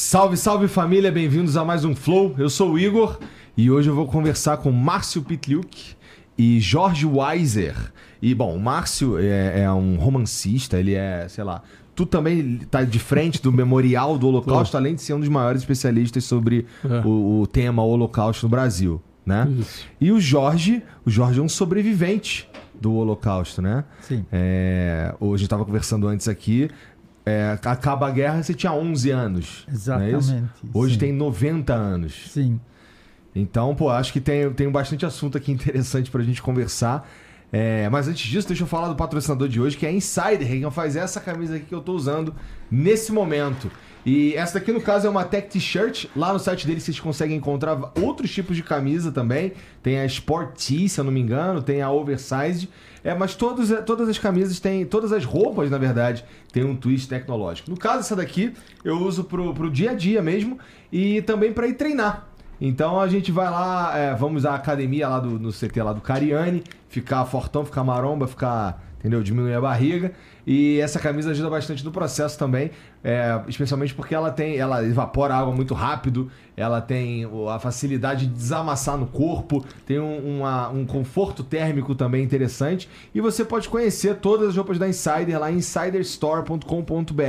Salve, salve família, bem-vindos a mais um Flow. Eu sou o Igor e hoje eu vou conversar com Márcio Pitliuk e Jorge Weiser. E bom, o Márcio é um romancista, ele é, sei lá, tu também tá de frente do Memorial do Holocausto, além de ser um dos maiores especialistas sobre o tema Holocausto no Brasil, né? Isso. E o Jorge é um sobrevivente do Holocausto, né? Sim. Hoje a gente estava conversando antes aqui. Acaba a guerra, você tinha 11 anos. Exatamente. Não é isso? Hoje sim. tem 90 anos. Sim. Então, acho que tem bastante assunto aqui interessante pra gente conversar. Mas antes disso, deixa eu falar do patrocinador de hoje, que é a Insider, que faz essa camisa aqui que eu tô usando nesse momento. E essa daqui, no caso, é uma Tech T-shirt. Lá no site deles vocês conseguem encontrar outros tipos de camisa também. Tem a Sport Tee, se eu não me engano, tem a Oversized. Mas todas as camisas têm, todas as roupas, na verdade, tem um twist tecnológico. No caso, essa daqui eu uso pro dia a dia mesmo e também para ir treinar. Então a gente vai lá, vamos à academia lá no CT lá do Cariani, ficar fortão, ficar maromba, entendeu? Diminuir a barriga. E essa camisa ajuda bastante no processo também, especialmente porque ela evapora água muito rápido, ela tem a facilidade de desamassar no corpo, tem um conforto térmico também interessante. E você pode conhecer todas as roupas da Insider lá em insiderstore.com.br.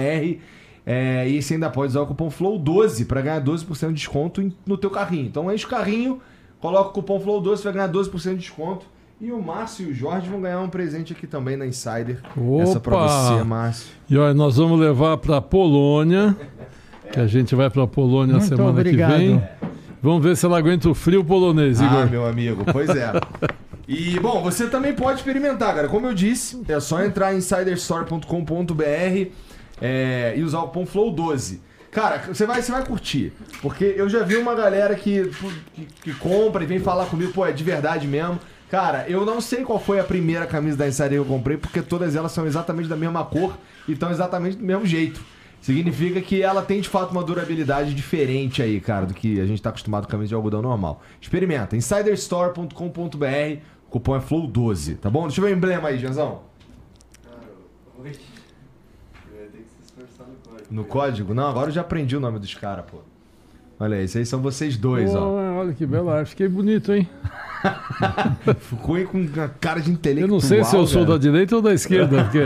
E você ainda pode usar o cupom FLOW12 para ganhar 12% de desconto no teu carrinho. Então enche o carrinho, coloca o cupom FLOW12, você vai ganhar 12% de desconto. E o Márcio e o Jorge vão ganhar um presente aqui também na Insider. Opa! Essa pra você, Márcio. E olha, nós vamos levar pra Polônia, que a gente vai pra Polônia Muito semana obrigado. que vem. Vamos ver se ela aguenta o frio polonês, Igor. Meu amigo, pois é. E, bom, você também pode experimentar, cara. Como eu disse, é só entrar em insiderstore.com.br e usar o cupom FLOW12. Cara, você vai curtir. Porque eu já vi uma galera que compra e vem falar comigo, é de verdade mesmo. Cara, eu não sei qual foi a primeira camisa da Insider que eu comprei, porque todas elas são exatamente da mesma cor e estão exatamente do mesmo jeito. Significa que ela tem, de fato, uma durabilidade diferente aí, cara, do que a gente tá acostumado com camisa de algodão normal. Experimenta, insiderstore.com.br, o cupom é FLOW12, tá bom? Deixa eu ver o emblema aí, Janzão. Oi. Vai ter que se esforçar no código. No código? Não, agora eu já aprendi o nome dos caras, pô. Olha aí, esses aí são vocês dois, ó. Olha que bela arte, fiquei bonito, hein? Ficou aí com a cara de intelectual. Eu não sei se eu sou da direita ou da esquerda, porque...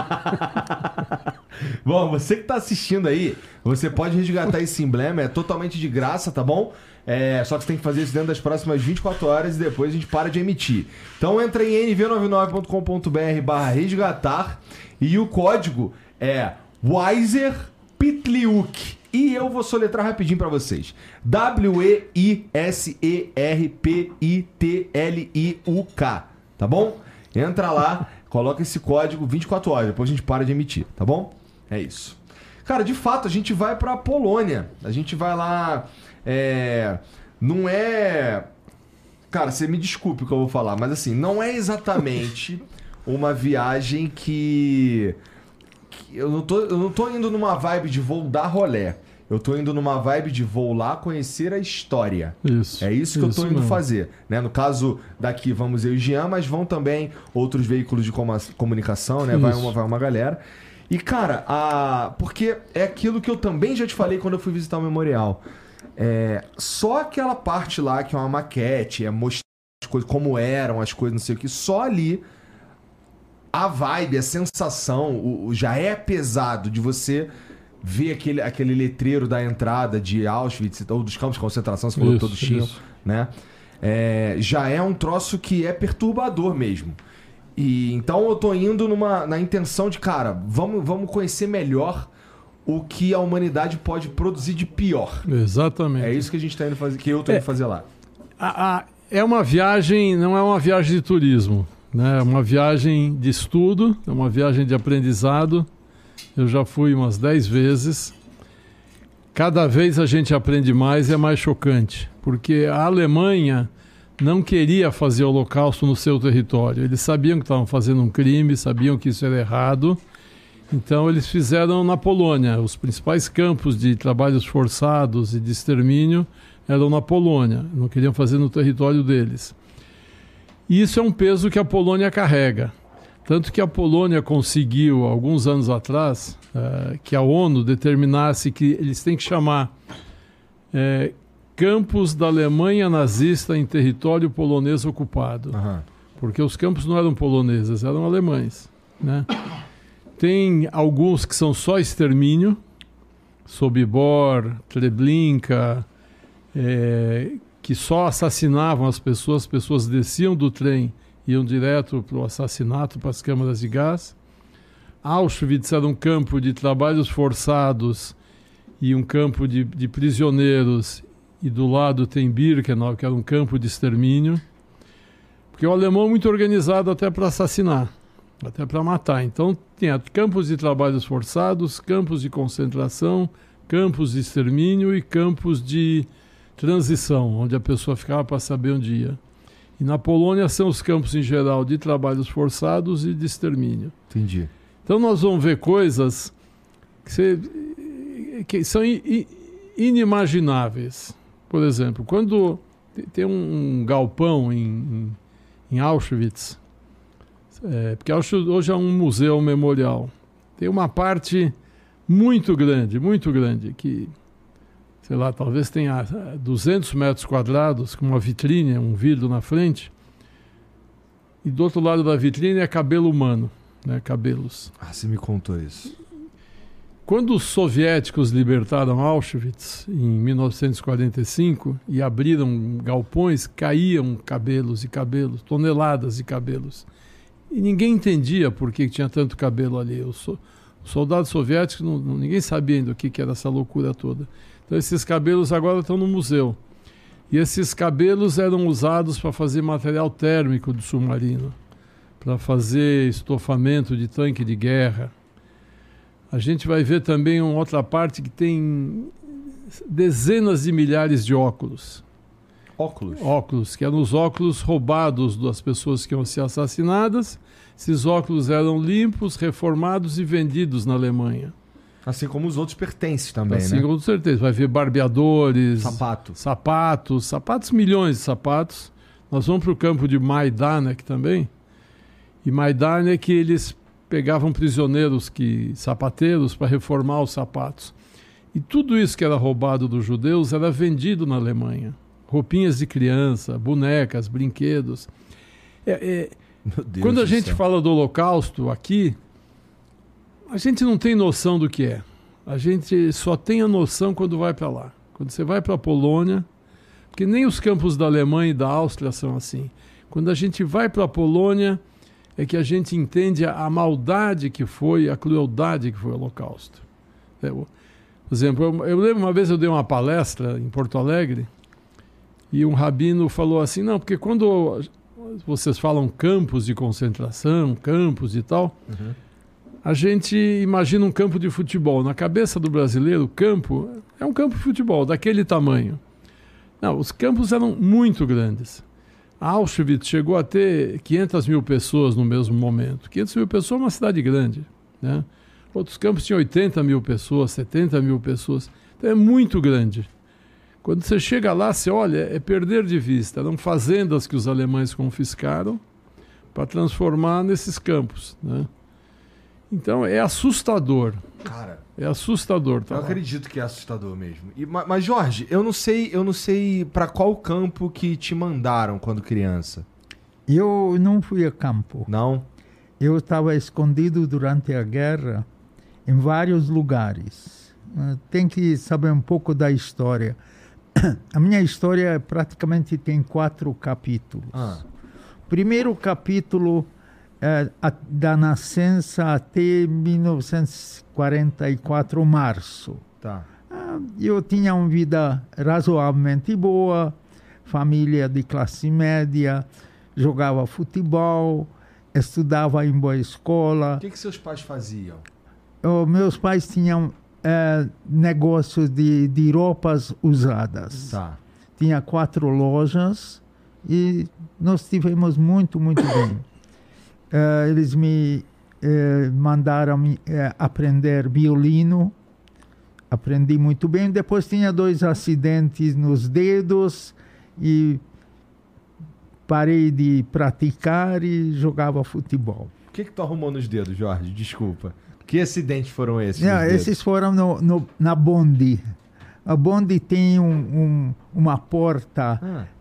Bom, você que tá assistindo aí, você pode resgatar esse emblema, é totalmente de graça, tá bom? Só que você tem que fazer isso dentro das próximas 24 horas e depois a gente para de emitir. Então entra em nv99.com.br/resgatar e o código é Weiser Pitliuk. E eu vou soletrar rapidinho pra vocês. WEISERPITLIUK, tá bom? Entra lá, coloca esse código 24 horas, depois a gente para de emitir, tá bom? É isso. Cara, de fato, a gente vai pra Polônia. A gente vai lá... Não é... Cara, você me desculpe o que eu vou falar, mas assim, não é exatamente uma viagem que... Eu não tô indo numa vibe de vou dar rolé. Eu tô indo numa vibe de vou lá conhecer a história. Isso. É isso que eu tô indo mesmo fazer. Né? No caso daqui vamos eu e o Jean, mas vão também outros veículos de comunicação, né? Vai uma galera. E, cara, porque é aquilo que eu também já te falei quando eu fui visitar o Memorial. Só aquela parte lá que é uma maquete, mostrar as coisas, como eram as coisas, não sei o que, só ali a vibe, a sensação, já é pesado de você ver aquele letreiro da entrada de Auschwitz ou dos campos de concentração, você falou que todos tinham, né? Já é um troço que é perturbador mesmo. E então eu tô indo na intenção de, cara, vamos conhecer melhor o que a humanidade pode produzir de pior. Exatamente. É isso que a gente tá indo fazer, que eu tô indo fazer lá. É uma viagem, não é uma viagem de turismo, né? É uma viagem de estudo, é uma viagem de aprendizado. Eu já fui umas 10 vezes. Cada vez a gente aprende mais e é mais chocante, porque a Alemanha não queria fazer o Holocausto no seu território. Eles sabiam que estavam fazendo um crime, sabiam que isso era errado. Então eles fizeram na Polônia. Os principais campos de trabalhos forçados e de extermínio eram na Polônia. Não queriam fazer no território deles. E isso é um peso que a Polônia carrega. Tanto que a Polônia conseguiu, alguns anos atrás, que a ONU determinasse que eles têm que chamar campos da Alemanha nazista em território polonês ocupado. Aham. Porque os campos não eram poloneses, eram alemães, né? Tem alguns que são só extermínio, Sobibor, Treblinka, que só assassinavam as pessoas desciam do trem, iam direto para o assassinato, para as câmaras de gás. Auschwitz era um campo de trabalhos forçados e um campo de prisioneiros, e do lado tem Birkenau, que era um campo de extermínio, porque o alemão é muito organizado até para assassinar, até para matar. Então tinha campos de trabalhos forçados, campos de concentração, campos de extermínio e campos de transição, onde a pessoa ficava para saber onde ia. E na Polônia são os campos em geral de trabalhos forçados e de extermínio. Entendi. Então nós vamos ver coisas que são inimagináveis. Por exemplo, quando tem um galpão em Auschwitz, porque Auschwitz hoje é um museu, um memorial, tem uma parte muito grande, que, sei lá, talvez tenha 200 metros quadrados, com uma vitrine, um vidro na frente, e do outro lado da vitrine é cabelo humano, né, cabelos. Ah, você me contou isso. Quando os soviéticos libertaram Auschwitz, em 1945, e abriram galpões, caíam cabelos e cabelos, toneladas de cabelos. E ninguém entendia por que tinha tanto cabelo ali. Os soldados soviéticos, ninguém sabia ainda o que era essa loucura toda. Então esses cabelos agora estão no museu. E esses cabelos eram usados para fazer material térmico do submarino, para fazer estofamento de tanque de guerra. A gente vai ver também uma outra parte que tem dezenas de milhares de óculos. Óculos? Óculos, que eram os óculos roubados das pessoas que iam ser assassinadas. Esses óculos eram limpos, reformados e vendidos na Alemanha. Assim como os outros pertences também, assim, né? com certeza. Vai ver barbeadores, sapatos, milhões de sapatos. Nós vamos para o campo de Majdanek também. E Majdanek, eles pegavam prisioneiros, sapateiros, para reformar os sapatos. E tudo isso que era roubado dos judeus era vendido na Alemanha. Roupinhas de criança, bonecas, brinquedos. Meu Deus Quando a do gente céu. fala do Holocausto aqui, a gente não tem noção do que é. A gente só tem a noção quando vai para lá. Quando você vai para a Polônia, porque nem os campos da Alemanha e da Áustria são assim. Quando a gente vai para a Polônia, é que a gente entende a maldade que foi, a crueldade que foi o Holocausto. Por exemplo, eu lembro uma vez eu dei uma palestra em Porto Alegre e um rabino falou assim, não, porque quando vocês falam campos de concentração, campos e tal, a gente imagina um campo de futebol. Na cabeça do brasileiro, campo é um campo de futebol, daquele tamanho. Não, os campos eram muito grandes. Auschwitz chegou a ter 500 mil pessoas no mesmo momento. 500 mil pessoas é uma cidade grande, né? Outros campos tinham 80 mil pessoas, 70 mil pessoas. Então é muito grande. Quando você chega lá, você olha, é perder de vista. Eram fazendas que os alemães confiscaram para transformar nesses campos, né? Então é assustador. Cara, é assustador. Tá eu lá. acredito que é assustador mesmo. Mas Jorge, eu não sei para qual campo que te mandaram quando criança. Eu não fui a campo. Não? Eu estava escondido durante a guerra em vários lugares. Tem que saber um pouco da história. A minha história praticamente tem 4 capítulos. Primeiro capítulo da nascença até 1944, março. Tá. Eu tinha uma vida razoavelmente boa, família de classe média, jogava futebol, estudava em boa escola. O que seus pais faziam? Meus pais tinham negócios de roupas usadas. Tá. Tinha 4 lojas e nós tivemos muito bem. Eles me mandaram aprender violino. Aprendi muito bem. Depois tinha 2 acidentes nos dedos e parei de praticar e jogava futebol. que tu arrumou nos dedos, Jorge? Desculpa. Que acidentes foram esses? Não, esses foram na Bonde. A Bonde tem uma porta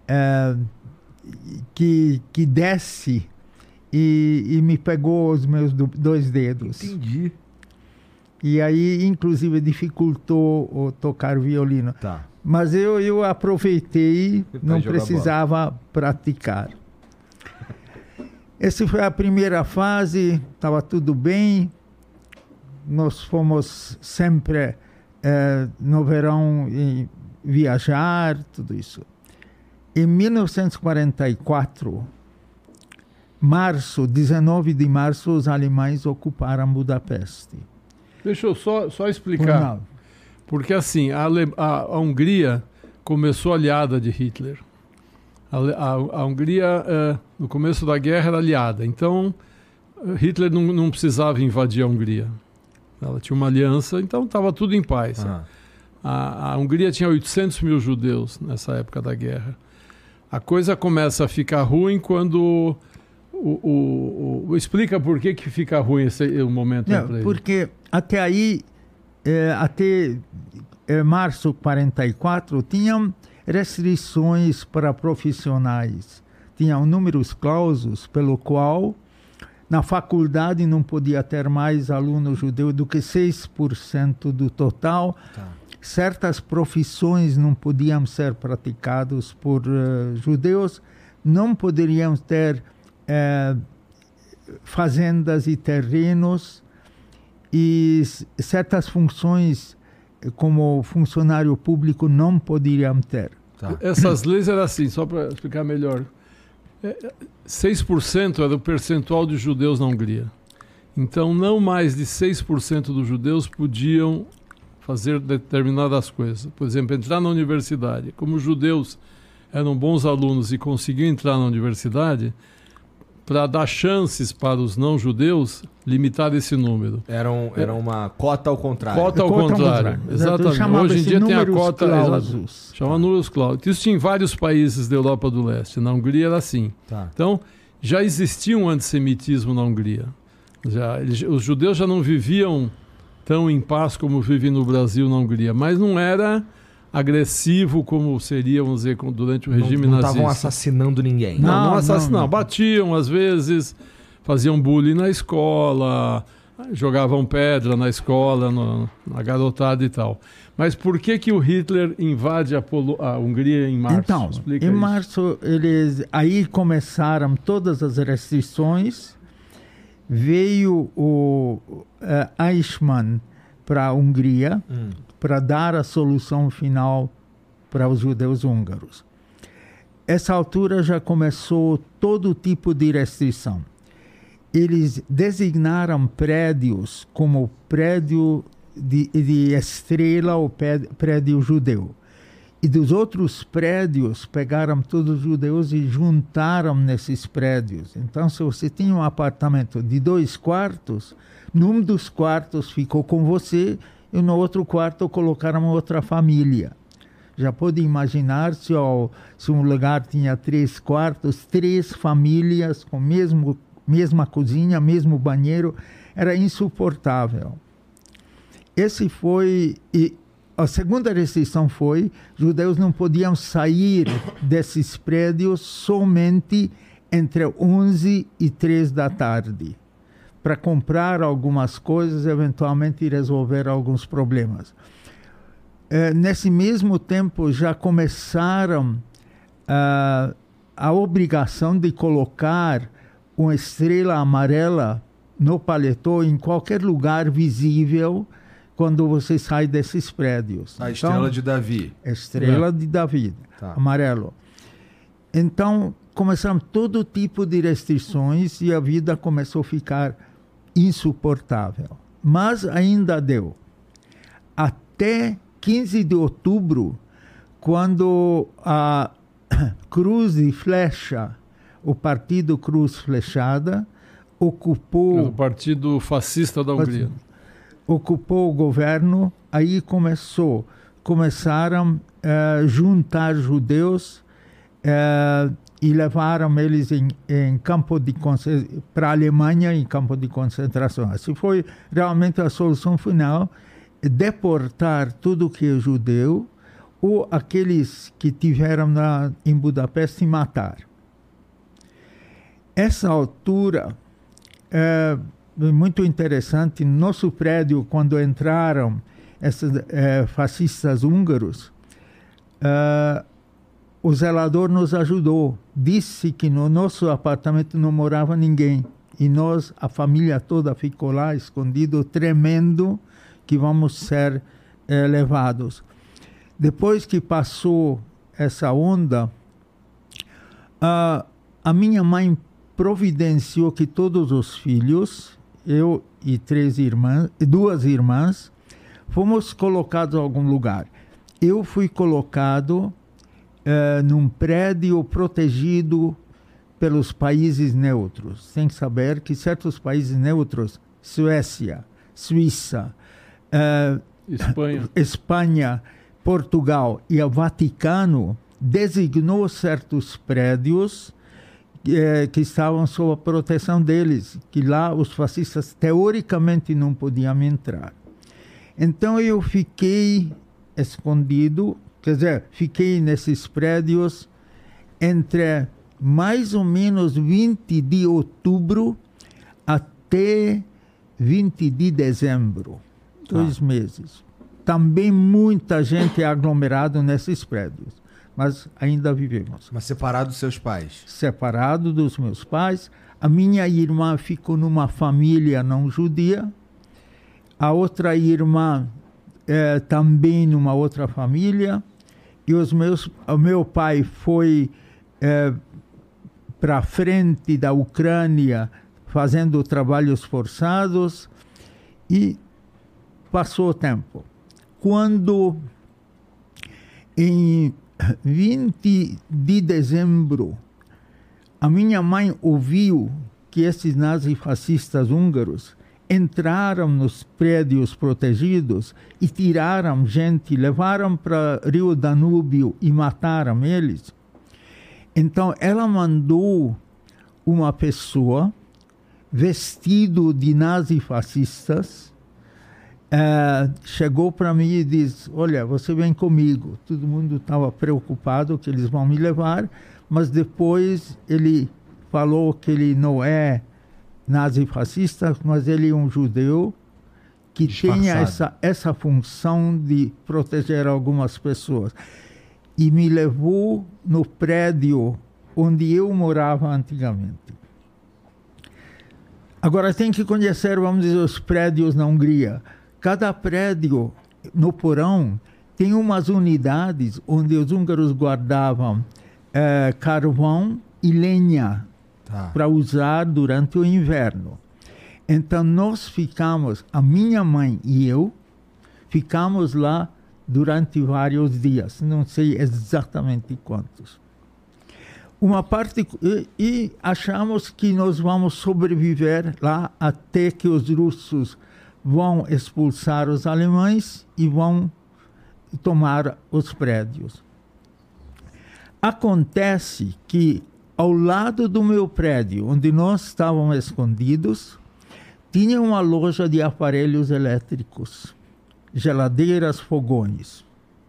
que desce e me pegou os meus 2 dedos. Entendi. E aí, inclusive, dificultou o tocar violino. Tá. Mas eu aproveitei, não jogar precisava praticar. Essa foi a primeira fase, estava tudo bem. Nós fomos sempre no verão viajar, tudo isso. Em 1944, 19 de março, os alemães ocuparam Budapeste. Deixa eu só explicar. Porque assim, a Hungria começou aliada de Hitler. A Hungria, no começo da guerra, era aliada. Então, Hitler não precisava invadir a Hungria. Ela tinha uma aliança, então estava tudo em paz. A Hungria tinha 800 mil judeus nessa época da guerra. A coisa começa a ficar ruim quando... explica por que fica ruim esse momento. Porque até aí, até março de 44, tinham restrições para profissionais. Tinham números clausos pelo qual na faculdade não podia ter mais aluno judeu do que 6% do total. Tá. Certas profissões não podiam ser praticadas por judeus. Não poderiam ter fazendas e terrenos, e certas funções como funcionário público não poderiam ter. Tá. Essas leis eram assim, só para explicar melhor. 6% era o percentual de judeus na Hungria. Então, não mais de 6% dos judeus podiam fazer determinadas coisas. Por exemplo, entrar na universidade. Como os judeus eram bons alunos e conseguiam entrar na universidade, para dar chances para os não-judeus, limitar esse número. Era uma cota ao contrário. Cota ao contrário. Exatamente. Hoje em dia tem a cota... Chama números clausos. Isso tinha em vários países da Europa do Leste. Na Hungria era assim. Tá. Então, já existia um antissemitismo na Hungria. Os judeus já não viviam tão em paz como vivem no Brasil, na Hungria. Mas não era agressivo como seria, vamos dizer, durante o regime nazista. Não estavam assassinando ninguém. Não assassinavam. Batiam, às vezes, faziam bullying na escola, jogavam pedra na escola, na garotada e tal. Mas por que o Hitler invade a Hungria em março? Então, explica em isso. março, aí começaram todas as restrições. Veio o Eichmann para a Hungria, para dar a solução final para os judeus húngaros. Essa altura já começou todo tipo de restrição. Eles designaram prédios como prédio de estrela ou prédio judeu. E dos outros prédios, pegaram todos os judeus e juntaram nesses prédios. Então, se você tinha um apartamento de 2 quartos, num dos quartos ficou com você e no outro quarto colocaram outra família. Já pode imaginar se um lugar tinha 3 quartos, 3 famílias com mesma cozinha, mesmo banheiro, era insuportável. A segunda restrição foi: judeus não podiam sair desses prédios somente entre 11 e 3 da tarde, para comprar algumas coisas, eventualmente resolver alguns problemas. Nesse mesmo tempo, já começaram a obrigação de colocar uma estrela amarela no paletó em qualquer lugar visível quando você sai desses prédios. A estrela de Davi. Estrela de Davi, tá. Amarelo. Então, começaram todo tipo de restrições e a vida começou a ficar insuportável. Mas ainda deu. Até 15 de outubro, quando a Cruz e Flecha, o Partido Cruz Flechada, ocupou... O Partido Fascista da Hungria. Ocupou o governo, aí começaram a juntar judeus e levaram eles em campo de para a Alemanha em campo de concentração. Assim foi realmente a solução final, deportar tudo que é judeu ou aqueles que tiveram em Budapeste e matar. Essa altura é muito interessante. No nosso prédio, quando entraram esses fascistas húngaros, o zelador nos ajudou. Disse que no nosso apartamento não morava ninguém. E nós, a família toda, ficou lá escondido, tremendo que vamos ser levados. Depois que passou essa onda, a minha mãe providenciou que todos os filhos, eu e duas irmãs, fomos colocados em algum lugar. Eu fui colocado num prédio protegido pelos países neutros, sem saber que certos países neutros, Suécia, Suíça, Espanha, Portugal e o Vaticano, designou certos prédios que estavam sob a proteção deles, que lá os fascistas teoricamente não podiam entrar. Então eu fiquei escondido, quer dizer, fiquei nesses prédios entre mais ou menos 20 de outubro até 20 de dezembro, 2 meses. Também muita gente aglomerada nesses prédios, mas ainda vivemos. Mas separado dos seus pais? Separado dos meus pais. A minha irmã ficou numa família não judia, a outra irmã também numa outra família, e o meu pai foi para frente da Ucrânia fazendo trabalhos forçados e passou o tempo. Quando em 20 de dezembro a minha mãe ouviu que esses nazifascistas húngaros entraram nos prédios protegidos e tiraram gente, levaram para Rio Danúbio e mataram eles. Então ela mandou uma pessoa vestido de nazifascistas, chegou para mim e disse: olha, você vem comigo. Todo mundo estava preocupado que eles vão me levar, mas depois ele falou que ele não é nazifascista, mas ele é um judeu que tinha essa função de proteger algumas pessoas. E me levou no prédio onde eu morava antigamente. Agora tem que conhecer, vamos dizer, os prédios na Hungria. Cada prédio, no porão, tem umas unidades onde os húngaros guardavam carvão e lenha para usar durante o inverno. Então nós ficamos, a minha mãe e eu, ficamos lá durante vários dias, não sei exatamente quantos. Uma parte, e achamos que nós vamos sobreviver lá até que os russos vão expulsar os alemães e vão tomar os prédios. Acontece que ao lado do meu prédio, onde nós estávamos escondidos, tinha uma loja de aparelhos elétricos, geladeiras, fogões.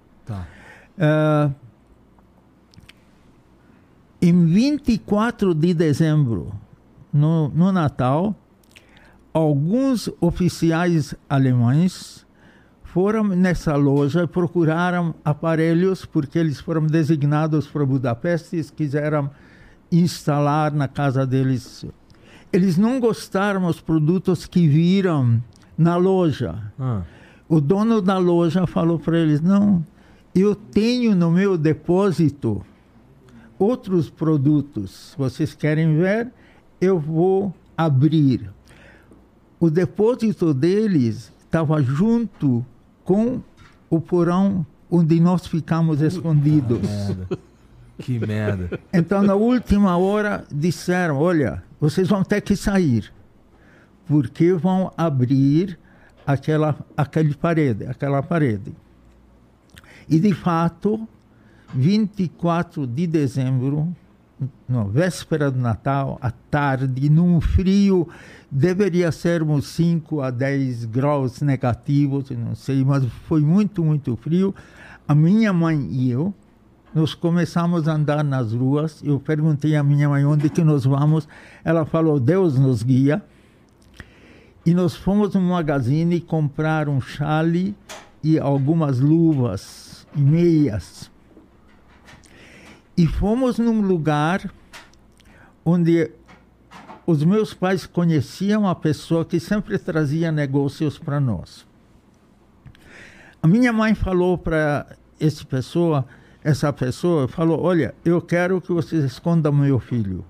Em 24 de dezembro, no Natal, alguns oficiais alemães foram nessa loja e procuraram aparelhos, porque eles foram designados para Budapeste e quiseram instalar na casa deles. Eles não gostaram dos produtos que viram na loja. O dono da loja falou para eles: não, eu tenho no meu depósito outros produtos. Vocês querem ver? Eu vou abrir. O depósito deles estava junto com o porão onde nós ficamos escondidos. Que merda. Então, na última hora, disseram: olha, vocês vão ter que sair, porque vão abrir aquela parede. E, de fato, 24 de dezembro, na véspera do Natal, à tarde, num frio, deveria ser uns 5 a 10 graus negativos, não sei, mas foi muito, muito frio. A minha mãe e eu, nós começamos a andar nas ruas. Eu perguntei à minha mãe onde que nós vamos. Ela falou, Deus nos guia. E nós fomos no magazine comprar um chale e algumas luvas e meias. E fomos num lugar onde os meus pais conheciam a pessoa que sempre trazia negócios para nós. A minha mãe falou para essa pessoa falou, olha, eu quero que vocês escondam meu filho.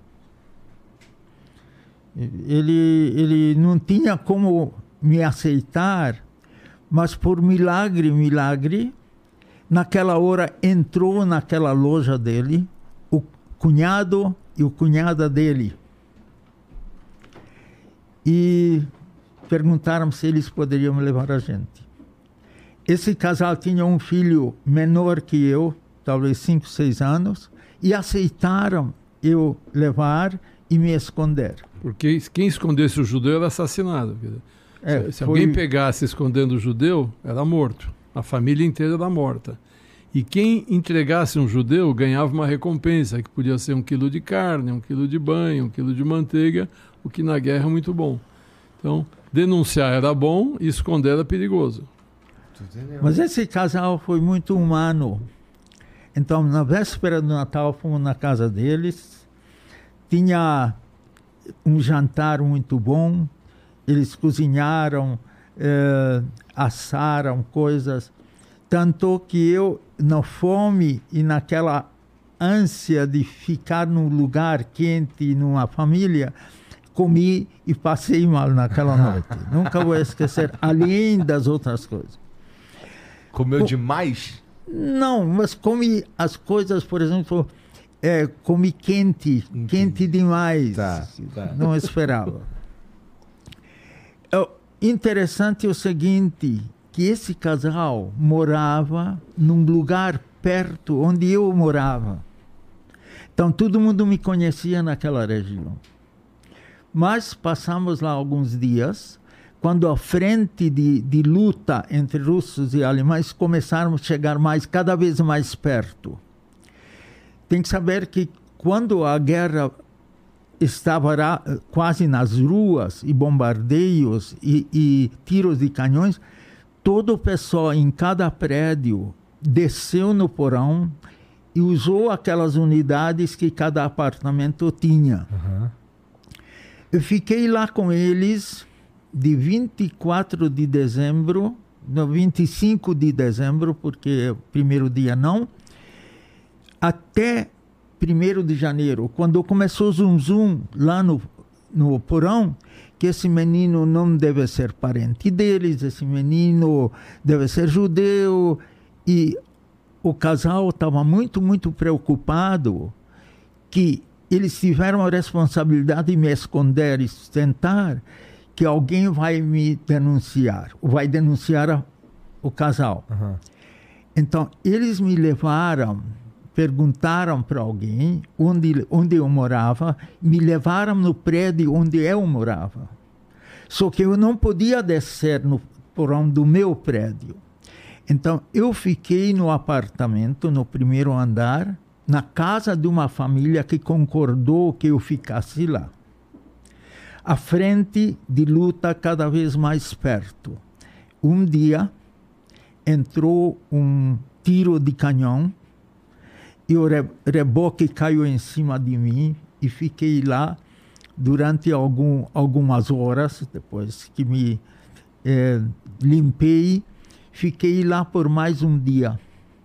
Ele não tinha como me aceitar, mas por milagre, naquela hora entrou naquela loja dele o cunhado e a cunhada dele. E perguntaram se eles poderiam levar a gente. Esse casal tinha um filho menor que eu, talvez 5, 6 anos, e aceitaram eu levar e me esconder. Porque quem escondesse o judeu era assassinado. Se alguém pegasse escondendo o judeu, era morto. A família inteira era morta. E quem entregasse um judeu ganhava uma recompensa, que podia ser 1 quilo de carne, 1 quilo de banho, 1 quilo de manteiga, o que na guerra é muito bom. Então, denunciar era bom e esconder era perigoso. Mas esse casal foi muito humano. Então, na véspera do Natal, fomos na casa deles. Tinha um jantar muito bom. Eles cozinharam, assaram coisas. Tanto que eu, na fome e naquela ânsia de ficar num lugar quente, numa família, comi e passei mal naquela noite. Nunca vou esquecer, além das outras coisas. Comeu demais? Não, mas comi as coisas, por exemplo, comi quente demais. Tá. Não esperava. Interessante o seguinte, que esse casal morava num lugar perto onde eu morava. Então todo mundo me conhecia naquela região. Mas passamos lá alguns dias, quando a frente de luta entre russos e alemães começaram a chegar cada vez mais perto. Tem que saber que quando a guerra estava quase nas ruas, e bombardeios e tiros de canhões, todo o pessoal em cada prédio desceu no porão e usou aquelas unidades que cada apartamento tinha. Uhum. Eu fiquei lá com eles de 24 de dezembro, no 25 de dezembro, porque o primeiro dia não, até 1º de janeiro, quando começou o zum lá no porão, que esse menino não deve ser parente deles, esse menino deve ser judeu, e o casal estava muito, muito preocupado que eles tiveram a responsabilidade de me esconder e sustentar, que alguém vai me denunciar, vai denunciar o casal. Uhum. Então, eles me levaram, perguntaram para alguém onde eu morava, me levaram no prédio onde eu morava. Só que eu não podia descer no porão do meu prédio. Então, eu fiquei no apartamento, no 1º andar, na casa de uma família que concordou que eu ficasse lá. A frente de luta cada vez mais perto. Um dia, entrou um tiro de canhão e o reboque caiu em cima de mim e fiquei lá durante algumas horas, depois que me limpei, fiquei lá por mais um dia.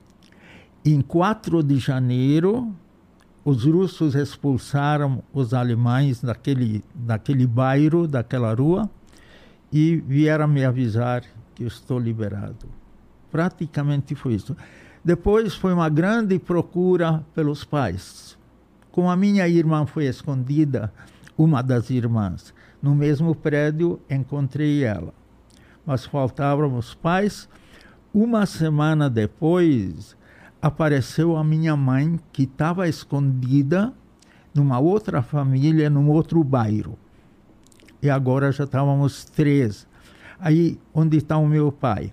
Em 4 de janeiro, os russos expulsaram os alemães daquele bairro, daquela rua, e vieram me avisar que eu estou liberado. Praticamente foi isso. Depois foi uma grande procura pelos pais. Como a minha irmã foi escondida, uma das irmãs, no mesmo prédio, encontrei ela. Mas faltavam os pais. Uma semana depois, apareceu a minha mãe, que estava escondida numa outra família, num outro bairro. E agora já estávamos 3. Aí, onde está o meu pai?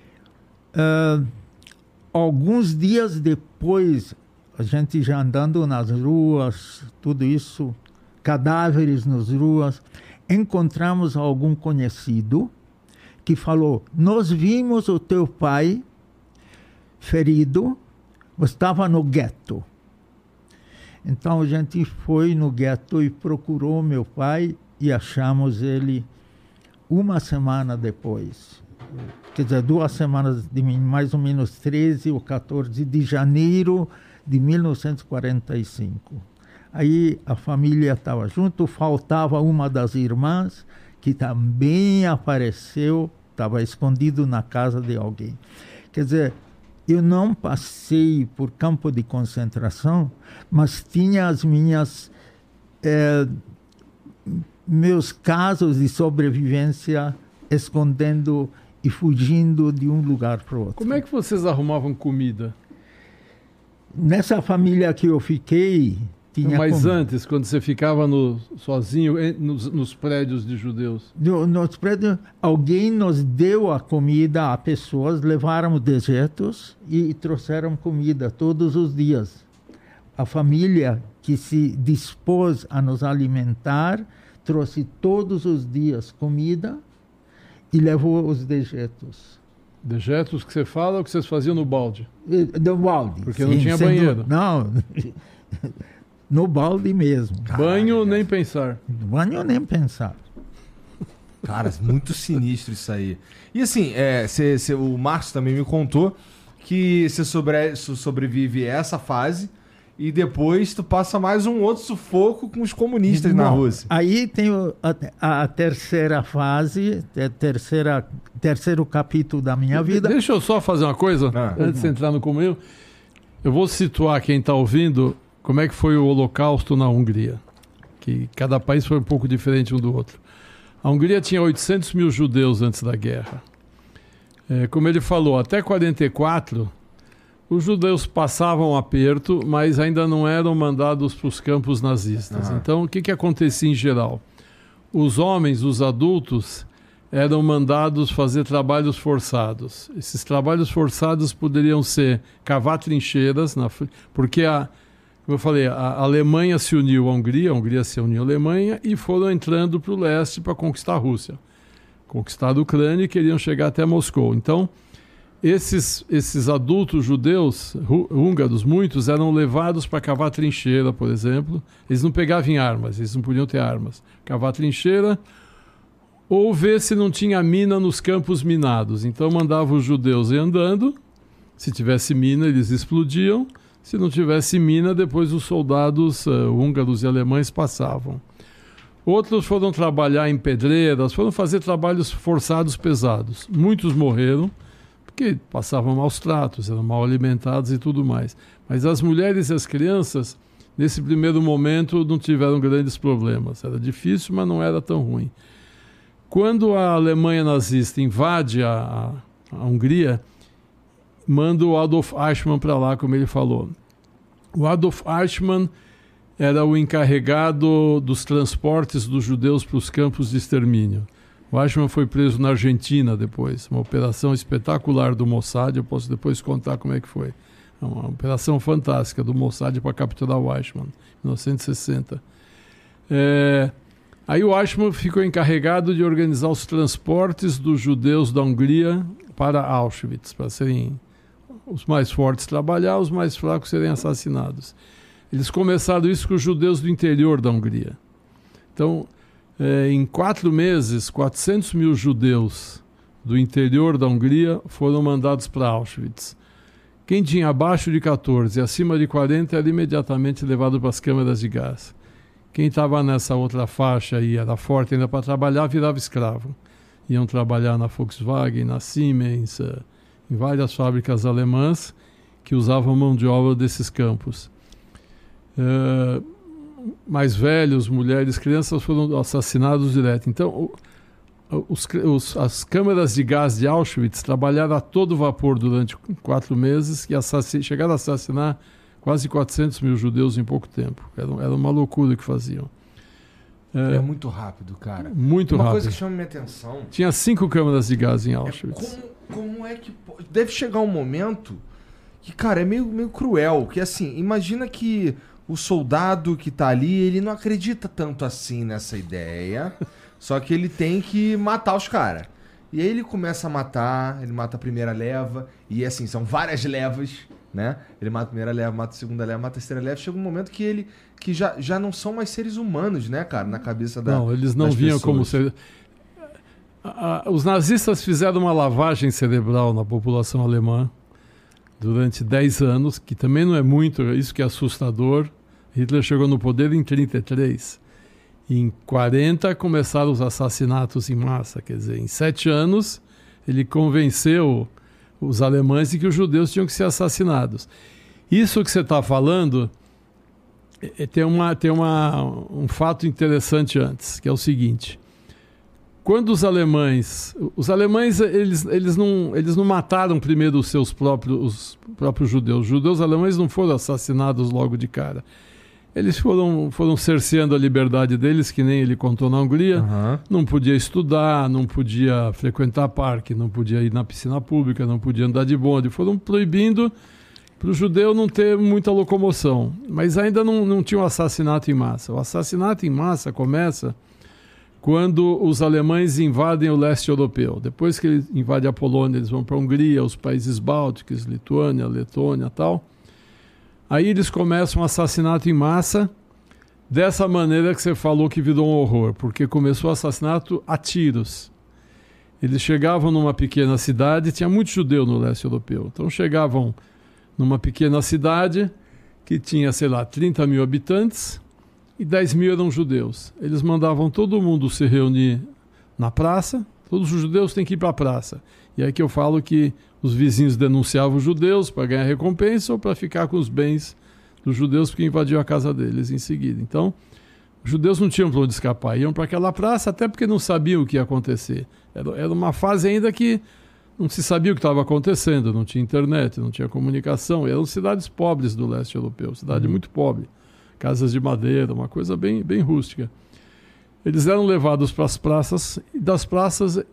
Alguns dias depois, a gente já andando nas ruas, tudo isso, cadáveres nas ruas, encontramos algum conhecido que falou: nós vimos o teu pai ferido, estava no gueto. Então a gente foi no gueto e procurou meu pai e achamos ele uma semana depois. Quer dizer, 2 semanas, de mais ou menos 13 ou 14 de janeiro de 1945. Aí a família estava junto, faltava uma das irmãs, que também apareceu, estava escondido na casa de alguém. Quer dizer, eu não passei por campo de concentração, mas tinha as meus casos de sobrevivência escondendo e fugindo de um lugar para o outro. Como é que vocês arrumavam comida? Nessa família que eu fiquei, tinha Mas antes, quando você ficava sozinho nos prédios de judeus? Nos prédios, alguém nos deu a comida a pessoas, levaram dejetos e trouxeram comida todos os dias. A família que se dispôs a nos alimentar trouxe todos os dias comida e levou os dejetos. Dejetos que você fala ou que vocês faziam no balde? No balde. Porque não tinha banheiro. Não, no balde mesmo. Banho nem pensar. Banho nem pensar. Cara, muito sinistro isso aí. E assim, o Marcos também me contou que você sobrevive a essa fase e depois tu passa mais um outro sufoco com os comunistas na Rússia. Aí tem a terceira fase, terceiro capítulo da minha vida. Deixa eu só fazer uma coisa, antes de entrar no comunhão. Eu vou situar quem está ouvindo como é que foi o Holocausto na Hungria. Que cada país foi um pouco diferente um do outro. A Hungria tinha 800 mil judeus antes da guerra. Como ele falou, até 44... os judeus passavam aperto, mas ainda não eram mandados para os campos nazistas. Então, o que acontecia em geral? Os homens, os adultos, eram mandados fazer trabalhos forçados. Esses trabalhos forçados poderiam ser cavar trincheiras, porque, como eu falei, a Alemanha se uniu à Hungria, a Hungria se uniu à Alemanha e foram entrando para o leste para conquistar a Rússia. Conquistar a Ucrânia e queriam chegar até Moscou. Então, esses adultos judeus, húngaros, muitos, eram levados para cavar trincheira, por exemplo. Eles não pegavam armas, eles não podiam ter armas. Cavar trincheira ou ver se não tinha mina nos campos minados. Então mandavam os judeus ir andando. Se tivesse mina, eles explodiam. Se não tivesse mina, depois os soldados húngaros e alemães passavam. Outros foram trabalhar em pedreiras, foram fazer trabalhos forçados pesados. Muitos morreram, porque passavam maus tratos, eram mal alimentados e tudo mais. Mas as mulheres e as crianças, nesse primeiro momento, não tiveram grandes problemas. Era difícil, mas não era tão ruim. Quando a Alemanha nazista invade a Hungria, manda o Adolf Eichmann para lá, como ele falou. O Adolf Eichmann era o encarregado dos transportes dos judeus para os campos de extermínio. O Eichmann foi preso na Argentina depois, uma operação espetacular do Mossad, eu posso depois contar como é que foi. Uma operação fantástica do Mossad para capturar o Eichmann, em 1960. Aí o Eichmann ficou encarregado de organizar os transportes dos judeus da Hungria para Auschwitz, para serem os mais fortes trabalhar, os mais fracos serem assassinados. Eles começaram isso com os judeus do interior da Hungria. Então, em 4 meses, 400 mil judeus do interior da Hungria foram mandados para Auschwitz. Quem tinha abaixo de 14 e acima de 40 era imediatamente levado para as câmaras de gás. Quem estava nessa outra faixa e era forte ainda para trabalhar, virava escravo. Iam trabalhar na Volkswagen, na Siemens, em várias fábricas alemãs que usavam mão de obra desses campos. Mais velhos, mulheres, crianças foram assassinados direto. Então, as câmaras de gás de Auschwitz trabalharam a todo vapor durante 4 meses e chegaram a assassinar quase 400 mil judeus em pouco tempo. Era uma loucura o que faziam. É muito rápido, cara. Muito Uma rápido. coisa que chama minha atenção... Tinha 5 câmaras de gás em Auschwitz. Como é que... Deve chegar um momento que, cara, é meio cruel. Que, assim, imagina que o soldado que tá ali, ele não acredita tanto assim nessa ideia. Só que ele tem que matar os caras. E aí ele começa a matar, ele mata a primeira leva. E, assim, são várias levas, né? Ele mata a primeira leva, mata a segunda leva, mata a terceira leva. Chega um momento que ele... que já não são mais seres humanos, né, cara? Na cabeça da Não, eles não vinham como seres... Os nazistas fizeram uma lavagem cerebral na população alemã durante 10 anos, que também não é muito, isso que é assustador. Hitler chegou no poder em 33. Em 40 começaram os assassinatos em massa, quer dizer, em 7 anos ele convenceu os alemães de que os judeus tinham que ser assassinados. Isso que você está falando tem um fato interessante antes, que é o seguinte: quando os alemães eles não mataram primeiro os próprios judeus. Os judeus alemães não foram assassinados logo de cara. Eles foram cerceando a liberdade deles, que nem ele contou na Hungria. Uhum. Não podia estudar, não podia frequentar parque, não podia ir na piscina pública, não podia andar de bonde. Foram proibindo para o judeu não ter muita locomoção. Mas ainda não tinha um assassinato em massa. O assassinato em massa começa quando os alemães invadem o leste europeu. Depois que eles invadem a Polônia, eles vão para a Hungria, os países bálticos, Lituânia, Letônia e tal. Aí eles começam um assassinato em massa, dessa maneira que você falou que virou um horror, porque começou o assassinato a tiros. Eles chegavam numa pequena cidade, tinha muito judeu no leste europeu, então chegavam numa pequena cidade que tinha, sei lá, 30 mil habitantes e 10 mil eram judeus. Eles mandavam todo mundo se reunir na praça, todos os judeus têm que ir para a praça. E aí que eu falo que os vizinhos denunciavam os judeus para ganhar recompensa ou para ficar com os bens dos judeus porque invadiam a casa deles em seguida. Então, os judeus não tinham para onde escapar, iam para aquela praça até porque não sabiam o que ia acontecer. Era uma fase ainda que não se sabia o que estava acontecendo, não tinha internet, não tinha comunicação. Eram cidades pobres do leste europeu, cidade muito pobre. Casas de madeira, uma coisa bem, bem rústica. Eles eram levados para as praças e das praças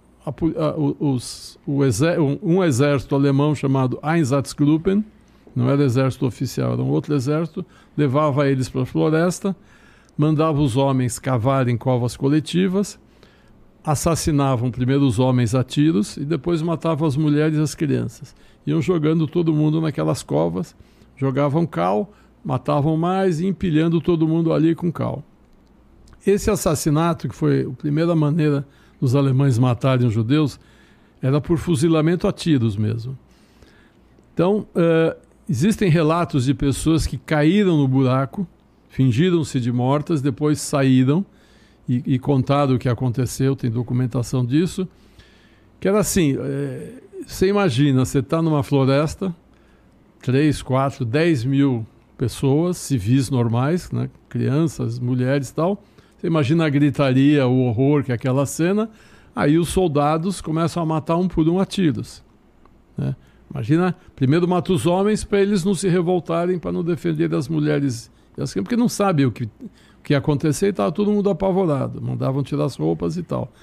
um exército alemão chamado Einsatzgruppen, não era exército oficial, era um outro exército, levava eles para a floresta, mandava os homens cavarem covas coletivas, assassinavam primeiro os homens a tiros e depois matavam as mulheres e as crianças. Iam jogando todo mundo naquelas covas, jogavam cal, matavam mais e empilhando todo mundo ali com cal. Esse assassinato, que foi a primeira maneira dos alemães matarem os judeus, era por fuzilamento a tiros mesmo. Então, existem relatos de pessoas que caíram no buraco, fingiram-se de mortas, depois saíram e contaram o que aconteceu, tem documentação disso, que era assim, você imagina, você está numa floresta, 3, 4, 10 mil pessoas, civis normais, né, crianças, mulheres e tal. Você imagina a gritaria, o horror que é aquela cena, aí os soldados começam a matar um por um a tiros. Né? Imagina, primeiro mata os homens para eles não se revoltarem, para não defender as mulheres e as crianças, porque não sabem o que ia acontecer e estava todo mundo apavorado, mandavam tirar as roupas e tal.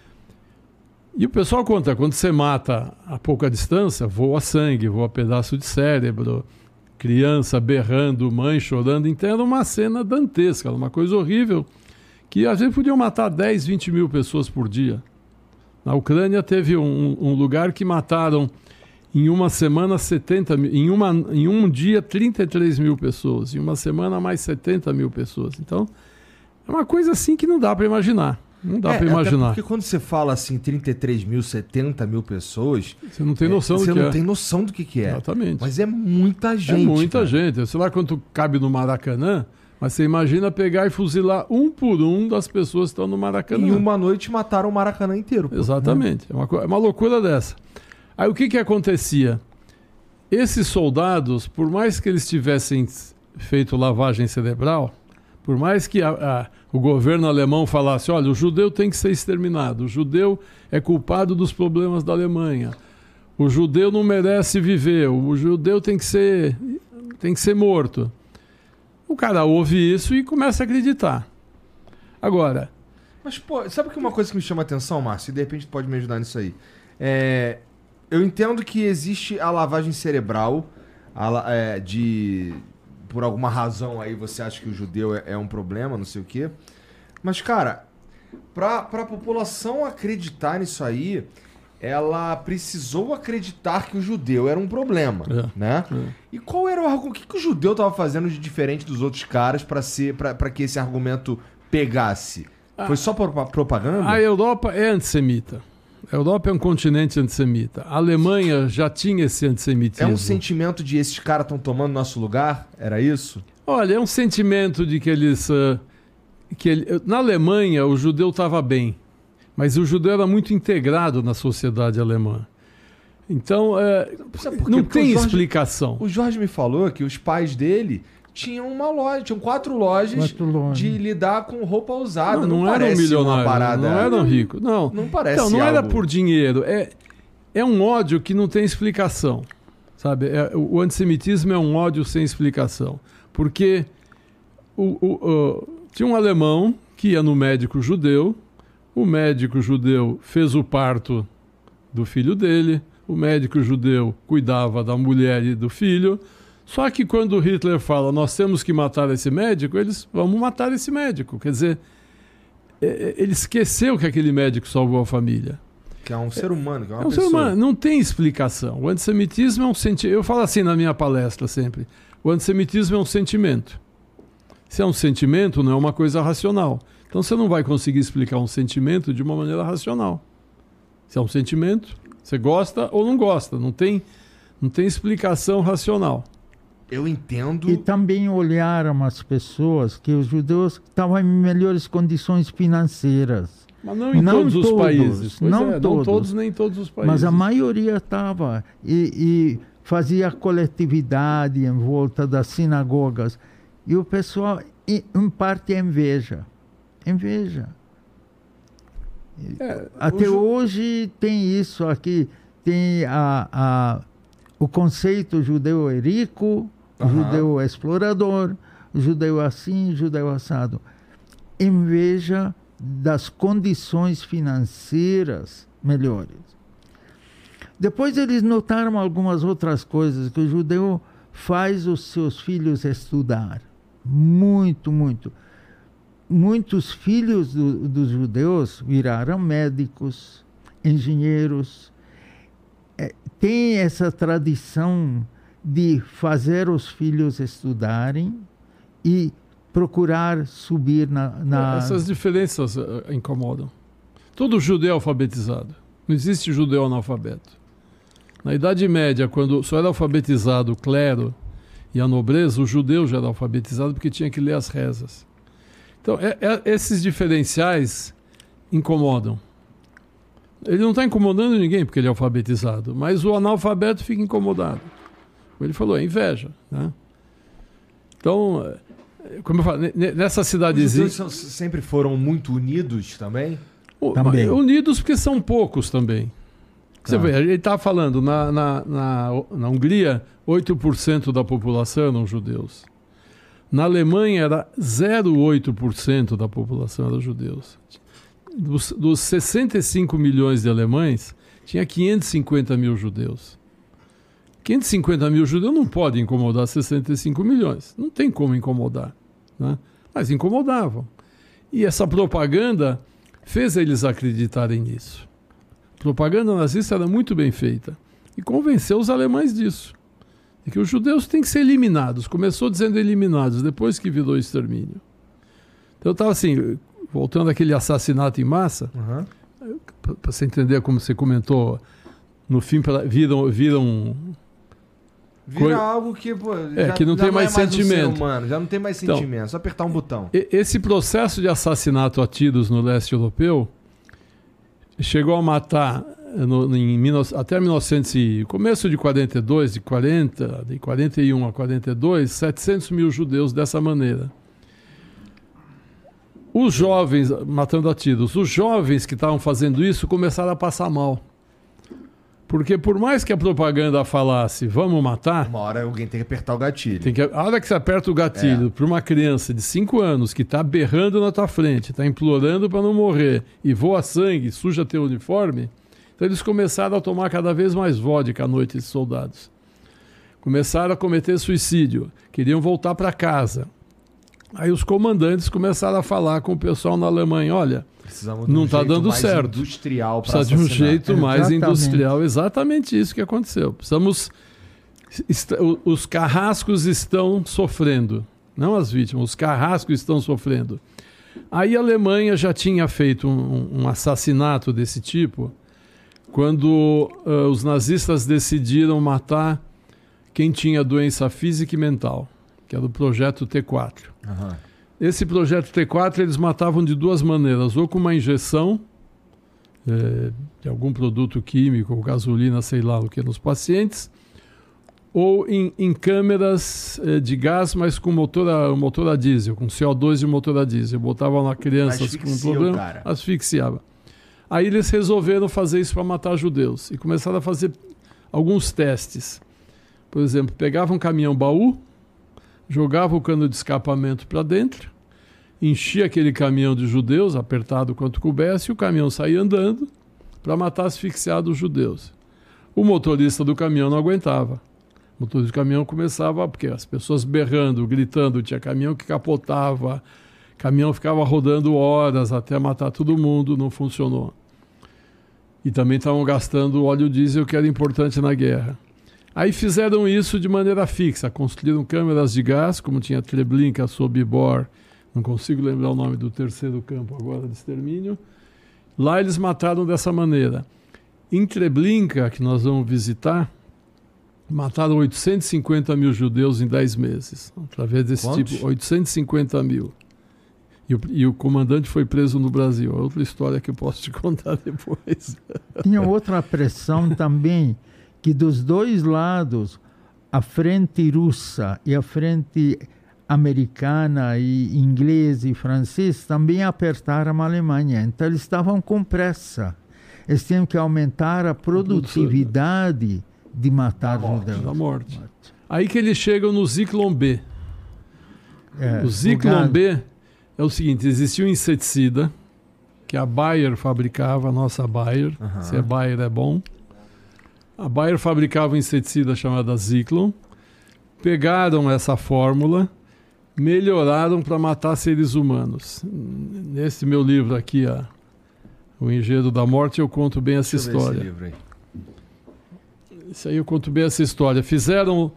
E o pessoal conta, quando você mata a pouca distância, voa sangue, voa pedaço de cérebro, criança berrando, mãe chorando, então era uma cena dantesca, uma coisa horrível, que às vezes podiam matar 10, 20 mil pessoas por dia. Na Ucrânia teve um lugar que mataram em uma semana 70 mil, em um dia 33 mil pessoas, em uma semana mais 70 mil pessoas. Então, é uma coisa assim que não dá para imaginar. Não dá para imaginar. Porque quando você fala assim, 33 mil, 70 mil pessoas... Você não tem noção do que é. Você não tem noção do que é. Exatamente. Mas é muita gente. É muita gente. Sei lá quanto cabe no Maracanã, mas você imagina pegar e fuzilar um por um das pessoas que estão no Maracanã. Em uma noite mataram o Maracanã inteiro. Pô. Exatamente. É uma loucura dessa. Aí o que acontecia? Esses soldados, por mais que eles tivessem feito lavagem cerebral, por mais que o governo alemão falasse, olha, o judeu tem que ser exterminado, o judeu é culpado dos problemas da Alemanha, o judeu não merece viver, o judeu tem que ser... tem que ser morto. O cara ouve isso e começa a acreditar. Agora... Mas, pô, sabe que uma coisa que me chama a atenção, Márcio, e de repente pode me ajudar nisso aí? Eu entendo que existe a lavagem cerebral, por alguma razão aí você acha que o judeu é um problema, não sei o quê. Mas, cara, pra população acreditar nisso aí, ela precisou acreditar que o judeu era um problema, né? E qual era o argumento? O que o judeu tava fazendo de diferente dos outros caras pra que esse argumento pegasse? Foi só propaganda? A Europa é antissemita. A Europa é um continente antissemita. A Alemanha já tinha esse antissemitismo. É um sentimento de esses caras estão tomando nosso lugar? Era isso? Olha, é um sentimento de que eles... na Alemanha, o judeu estava bem. Mas o judeu era muito integrado na sociedade alemã. Então, não tem explicação. O Jorge me falou que os pais dele... tinham 4 lojas de lidar com roupa usada. Não eram milionários, não eram ricos. Não parece então, não algo... era por dinheiro. É um ódio que não tem explicação. Sabe? O antissemitismo é um ódio sem explicação. Porque tinha um alemão que ia no médico judeu, o médico judeu fez o parto do filho dele, o médico judeu cuidava da mulher e do filho. Só que quando Hitler fala, nós temos que matar esse médico, eles vamos matar esse médico. Quer dizer, ele esqueceu que aquele médico salvou a família. Que é um ser humano, que é uma pessoa. Ser humano, não tem explicação. O antissemitismo é um sentimento. Eu falo assim na minha palestra sempre. O antissemitismo é um sentimento. Se é um sentimento, não é uma coisa racional. Então você não vai conseguir explicar um sentimento de uma maneira racional. Se é um sentimento, você gosta ou não gosta. Não tem explicação racional. Eu entendo. E também olharam as pessoas que os judeus estavam em melhores condições financeiras. Mas não em todos os países. Não todos, nem todos os países. Mas a maioria estava. E fazia coletividade em volta das sinagogas. E o pessoal, em parte, inveja. Até hoje tem isso aqui. Tem o conceito judeu é rico, o judeu é explorador, o judeu assim, o judeu assado. Inveja das condições financeiras melhores. Depois eles notaram algumas outras coisas, que o judeu faz os seus filhos estudar. Muito. Muitos filhos dos judeus viraram médicos, engenheiros. Tem essa tradição de fazer os filhos estudarem e procurar subir na... Essas diferenças incomodam. Todo judeu é alfabetizado. Não existe judeu analfabeto. Na Idade Média, quando só era alfabetizado o clero e a nobreza, o judeu já era alfabetizado porque tinha que ler as rezas. Então, esses diferenciais incomodam. Ele não está incomodando ninguém porque ele é alfabetizado, mas o analfabeto fica incomodado. Ele falou, é inveja. Né? Então, como eu falo, nessa cidadezinha... Os judeus sempre foram muito unidos também? Também. Unidos porque são poucos também. Você vê, ele está falando, na Hungria, 8% da população eram judeus. Na Alemanha era 0,8% da população eram judeus. Dos 65 milhões de alemães, tinha 550 mil judeus. 550 mil judeus não podem incomodar 65 milhões. Não tem como incomodar. Né? Mas incomodavam. E essa propaganda fez eles acreditarem nisso. A propaganda nazista era muito bem feita. E convenceu os alemães disso. De que os judeus têm que ser eliminados. Começou dizendo eliminados, depois que virou extermínio. Então eu estava assim... Voltando àquele assassinato em massa, para você entender como você comentou, no fim vira algo que, pô, que não tem mais sentimento. Humano, já não tem mais sentimento, só apertar um botão. Esse processo de assassinato a tiros no leste europeu chegou a matar até 1900, começo de 42, de 41 a 42, 700 mil judeus dessa maneira. Os jovens, matando a tiros, os jovens que estavam fazendo isso começaram a passar mal. Porque por mais que a propaganda falasse, vamos matar, Uma hora alguém tem que apertar o gatilho. a hora que você aperta o gatilho para uma criança de 5 anos que está berrando na tua frente, está implorando para não morrer e voa sangue, suja teu uniforme, então eles começaram a tomar cada vez mais vodka à noite, esses soldados. Começaram a cometer suicídio, queriam voltar para casa. Aí os comandantes começaram a falar com o pessoal na Alemanha, olha, Precisamos de não um está jeito dando mais certo. Industrial para Precisa de um jeito mais Exatamente. industrial. Exatamente isso que aconteceu. Os carrascos estão sofrendo. Não as vítimas, os carrascos estão sofrendo. Aí a Alemanha já tinha feito um assassinato desse tipo quando os nazistas decidiram matar quem tinha doença física e mental, que era o projeto T4. Aham. Esse projeto T4 eles matavam de duas maneiras, ou com uma injeção de algum produto químico, ou gasolina, sei lá o que, nos pacientes, ou em câmeras de gás, mas com motor a diesel, com CO2 e motor a diesel. Botavam na criança com um Asfixia o problema, cara. asfixiava. Aí eles resolveram fazer isso para matar judeus e começaram a fazer alguns testes. Por exemplo, pegavam um caminhão-baú, jogava o cano de escapamento para dentro, enchia aquele caminhão de judeus, apertado quanto coubesse, e o caminhão saía andando para matar asfixiados os judeus. O motorista do caminhão não aguentava. O motorista do caminhão começava, porque as pessoas berrando, gritando, tinha caminhão que capotava, caminhão ficava rodando horas até matar todo mundo, não funcionou. E também estavam gastando óleo diesel, que era importante na guerra. Aí fizeram isso de maneira fixa, construíram câmeras de gás, como tinha Treblinka, Sobibor, não consigo lembrar o nome do terceiro campo agora de extermínio. Lá eles mataram dessa maneira. Em Treblinka, que nós vamos visitar, mataram 850 mil judeus em 10 meses. Através desse Quantos? tipo, 850 mil. E o comandante foi preso no Brasil. É outra história que eu posso te contar depois. Tinha outra pressão também, que dos dois lados, a frente russa e a frente americana e inglês e francês também apertaram a Alemanha. Então eles estavam com pressa. Eles tinham que aumentar a produtividade de matar judeus. Da morte. Aí que eles chegam no Zyklon B. É, O Zyklon gás. B é o seguinte, existia um inseticida que a Bayer fabricava, a nossa Bayer, Aham. se é Bayer é bom. A Bayer fabricava um inseticida chamado Zyklon, pegaram essa fórmula, melhoraram para matar seres humanos. Nesse meu livro aqui, O Engenheiro da Morte, eu conto bem essa Deixa eu ver esse história. livro aí. Isso aí eu conto bem essa história. Fizeram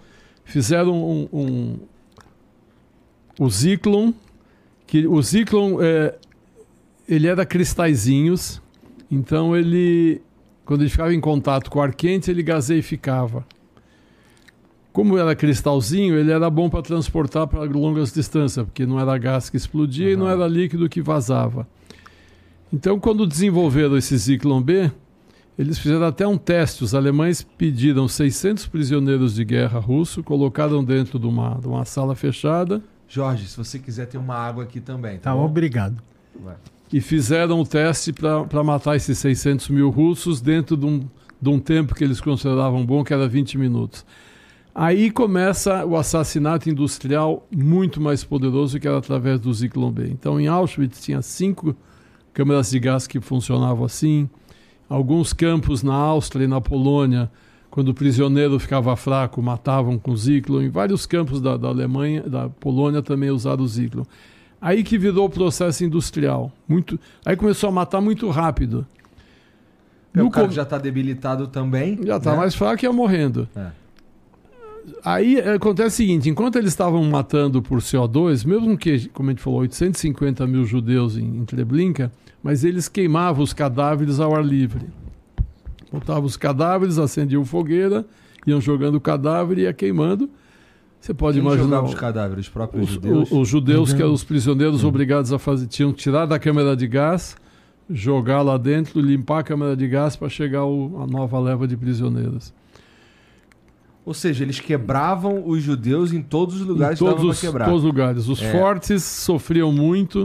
o Zyklon, que o Zyklon ele era cristalzinhos, então quando ele ficava em contato com o ar quente, ele gaseificava. Como era cristalzinho, ele era bom para transportar para longas distâncias, porque não era gás que explodia e não era líquido que vazava. Então, quando desenvolveram esse Zyklon B, eles fizeram até um teste. Os alemães pediram 600 prisioneiros de guerra russos, colocaram dentro de uma sala fechada Jorge, se você quiser ter uma água aqui também, tá Tá, bom? obrigado. Vai. e fizeram o teste para matar esses 600 mil russos dentro de um tempo que eles consideravam bom, que era 20 minutos. Aí começa o assassinato industrial muito mais poderoso, que era através do Zyklon B. Então, em Auschwitz tinha 5 câmeras de gás que funcionavam assim. Alguns campos na Áustria e na Polônia, quando o prisioneiro ficava fraco, matavam com Zyklon. Em vários campos da Alemanha, da Polônia também usaram o Zyklon. Aí que virou o processo industrial. Aí começou a matar muito rápido. O cara já está debilitado também. Já está né? mais fraco e ia morrendo. É. Aí acontece o seguinte, enquanto eles estavam matando por CO2, mesmo que, como a gente falou, 850 mil judeus em Treblinka, mas eles queimavam os cadáveres ao ar livre. Botavam os cadáveres, acendiam fogueira, iam jogando o cadáver e ia queimando. Você pode Quem imaginar... jogava os cadáveres? Os próprios judeus? Os judeus, que eram os prisioneiros obrigados a fazer, tinham que tirar da câmara de gás, jogar lá dentro, limpar a câmara de gás para chegar a nova leva de prisioneiros. Ou seja, eles quebravam os judeus em todos os lugares Em que dava para quebrar. todos os lugares. Os fortes sofriam muito,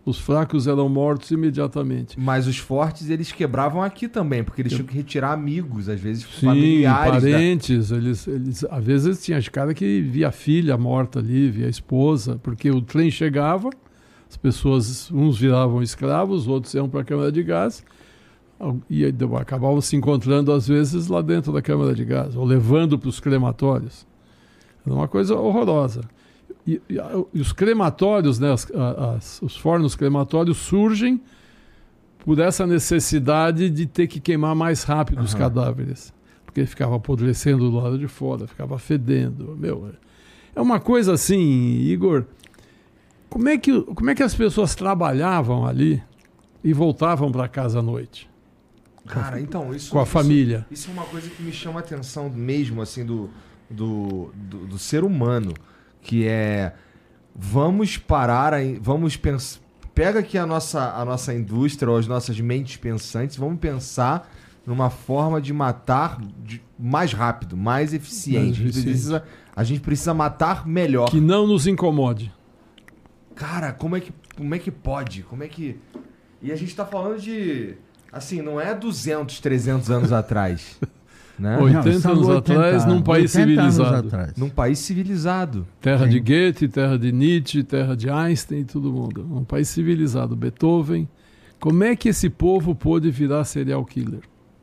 Os fracos eram mortos imediatamente. Mas os fortes, eles quebravam aqui também, porque eles tinham que retirar amigos, às vezes Sim, familiares. parentes. Às vezes tinha cara que via a filha morta ali, via a esposa, porque o trem chegava, as pessoas, uns viravam escravos, outros iam para a câmara de gás, e acabavam se encontrando, às vezes, lá dentro da câmara de gás, ou levando para os crematórios. Era uma coisa horrorosa. E os crematórios, né, os fornos crematórios surgem por essa necessidade de ter que queimar mais rápido os cadáveres. Porque ficava apodrecendo do lado de fora, ficava fedendo. Meu, é uma coisa assim, Igor, como é que as pessoas trabalhavam ali e voltavam para casa à noite? Cara, então, isso... Com a família. Isso é uma coisa que me chama a atenção mesmo, assim, do ser humano. Que é, vamos parar, vamos pensar, pega aqui a nossa indústria ou as nossas mentes pensantes, vamos pensar numa forma de matar mais rápido, mais eficiente. A gente precisa matar melhor. Que não nos incomode. Cara, como é que pode? E a gente tá falando de, assim, não é 200, 300 anos atrás. Né? 80 anos atrás, num país civilizado. Num país civilizado. Terra de Goethe, terra de Nietzsche, terra de Einstein e todo mundo. Um país civilizado. Beethoven. Como é que esse povo pôde virar serial killer?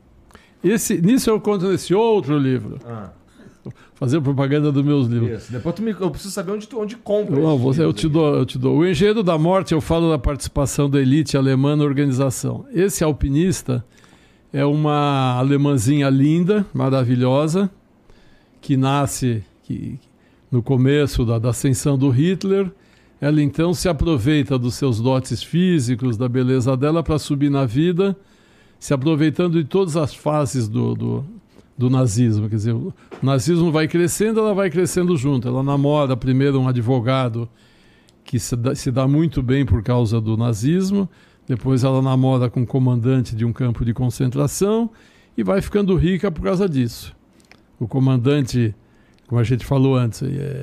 Nisso eu conto nesse outro livro. Fazer propaganda dos meus livros. Isso. Depois eu preciso saber onde compra. Não, eu te dou. O Engenheiro da Morte, eu falo da participação da elite alemã na organização. Esse alpinista é uma alemãzinha linda, maravilhosa, que nasce no começo da ascensão do Hitler. Ela então se aproveita dos seus dotes físicos, da beleza dela, para subir na vida, se aproveitando de todas as fases do nazismo. Quer dizer, o nazismo vai crescendo, ela vai crescendo junto. Ela namora primeiro um advogado que se dá muito bem por causa do nazismo. Depois ela namora com um comandante de um campo de concentração e vai ficando rica por causa disso. O comandante, como a gente falou antes,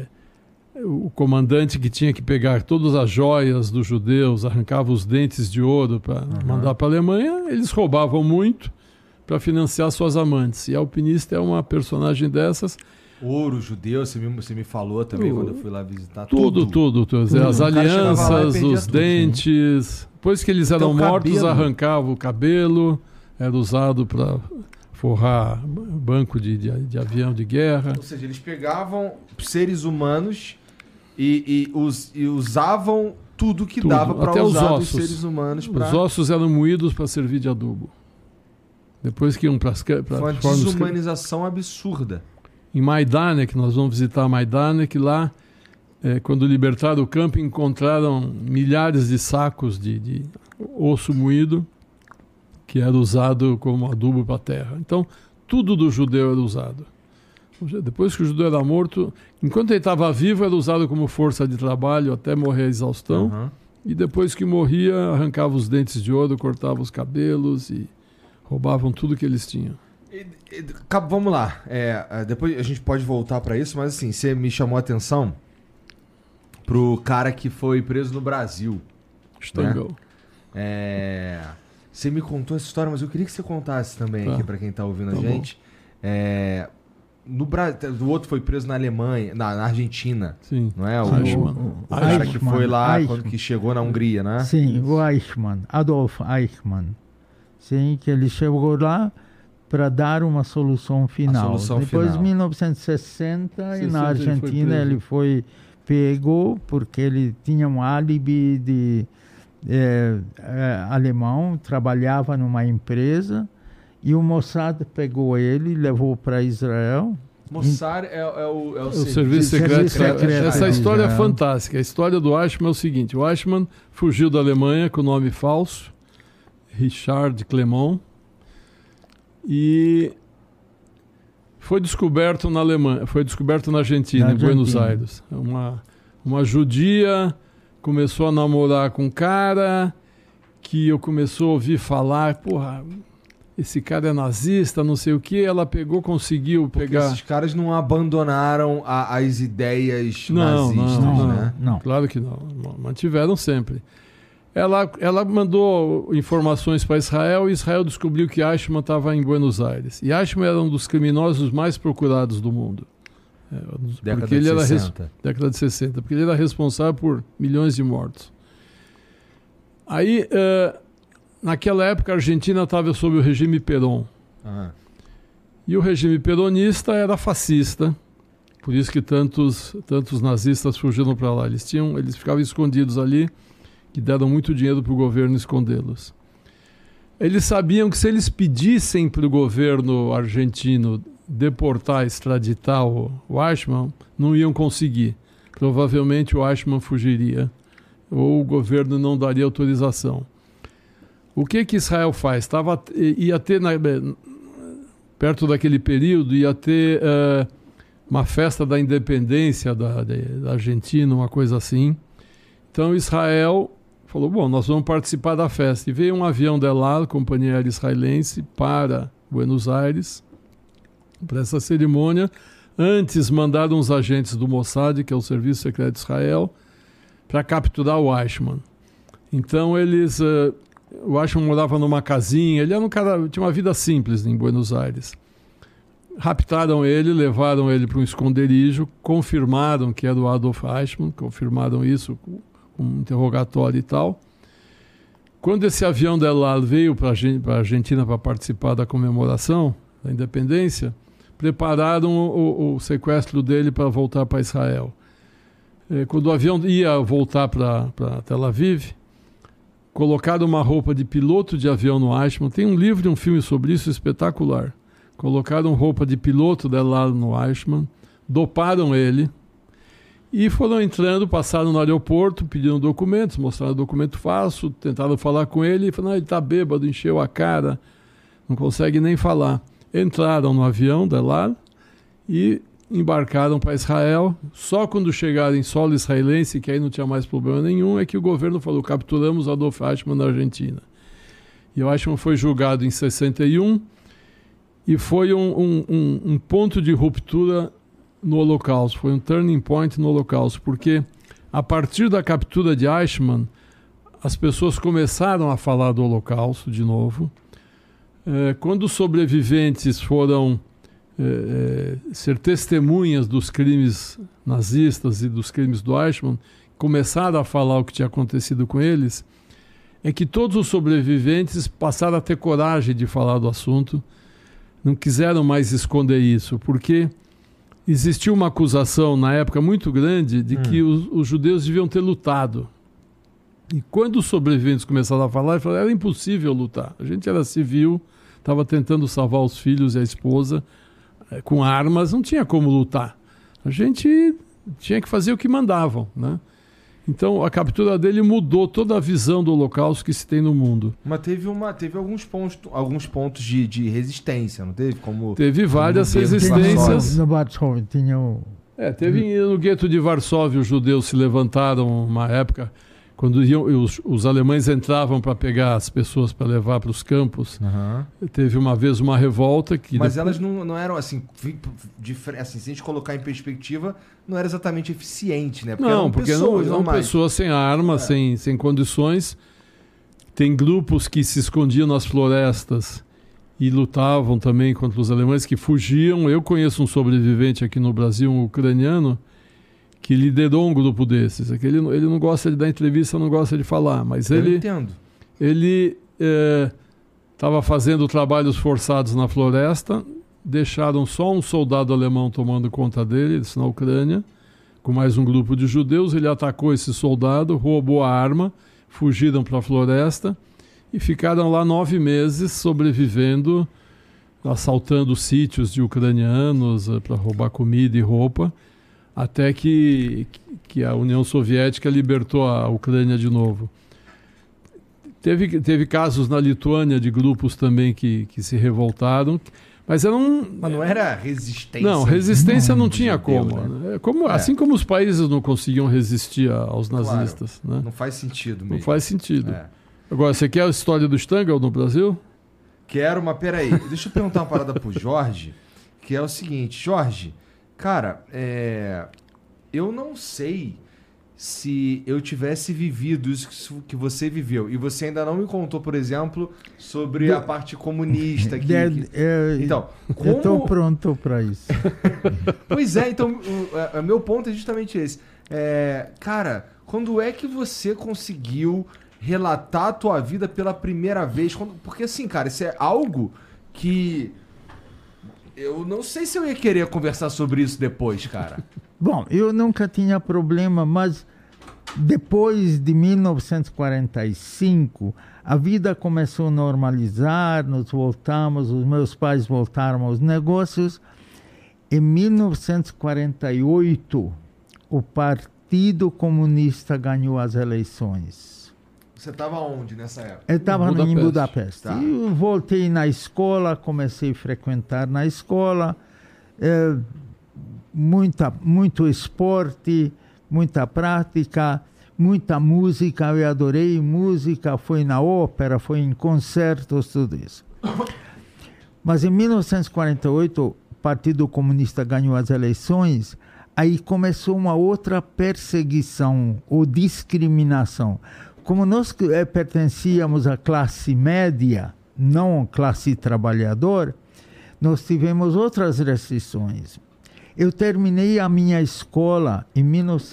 o comandante que tinha que pegar todas as joias dos judeus, arrancava os dentes de ouro para mandar para a Alemanha, eles roubavam muito para financiar suas amantes. E a alpinista é uma personagem dessas. Ouro judeu, você me falou também quando eu fui lá visitar. Tudo. As alianças, os dentes. Depois que eles eram mortos, arrancavam o cabelo, era usado para forrar banco de avião de guerra. Ou seja, eles pegavam seres humanos e usavam tudo que dava para usar os seres humanos. Os ossos eram moídos para servir de adubo. Depois que iam para as Foi uma desumanização absurda. Em Majdanek, nós vamos visitar Majdanek, lá, quando libertaram o campo, encontraram milhares de sacos de osso moído, que era usado como adubo para a terra. Então, tudo do judeu era usado. Depois que o judeu era morto, enquanto ele estava vivo, era usado como força de trabalho até morrer a exaustão. E depois que morria, arrancava os dentes de ouro, cortava os cabelos e roubavam tudo que eles tinham. Vamos lá. Depois a gente pode voltar para isso, mas assim, você me chamou a atenção pro cara que foi preso no Brasil. Stangl. Né? Você me contou essa história, mas eu queria que você contasse também aqui para quem tá ouvindo a gente. O outro foi preso na Alemanha, na Argentina. Sim. Não é? O cara que foi lá quando que chegou na Hungria, né? Sim, o Eichmann, Adolf Eichmann. Sim, que ele chegou lá para dar uma solução final. Depois, em 1960, na Argentina, ele foi pego porque ele tinha um álibi de alemão, trabalhava numa empresa e o Mossad pegou ele, levou para Israel. Mossad é o serviço secreto. Essa história é fantástica. A história do Eichmann é o seguinte: o Eichmann fugiu da Alemanha com nome falso, Richard Clement, e foi descoberto na Alemanha, foi descoberto na Argentina, em Buenos Aires. Uma judia começou a namorar com um cara que eu começou a ouvir falar, porra, esse cara é nazista, não sei o que. Ela conseguiu pegar. Esses caras não abandonaram as ideias nazistas, né? Não, claro que não. Mantiveram sempre. Ela mandou informações para Israel e Israel descobriu que Eichmann estava em Buenos Aires. E Eichmann era um dos criminosos mais procurados do mundo. Década de 60. Década de 60, porque ele era responsável por milhões de mortos. Aí, naquela época, a Argentina estava sob o regime Perón. E o regime peronista era fascista, por isso que tantos nazistas fugiram para lá. Eles ficavam escondidos ali, que deram muito dinheiro para o governo escondê-los. Eles sabiam que se eles pedissem para o governo argentino deportar, extraditar o Eichmann, não iam conseguir. Provavelmente o Eichmann fugiria, ou o governo não daria autorização. O que Israel faz? Ia ter, perto daquele período, ia ter uma festa da independência da Argentina, uma coisa assim. Então Israel falou, bom, nós vamos participar da festa. E veio um avião da El Al, companhia aérea israelense, para Buenos Aires, para essa cerimônia. Antes mandaram uns agentes do Mossad, que é o Serviço Secreto de Israel, para capturar o Eichmann. Então o Eichmann morava numa casinha, ele era um cara, tinha uma vida simples em Buenos Aires. Raptaram ele, levaram ele para um esconderijo, confirmaram que era o Adolf Eichmann, confirmaram isso com um interrogatório e tal. Quando esse avião da El Al veio para a Argentina para participar da comemoração da independência, prepararam o sequestro dele para voltar para Israel. Quando o avião ia voltar para Tel Aviv, colocaram uma roupa de piloto de avião no Eichmann. Tem um livro e um filme sobre isso espetacular. Colocaram roupa de piloto dela no Eichmann, doparam ele e foram entrando, passaram no aeroporto, pediram documentos, mostraram documento falso, tentaram falar com ele e falaram, ele está bêbado, encheu a cara, não consegue nem falar. Entraram no avião dela e embarcaram para Israel. Só quando chegaram em solo israelense, que aí não tinha mais problema nenhum, é que o governo falou, capturamos Adolf Eichmann na Argentina. E o Eichmann foi julgado em 61 e foi um ponto de ruptura no Holocausto, foi um turning point no Holocausto, porque a partir da captura de Eichmann, as pessoas começaram a falar do Holocausto de novo. Quando os sobreviventes foram ser testemunhas dos crimes nazistas e dos crimes do Eichmann, começaram a falar o que tinha acontecido com eles, é que todos os sobreviventes passaram a ter coragem de falar do assunto, não quiseram mais esconder isso, porque existia uma acusação na época muito grande de que os judeus deviam ter lutado. E quando os sobreviventes começaram a falar, eles falaram, era impossível lutar. A gente era civil, estava tentando salvar os filhos e a esposa, com armas, não tinha como lutar. A gente tinha que fazer o que mandavam, né? Então, a captura dele mudou toda a visão do Holocausto que se tem no mundo. Mas teve alguns pontos de resistência, não teve? Teve várias resistências. No Varsóvia tinha teve no gueto de Varsóvia, os judeus se levantaram uma época, quando os alemães entravam para pegar as pessoas para levar para os campos. Teve uma vez uma revolta que... Mas elas não eram assim, assim, se a gente colocar em perspectiva, não era exatamente eficiente, né? Porque eram pessoas sem armas, sem condições. Tem grupos que se escondiam nas florestas e lutavam também contra os alemães que fugiam. Eu conheço um sobrevivente aqui no Brasil, um ucraniano, que liderou um grupo desses. Ele não gosta de dar entrevista, não gosta de falar, mas ele estava fazendo trabalhos forçados na floresta, deixaram só um soldado alemão tomando conta dele, isso na Ucrânia, com mais um grupo de judeus. Ele atacou esse soldado, roubou a arma, fugiram para a floresta e ficaram lá 9 meses sobrevivendo, assaltando sítios de ucranianos para roubar comida e roupa, até que a União Soviética libertou a Ucrânia de novo. Teve casos na Lituânia de grupos também que se revoltaram, mas Mas não era resistência. Não, resistência não tinha como. Né? Assim como os países não conseguiam resistir aos nazistas. Claro, né? Não faz sentido mesmo. Não faz sentido. Agora, você quer a história do Stangl no Brasil? Quero, mas peraí. Deixa eu perguntar uma parada pro Jorge, que é o seguinte. Jorge, cara, eu não sei se eu tivesse vivido isso que você viveu, e você ainda não me contou, por exemplo, sobre a parte comunista. Então, como... Eu estou pronto para isso. Pois é, então, o meu ponto é justamente esse. Cara, quando é que você conseguiu relatar a tua vida pela primeira vez? Porque assim, cara, isso é algo que... Eu não sei se eu ia querer conversar sobre isso depois, cara. Bom, eu nunca tinha problema, mas depois de 1945, a vida começou a normalizar, nós voltamos, os meus pais voltaram aos negócios. Em 1948, o Partido Comunista ganhou as eleições. Você estava onde nessa época? Eu estava em Budapeste. Tá. Eu voltei na escola, comecei a frequentar na escola. Muito esporte, muita prática, muita música. Eu adorei música, fui na ópera, fui em concertos, tudo isso. Mas em 1948, o Partido Comunista ganhou as eleições, aí começou uma outra perseguição ou discriminação. Como nós pertencíamos à classe média, não classe trabalhador, nós tivemos outras restrições. Eu terminei a minha escola em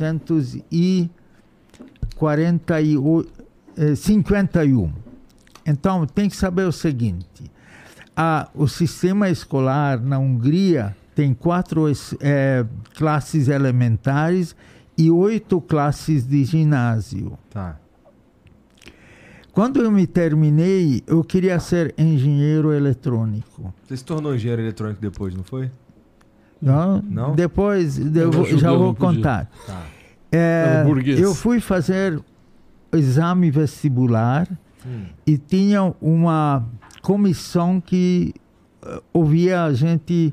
1951. Então, tem que saber o seguinte. O sistema escolar na Hungria tem 4 classes elementares e 8 classes de ginásio. Tá. Quando eu me terminei, eu queria ser engenheiro eletrônico. Você se tornou engenheiro eletrônico depois, não foi? Não? Depois já vou contar. Tá. Eu fui fazer exame vestibular e tinha uma comissão que ouvia a gente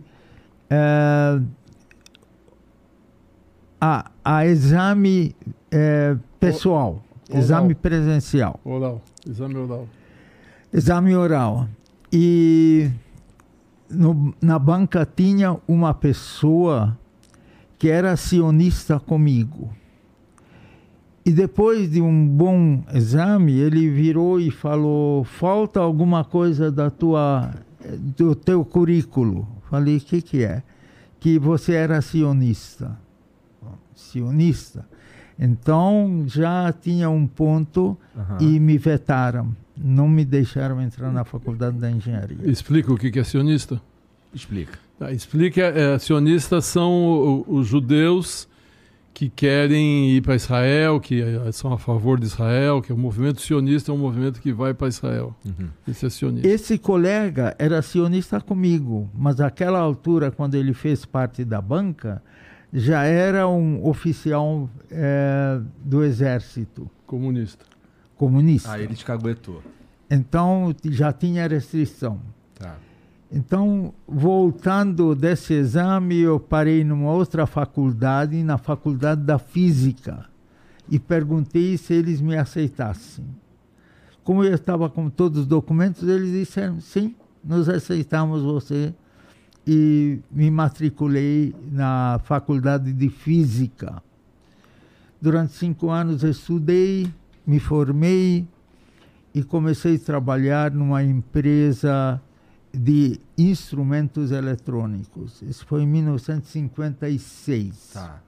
a exame pessoal, exame presencial. Oral, exame oral. Exame oral. E na banca tinha uma pessoa que era cionista comigo. E depois de um bom exame, ele virou e falou: falta alguma coisa do teu currículo. Falei: o que é? Que você era sionista. Sionista. Então já tinha um ponto e me vetaram. Não me deixaram entrar na faculdade da engenharia. Explica o que é sionista? Explica. Explica. Sionistas são os judeus que querem ir para Israel, que são a favor de Israel, que o movimento sionista é um movimento que vai para Israel. Esse é sionista. Esse colega era sionista comigo, mas naquela altura, quando ele fez parte da banca, já era um oficial do exército. Comunista. Ah, ele te caguetou. Então, já tinha restrição. Tá. Então, voltando desse exame, eu parei numa outra faculdade, na faculdade da física, e perguntei se eles me aceitassem. Como eu estava com todos os documentos, eles disseram: sim, nós aceitamos você. E me matriculei na faculdade de física. Durante 5 anos eu estudei, me formei e comecei a trabalhar numa empresa de instrumentos eletrônicos. Isso foi em 1956. Tá.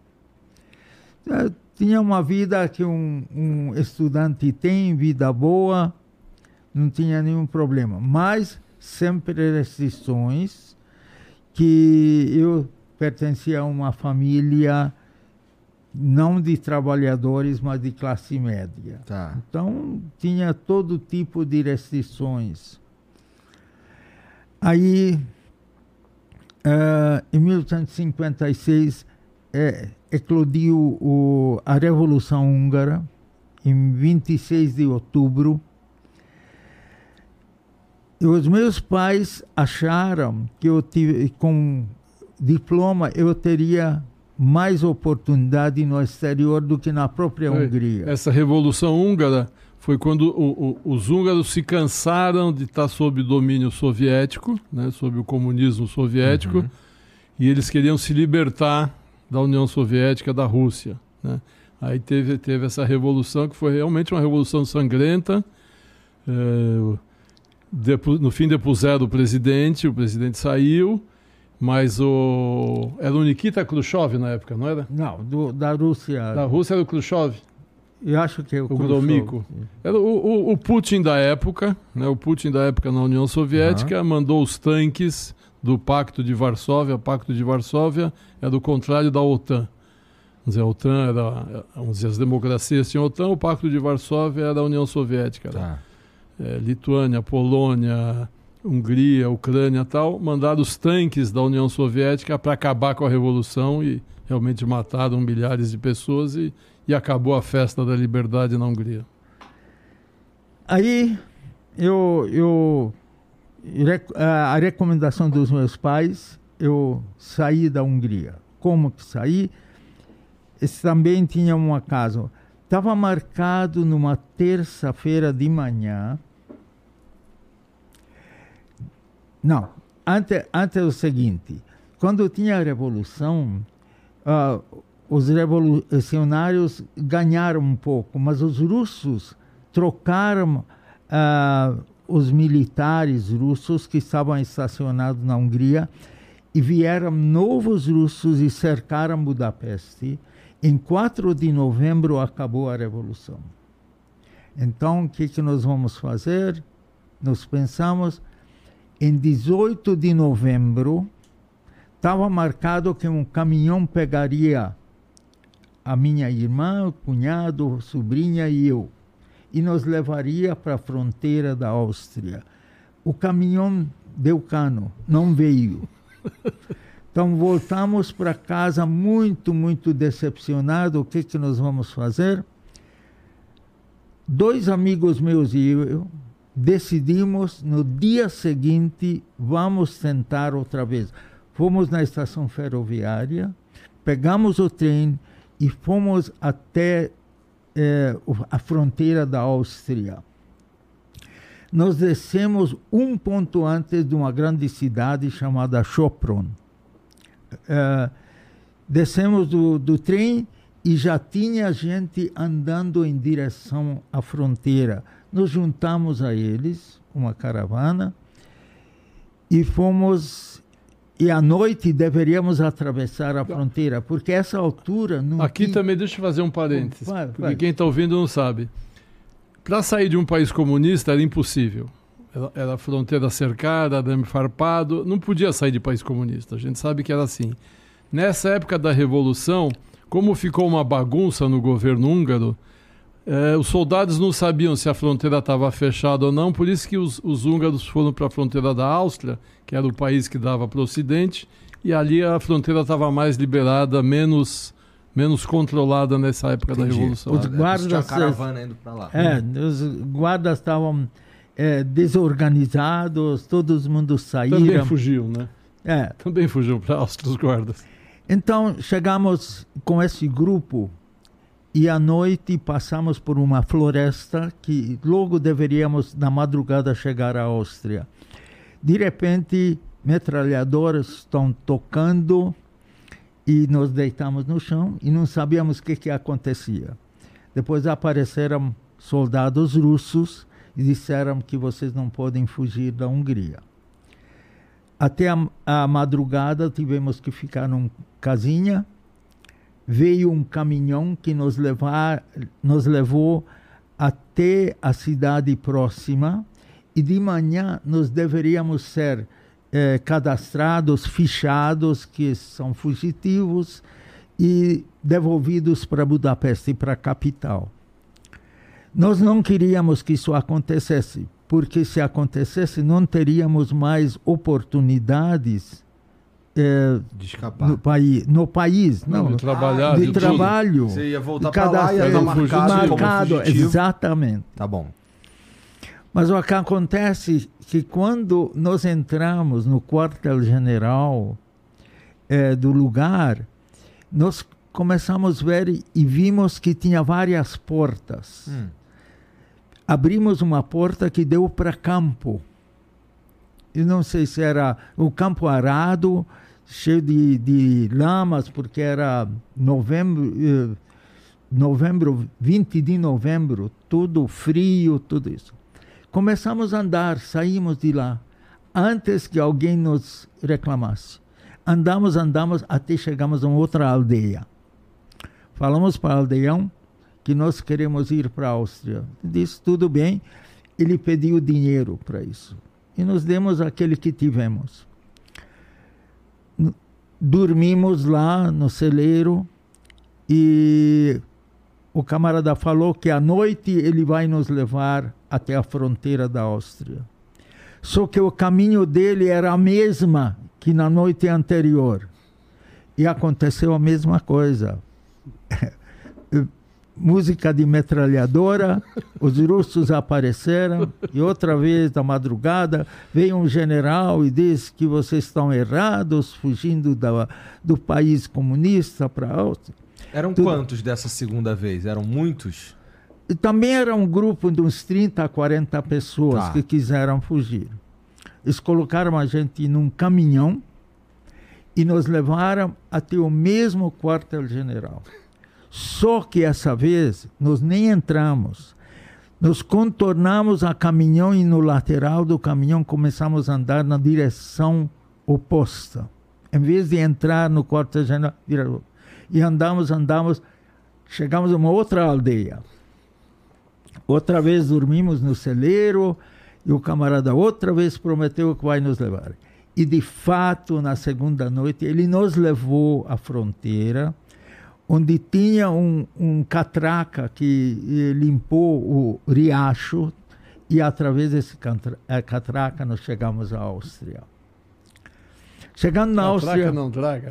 Eu tinha uma vida que um estudante tem, vida boa, não tinha nenhum problema. Mas sempre restrições, que eu pertencia a uma família não de trabalhadores, mas de classe média. Tá. Então, tinha todo tipo de restrições. Aí, em 1856, eclodiu a Revolução Húngara, em 26 de outubro. E os meus pais acharam que com diploma eu teria mais oportunidade no exterior do que na própria Hungria. Essa Revolução Húngara foi quando os húngaros se cansaram de estar sob domínio soviético, né, sob o comunismo soviético, e eles queriam se libertar da União Soviética, da Rússia, né? Aí teve essa revolução, que foi realmente uma revolução sangrenta. No fim depuseram o presidente saiu, mas era o Nikita Khrushchev na época, não era? Não, da Rússia. Da Rússia era o Khrushchev. Eu acho que é o Gromyko. Era o Putin da época, né? O Putin da época na União Soviética mandou os tanques do Pacto de Varsóvia. O Pacto de Varsóvia era o contrário da OTAN. Vamos dizer, a OTAN era, as democracias tinham a OTAN, o Pacto de Varsóvia era a União Soviética. Tá. Lituânia, Polônia, Hungria, Ucrânia e tal, mandaram os tanques da União Soviética para acabar com a Revolução e realmente mataram milhares de pessoas e acabou a festa da liberdade na Hungria. Aí, a recomendação dos meus pais, eu saí da Hungria. Como que saí? Esse também tinha uma casa. Estava marcado numa terça-feira de manhã. Não, antes o seguinte, quando tinha a Revolução, os revolucionários ganharam um pouco, mas os russos trocaram os militares russos que estavam estacionados na Hungria e vieram novos russos e cercaram Budapeste. Em 4 de novembro acabou a Revolução. Então, o que nós vamos fazer? Nós pensamos, em 18 de novembro, estava marcado que um caminhão pegaria a minha irmã, o cunhado, sobrinha e eu, e nos levaria para a fronteira da Áustria. O caminhão deu cano, não veio. Então voltamos para casa muito, muito decepcionado. O que nós vamos fazer? 2 amigos meus e eu decidimos, no dia seguinte, vamos tentar outra vez. Fomos na estação ferroviária, pegamos o trem e fomos até a fronteira da Áustria. Nós descemos um ponto antes de uma grande cidade chamada Sopron. Descemos do trem e já tinha gente andando em direção à fronteira. Nos juntamos a eles, uma caravana, e fomos. E à noite deveríamos atravessar a fronteira, porque essa altura não. Aqui tinha... também deixa eu fazer um parênteses, vai. porque quem está ouvindo não sabe. Para sair de um país comunista era impossível. Era a fronteira cercada, arame farpado, não podia sair de país comunista. A gente sabe que era assim. Nessa época da Revolução, como ficou uma bagunça no governo húngaro, os soldados não sabiam se a fronteira estava fechada ou não, por isso que os húngaros foram para a fronteira da Áustria, que era o país que dava para o Ocidente, e ali a fronteira estava mais liberada, menos controlada nessa época da Revolução. Os guardas, tinha caravana indo para lá. Os guardas estavam desorganizados, todo mundo saíram. Também fugiu, né? Também fugiu para a Áustria os guardas. Então chegamos com esse grupo e à noite passamos por uma floresta que logo deveríamos na madrugada chegar à Áustria. De repente, metralhadoras estão tocando e nos deitamos no chão e não sabíamos o que acontecia. Depois apareceram soldados russos e disseram que vocês não podem fugir da Hungria. Até a madrugada tivemos que ficar numa casinha. Veio um caminhão que nos levou até a cidade próxima e de manhã nós deveríamos ser cadastrados, fichados, que são fugitivos, e devolvidos para Budapeste, para a capital. Nós não queríamos que isso acontecesse, porque se acontecesse não teríamos mais oportunidades de escapar. no país, de trabalhar, de trabalho. Você ia voltar para lá e ia estar marcado como fugitivo. Exatamente. Tá bom. Mas o que acontece é que quando nós entramos no quartel-general do lugar, nós começamos a ver e vimos que tinha várias portas. Abrimos uma porta que deu para campo. Eu não sei se era o campo arado, cheio de lamas, porque era novembro, novembro, 20 de novembro, tudo frio, tudo isso. Começamos a andar, saímos de lá, antes que alguém nos reclamasse. Andamos, até chegamos a uma outra aldeia. Falamos para o aldeão que nós queremos ir para a Áustria. Disse, tudo bem. Ele pediu dinheiro para isso. E nos demos aquele que tivemos. Dormimos lá no celeiro e o camarada falou que à noite ele vai nos levar até a fronteira da Áustria. Só que o caminho dele era a mesma que na noite anterior. E aconteceu a mesma coisa. Música de metralhadora, os russos apareceram e outra vez da madrugada veio um general e disse que vocês estão errados, fugindo do país comunista para a Áustria. Eram quantos dessa segunda vez? Eram muitos? E também era um grupo de uns 30 a 40 pessoas que quiseram fugir. Eles colocaram a gente num caminhão e nos levaram até o mesmo quartel-general. Só que essa vez nós nem entramos. Nós contornamos a caminhão e no lateral do caminhão começamos a andar na direção oposta. Em vez de entrar no quartel-general, e andamos, chegamos a uma outra aldeia. Outra vez dormimos no celeiro e o camarada outra vez prometeu que vai nos levar. E de fato, na segunda noite, ele nos levou à fronteira, onde tinha um catraca que limpou o riacho, e através desse catraca nós chegamos à Áustria. Chegando na Áustria... Não, Draga.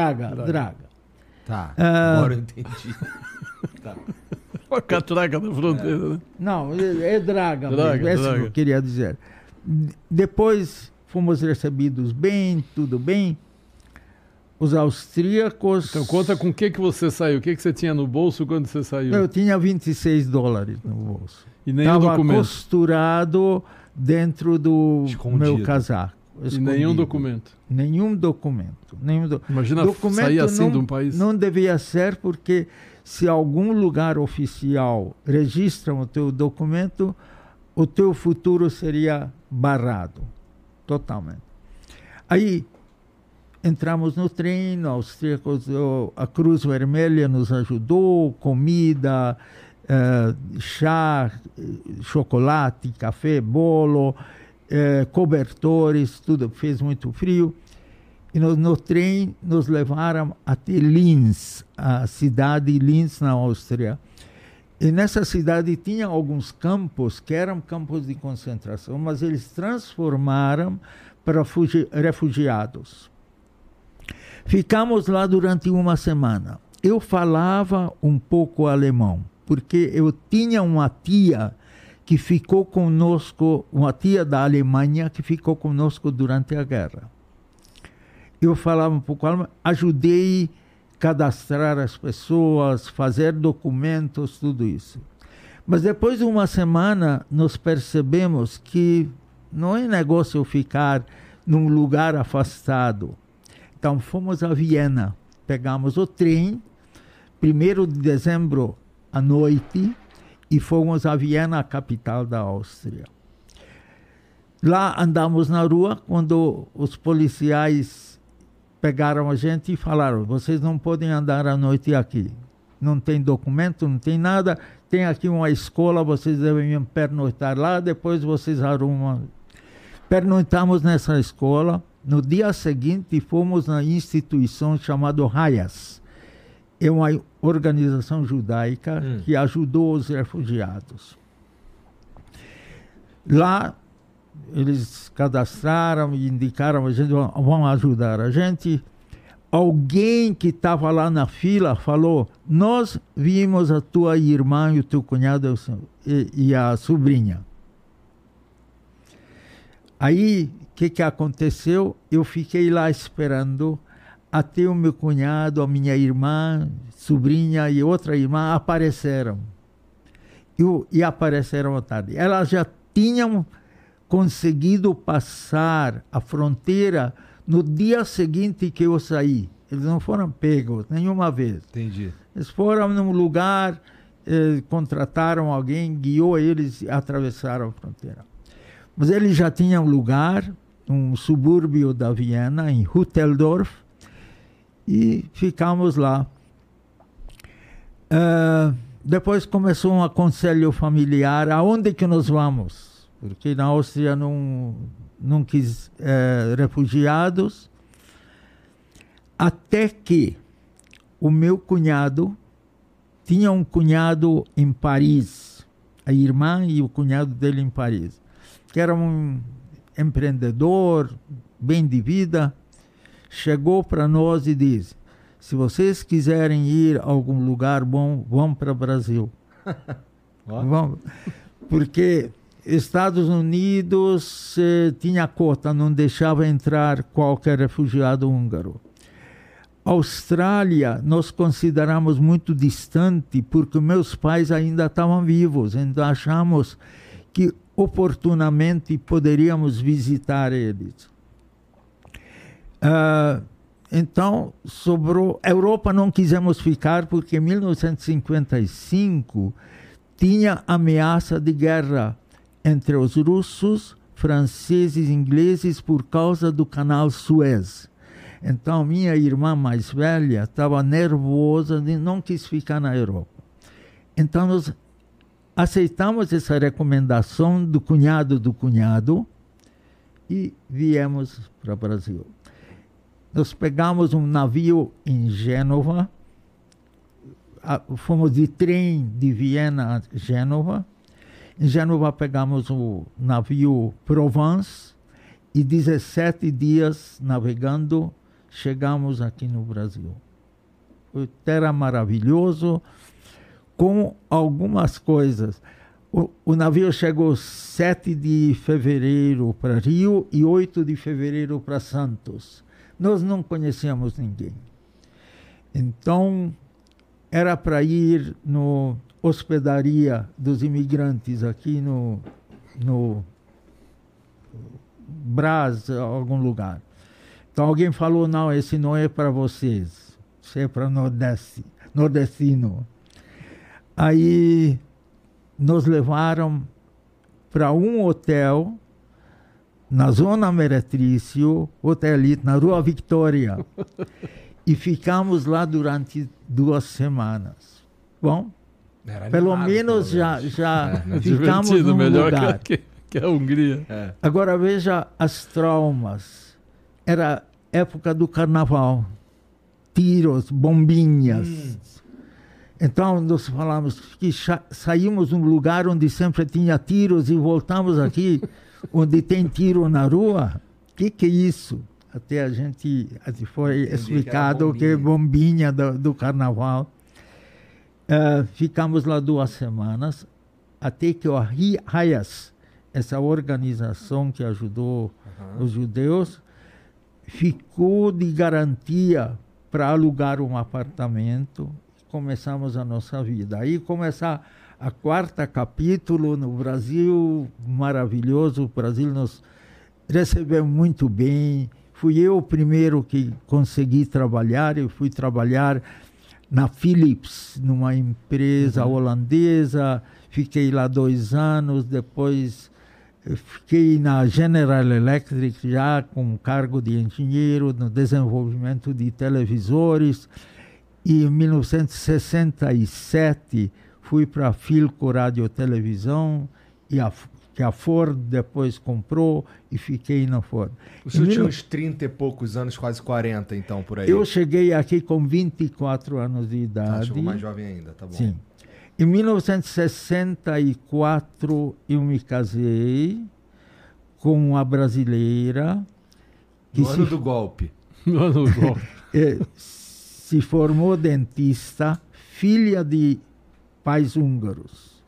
Tá, agora eu entendi. Tá. A catraca da fronteira, né? Não, é Draga mesmo, é isso que eu queria dizer. Depois fomos recebidos bem, tudo bem. Os austríacos... Então conta com o que você saiu, o que você tinha no bolso quando você saiu? Eu tinha $26 no bolso. E nenhum documento? Estava costurado dentro do meu casaco. Escondido. E nenhum documento? Nenhum documento. Imagina sair assim de um país. Não devia ser, porque se algum lugar oficial registra o teu documento, o teu futuro seria barrado. Totalmente. Aí... entramos no trem, austríacos, a Cruz Vermelha nos ajudou, comida, chá, chocolate, café, bolo, cobertores, tudo, fez muito frio. E no trem nos levaram até Linz, a cidade de Linz, na Áustria. E nessa cidade tinha alguns campos que eram campos de concentração, mas eles transformaram para refugiados. Ficamos lá durante uma semana. Eu falava um pouco alemão, porque eu tinha uma tia que ficou conosco, uma tia da Alemanha que ficou conosco durante a guerra. Eu falava um pouco alemão, ajudei a cadastrar as pessoas, fazer documentos, tudo isso. Mas depois de uma semana, nós percebemos que não é negócio ficar num lugar afastado. Então fomos a Viena, pegamos o trem, 1º de dezembro à noite, e fomos a Viena, a capital da Áustria. Lá andamos na rua, quando os policiais pegaram a gente e falaram, vocês não podem andar à noite aqui. Não tem documento, não tem nada, tem aqui uma escola, vocês devem pernoitar lá, depois vocês arrumam. Pernoitamos nessa escola. No dia seguinte, fomos na instituição chamada Hayas. É uma organização judaica que ajudou os refugiados. Lá, eles cadastraram e indicaram a gente, vão ajudar a gente. Alguém que estava lá na fila falou, nós vimos a tua irmã e o teu cunhado e a sobrinha. Aí, o que aconteceu? Eu fiquei lá esperando até o meu cunhado, a minha irmã, sobrinha e outra irmã apareceram. E apareceram à tarde. Elas já tinham conseguido passar a fronteira no dia seguinte que eu saí. Eles não foram pegos nenhuma vez. Entendi. Eles foram num lugar, contrataram alguém, guiou eles e atravessaram a fronteira. Mas eles já tinham um lugar, um subúrbio da Viena, em Hütteldorf, e ficamos lá. Depois começou um aconselho familiar, aonde que nós vamos? Porque na Áustria não quis refugiados, até que o meu cunhado tinha um cunhado em Paris, a irmã e o cunhado dele em Paris, que era um empreendedor, bem de vida, chegou para nós e disse: se vocês quiserem ir a algum lugar bom, vão para o Brasil. Vão, porque Estados Unidos tinha cota, não deixava entrar qualquer refugiado húngaro. Austrália nós consideramos muito distante porque meus pais ainda estavam vivos, então achamos que oportunamente poderíamos visitar eles. Então sobrou. Europa não quisemos ficar porque em 1955 tinha ameaça de guerra entre os russos, franceses e ingleses por causa do canal Suez. Então, minha irmã mais velha estava nervosa e não quis ficar na Europa. Então, nós aceitamos essa recomendação do cunhado e viemos para o Brasil. Nós pegamos um navio em Gênova, fomos de trem de Viena a Gênova. Em Gênova pegamos o navio Provence e 17 dias navegando chegamos aqui no Brasil. Foi terra maravilhoso, com algumas coisas. O navio chegou 7 de fevereiro para Rio e 8 de fevereiro para Santos. Nós não conhecíamos ninguém. Então, era para ir no hospedaria dos imigrantes aqui no Brás, algum lugar. Então alguém falou: não, esse não é para vocês, isso é para nordestino. Aí nos levaram para um hotel na Zona Meretrício, Hotelito, na Rua Victoria. E ficamos lá durante 2 semanas. Bom, pelo menos já ficamos num melhor lugar. Que a Hungria. Agora veja as traumas. Era época do carnaval. Tiros, bombinhas. Então nós falamos que saímos de um lugar onde sempre tinha tiros e voltamos aqui onde tem tiro na rua. Que é isso? Até a gente foi explicado que é bombinha do carnaval. Ficamos lá 2 semanas, até que o Hayas, essa organização que ajudou os judeus, ficou de garantia para alugar um apartamento. Começamos a nossa vida. Aí começa a 4º capítulo no Brasil, maravilhoso. O Brasil nos recebeu muito bem. Fui eu o primeiro que consegui trabalhar. Eu fui trabalhar na Philips, numa empresa holandesa. Fiquei lá 2 anos. Depois fiquei na General Electric, já com cargo de engenheiro no desenvolvimento de televisores. E em 1967 fui para a Philco Radio Televisão, que a Ford depois comprou, e fiquei na Ford. O senhor tinha uns 30 e poucos anos, quase 40, então, por aí? Eu cheguei aqui com 24 anos de idade. Chegou mais jovem ainda, tá bom. Sim. Em 1964 eu me casei com uma brasileira. No ano do golpe. No ano do golpe. Se formou dentista, filha de pais húngaros.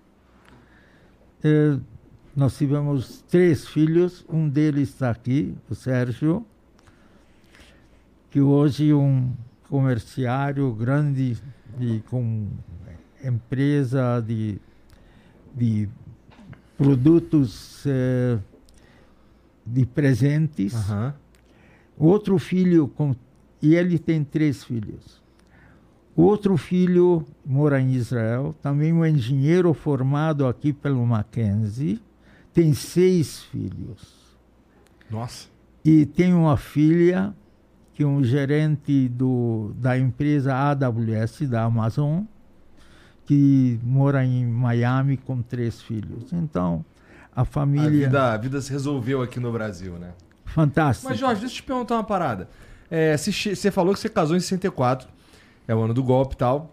Nós tivemos 3 filhos, um deles está aqui, o Sérgio, que hoje é um comerciário grande com empresa de produtos de presentes. O outro filho, e ele tem 3 filhos. Outro filho mora em Israel, também um engenheiro formado aqui pelo Mackenzie, tem 6 filhos. Nossa. E tem uma filha, que é um gerente da empresa AWS, da Amazon, que mora em Miami com 3 filhos. Então, a família... A vida se resolveu aqui no Brasil, né? Fantástico. Mas, Jorge, deixa eu te perguntar uma parada. Você falou que você casou em 64, é o ano do golpe e tal.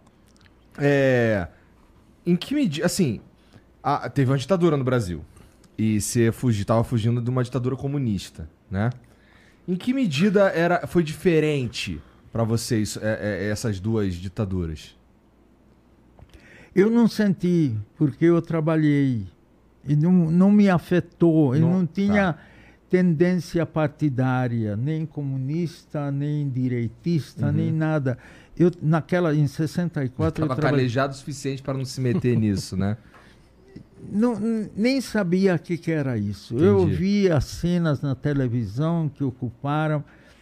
Em que medida... Assim, teve uma ditadura no Brasil. E você estava fugindo de uma ditadura comunista, né? Em que medida foi diferente para vocês essas duas ditaduras? Eu não senti, porque eu trabalhei. E não me afetou. Eu não tinha tendência partidária, nem comunista, nem direitista, nem nada. Eu, em 64... Estava calejado o suficiente para não se meter nisso, né? Nem sabia o que era isso. Entendi. Eu via cenas na televisão que ocuparam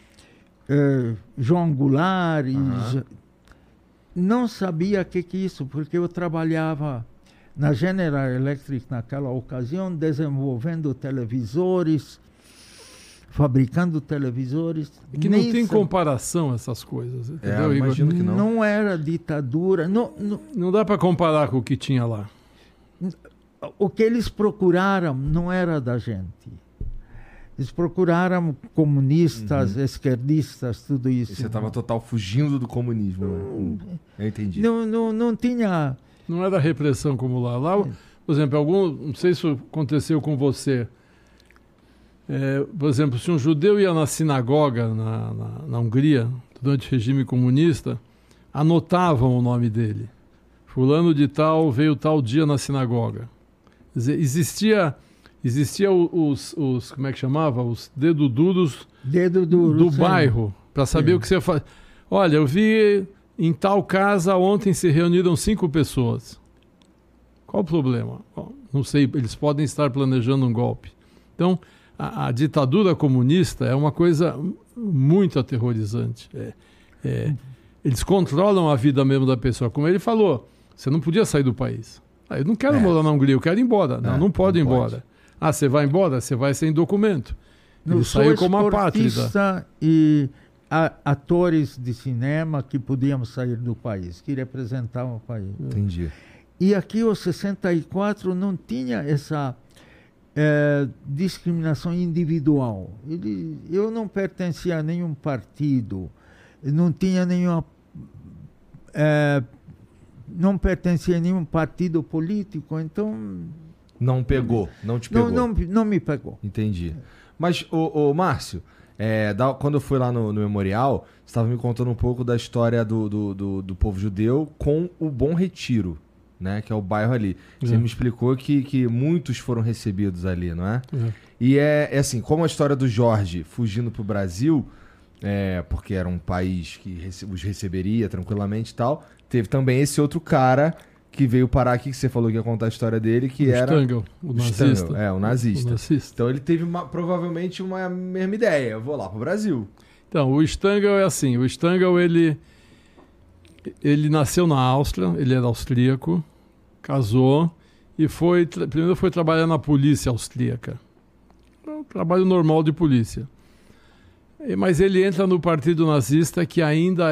João Goulart e não sabia o que é isso, porque eu trabalhava na General Electric naquela ocasião, desenvolvendo televisores, fabricando televisores. É que não tem comparação essas coisas, entendeu? Eu imagino que não. Não era ditadura. Não dá para comparar com o que tinha lá. O que eles procuraram não era da gente. Eles procuraram comunistas, esquerdistas, tudo isso. E você estava total fugindo do comunismo, né? Eu entendi. Não tinha... Não era repressão como lá. Lá, por exemplo, não sei se isso aconteceu com você. Por exemplo, se um judeu ia na sinagoga na Hungria, durante o regime comunista, anotavam o nome dele. Fulano de tal veio tal dia na sinagoga. Quer dizer, existia os como é que chamava? Os deduduros do bairro, para saber o que você faz. Olha, eu vi em tal casa ontem se reuniram 5 pessoas. Qual o problema? Bom, não sei, eles podem estar planejando um golpe. Então, a ditadura comunista é uma coisa muito aterrorizante. Eles controlam a vida mesmo da pessoa. Como ele falou, você não podia sair do país. Eu não quero morar na Hungria, eu quero ir embora. Não pode ir embora. Você vai embora? Você vai sem documento. Ele saiu como apátrida. E atores de cinema que podiam sair do país, que representavam o país. Entendi. E aqui o 64 não tinha essa discriminação individual. Eu não pertencia a nenhum partido, não tinha nenhuma... não pertencia a nenhum partido político, então... Não pegou, não te pegou. Não me pegou. Entendi. Mas, Márcio, quando eu fui lá no memorial, você estava me contando um pouco da história do povo judeu com o Bom Retiro, né? Que é o bairro ali. Você me explicou que muitos foram recebidos ali, não é? E é assim, como a história do Jorge fugindo para o Brasil, porque era um país que os receberia tranquilamente e tal, teve também esse outro cara que veio parar aqui, que você falou que ia contar a história dele, que era... Stangl, o nazista. O nazista. Então ele teve provavelmente uma mesma ideia. Eu vou lá pro Brasil. Então, o Stangl é assim. O Stangl, ele nasceu na Áustria, ele era austríaco, casou e primeiro foi trabalhar na polícia austríaca. Um trabalho normal de polícia. Mas ele entra no partido nazista, que ainda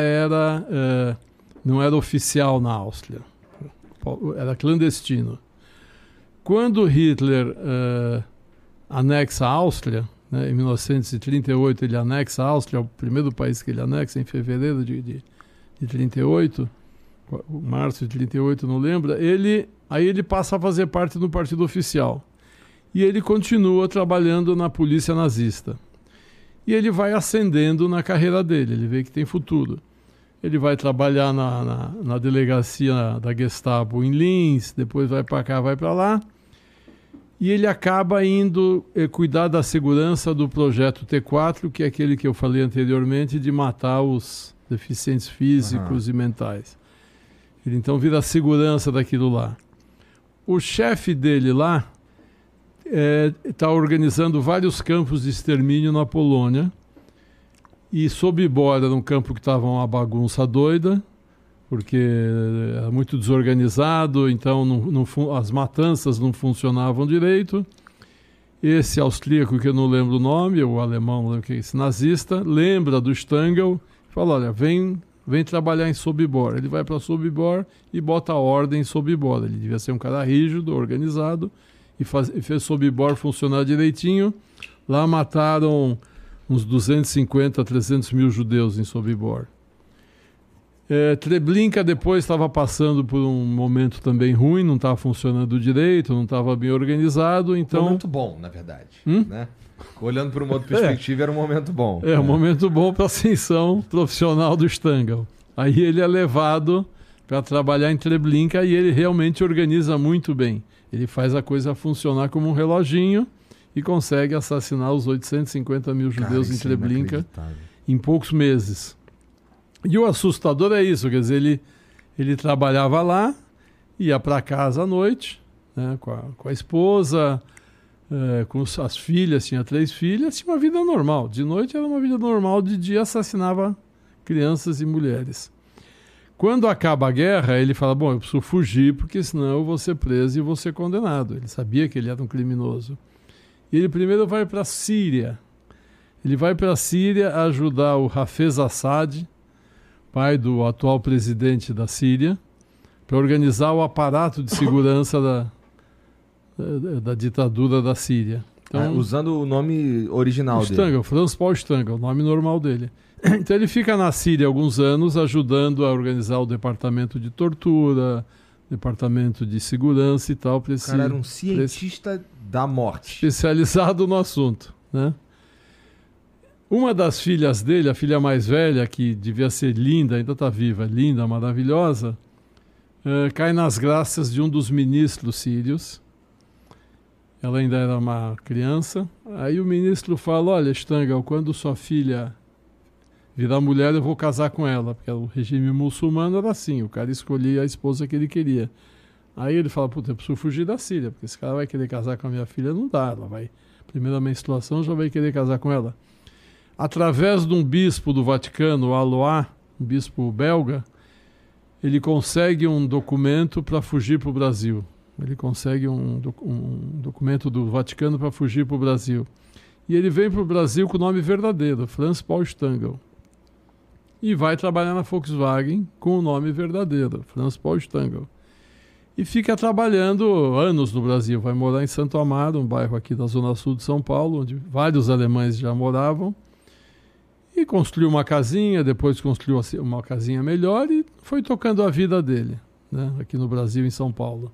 não era oficial na Áustria. Era clandestino. Quando Hitler anexa a Áustria, né, em 1938 ele anexa a Áustria, é o primeiro país que ele anexa, em fevereiro de 38, março de 38, não lembro, aí ele passa a fazer parte do partido oficial. E ele continua trabalhando na polícia nazista. E ele vai ascendendo na carreira dele, ele vê que tem futuro. Ele vai trabalhar na delegacia da Gestapo em Linz, depois vai para cá, vai para lá. E ele acaba indo cuidar da segurança do projeto T4, que é aquele que eu falei anteriormente, de matar os deficientes físicos e mentais. Ele então vira a segurança daquilo lá. O chefe dele lá está organizando vários campos de extermínio na Polônia. E Sobibor era um campo que estava uma bagunça doida. porque era muito desorganizado, então as matanças não funcionavam direito. Esse austríaco, que eu não lembro o nome, o alemão, esse nazista, lembra do Stangl e fala, olha, vem trabalhar em Sobibor. Ele vai para Sobibor e bota a ordem em Sobibor. Ele devia ser um cara rígido, organizado, e fez Sobibor funcionar direitinho. Lá mataram uns 250, 300 mil judeus em Sobibor. Treblinka depois estava passando por um momento também ruim, não estava funcionando direito, não estava bem organizado, então... Momento bom, na verdade. Né? Olhando por uma outra perspectiva, era um momento bom. Um momento bom para a ascensão profissional do Stangl. Aí ele é levado para trabalhar em Treblinka e ele realmente organiza muito bem. Ele faz a coisa funcionar como um reloginho e consegue assassinar os 850 mil judeus em Treblinka em poucos meses. E o assustador é isso, quer dizer, ele trabalhava lá, ia para casa à noite, né, com a esposa, com as filhas, tinha 3 filhas, tinha uma vida normal. De noite era uma vida normal, de dia assassinava crianças e mulheres. Quando acaba a guerra, ele fala, bom, eu preciso fugir, porque senão eu vou ser preso e vou ser condenado. Ele sabia que ele era um criminoso. E ele primeiro vai para a Síria. Ele vai para a Síria ajudar o Hafez Assad, pai do atual presidente da Síria, para organizar o aparato de segurança da ditadura da Síria. Então, usando o nome original dele. Franz Paul Stangl, o nome normal dele. Então ele fica na Síria alguns anos ajudando a organizar o departamento de tortura, departamento de segurança e tal. O cara era um cientista da morte. Especializado no assunto, né? Uma das filhas dele, a filha mais velha, que devia ser linda, ainda está viva, linda, maravilhosa, cai nas graças de um dos ministros sírios. Ela ainda era uma criança. Aí o ministro fala, olha, Stangl, quando sua filha virar mulher, eu vou casar com ela. Porque o regime muçulmano era assim, o cara escolhia a esposa que ele queria. Aí ele fala, puta, eu preciso fugir da Síria, porque esse cara vai querer casar com a minha filha, não dá. Ela vai, primeira menstruação, já vai querer casar com ela. Através de um bispo do Vaticano, Alois, um bispo belga, ele consegue um documento para fugir para o Brasil. Ele consegue um documento do Vaticano para fugir para o Brasil. E ele vem para o Brasil com o nome verdadeiro, Franz Paul Stangl. E vai trabalhar na Volkswagen com o nome verdadeiro, Franz Paul Stangl. E fica trabalhando anos no Brasil. Vai morar em Santo Amaro, um bairro aqui da Zona Sul de São Paulo, onde vários alemães já moravam. E construiu uma casinha, depois construiu uma casinha melhor e foi tocando a vida dele, né, aqui no Brasil, em São Paulo.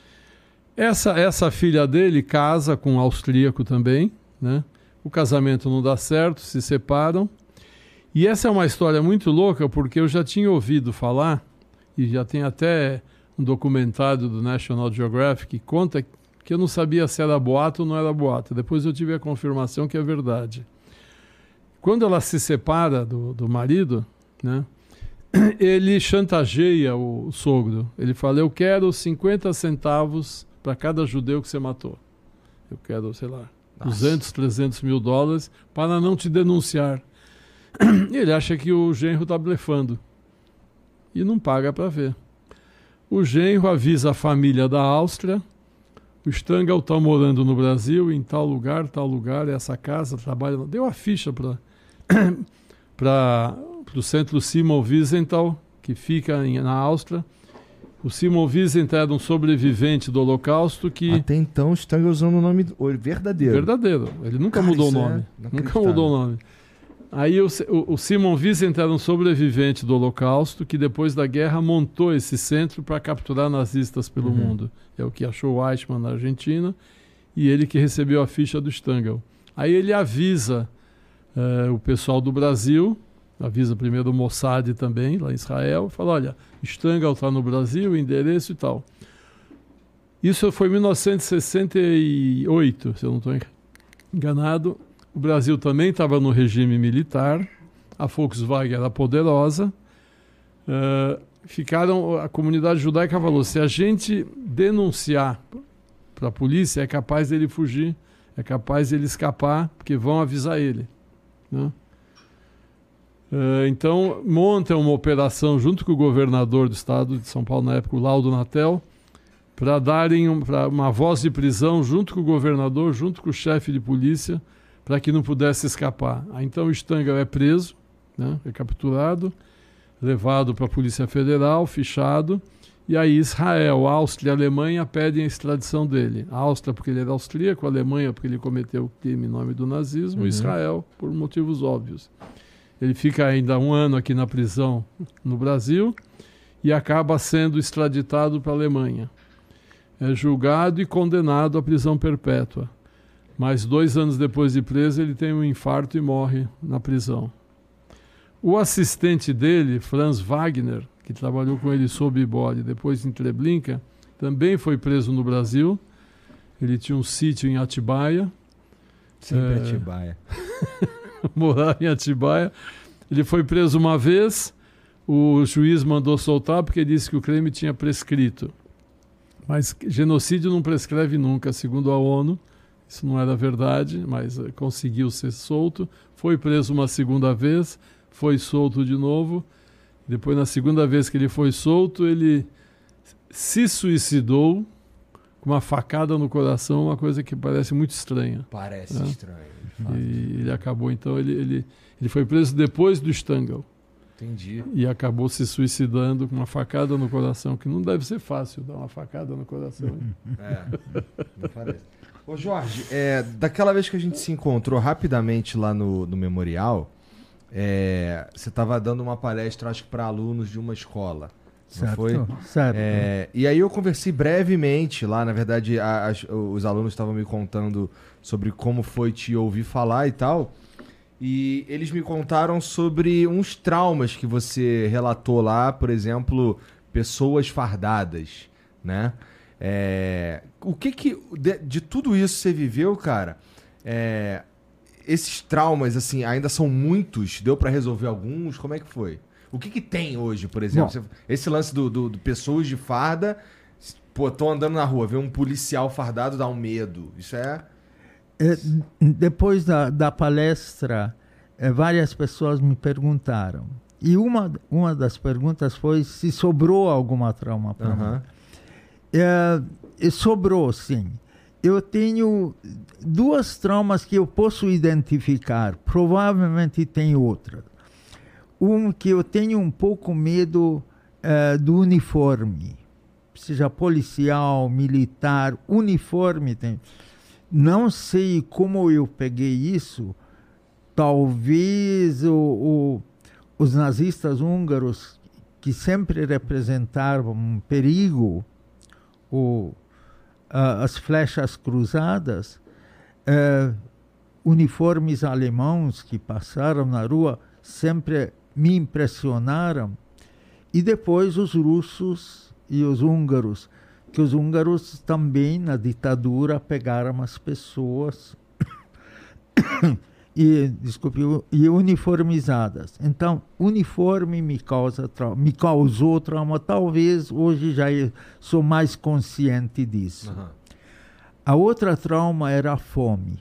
Essa filha dele casa com um austríaco também, né? O casamento não dá certo, se separam. E essa é uma história muito louca, porque eu já tinha ouvido falar, e já tem até um documentário do National Geographic que conta que eu não sabia se era boato ou não era boato. Depois eu tive a confirmação que é verdade. Quando ela se separa do marido, né, ele chantageia o sogro. Ele fala, eu quero 50 centavos para cada judeu que você matou. Eu quero, sei lá, 200, 300 mil dólares para não te denunciar. E ele acha que o genro está blefando. E não paga para ver. O genro avisa a família da Áustria, o Stangl está morando no Brasil, em tal lugar, essa casa, trabalha... Deu a ficha para o centro Simon Wiesenthal, que fica na Áustria. O Simon Wiesenthal era um sobrevivente do Holocausto que... Até então, o Stangl usando o nome verdadeiro. Verdadeiro. Ele nunca mudou o nome. Nunca mudou o nome. Aí o Simon Wiesenthal era um sobrevivente do Holocausto que depois da guerra montou esse centro para capturar nazistas pelo mundo. É o que achou o Eichmann na Argentina e ele que recebeu a ficha do Stangl. Aí ele avisa o pessoal do Brasil, avisa primeiro o Mossad também, lá em Israel, fala, olha, Stangl está no Brasil, endereço e tal. Isso foi em 1968, se eu não estou enganado. O Brasil também estava no regime militar, a Volkswagen era poderosa, a comunidade judaica falou, se a gente denunciar para a polícia, é capaz dele fugir, é capaz dele escapar, porque vão avisar ele. Né? Então, monta uma operação junto com o governador do estado de São Paulo, na época, o Laudo Natel, para darem uma voz de prisão junto com o governador, junto com o chefe de polícia, para que não pudesse escapar. Então, o Stangl é preso, né, é capturado, levado para a Polícia Federal, fichado, e aí Israel, Áustria e Alemanha pedem a extradição dele. A Áustria porque ele era austríaco, a Alemanha porque ele cometeu o crime em nome do nazismo, e Israel por motivos óbvios. Ele fica ainda 1 ano aqui na prisão no Brasil e acaba sendo extraditado para a Alemanha. É julgado e condenado à prisão perpétua. Mas 2 anos depois de preso, ele tem um infarto e morre na prisão. O assistente dele, Franz Wagner, que trabalhou com ele sob Ibode, depois em Treblinka, também foi preso no Brasil. Ele tinha um sítio em Atibaia. Sempre Atibaia. Morar em Atibaia. Ele foi preso uma vez, o juiz mandou soltar porque disse que o crime tinha prescrito. Mas genocídio não prescreve nunca, segundo a ONU. Isso não era verdade, mas conseguiu ser solto. Foi preso uma segunda vez, foi solto de novo. Depois, na segunda vez que ele foi solto, ele se suicidou com uma facada no coração, uma coisa que parece muito estranha. Parece estranho. E ele acabou, então, ele foi preso depois do Stangl. Entendi. E acabou se suicidando com uma facada no coração, que não deve ser fácil dar uma facada no coração. Não parece. Ô Jorge, daquela vez que a gente se encontrou rapidamente lá no memorial, você estava dando uma palestra, acho que para alunos de uma escola. Não Certo, foi? certo. E aí eu conversei brevemente lá, na verdade os alunos estavam me contando sobre como foi te ouvir falar e tal, e eles me contaram sobre uns traumas que você relatou lá, por exemplo, pessoas fardadas, né? O que de tudo isso você viveu, cara, esses traumas, assim, ainda são muitos? Deu pra resolver alguns? Como é que foi? O que tem hoje, por exemplo? Esse lance do pessoas de farda, pô, tô andando na rua, ver um policial fardado dá um medo. Isso Depois da palestra, várias pessoas me perguntaram. E uma das perguntas foi se sobrou alguma trauma para mim. Sobrou, sim. Eu tenho 2 traumas que eu posso identificar. Provavelmente tem outra. Um que eu tenho um pouco medo do uniforme. Seja policial, militar, uniforme. Não sei como eu peguei isso. Talvez os nazistas húngaros, que sempre representavam um perigo, as flechas cruzadas, uniformes alemãos que passaram na rua, sempre me impressionaram. E depois os russos e os húngaros, que os húngaros também na ditadura pegaram as pessoas e uniformizadas. Então, uniforme me causou trauma. Talvez hoje já sou mais consciente disso. A outra trauma era a fome.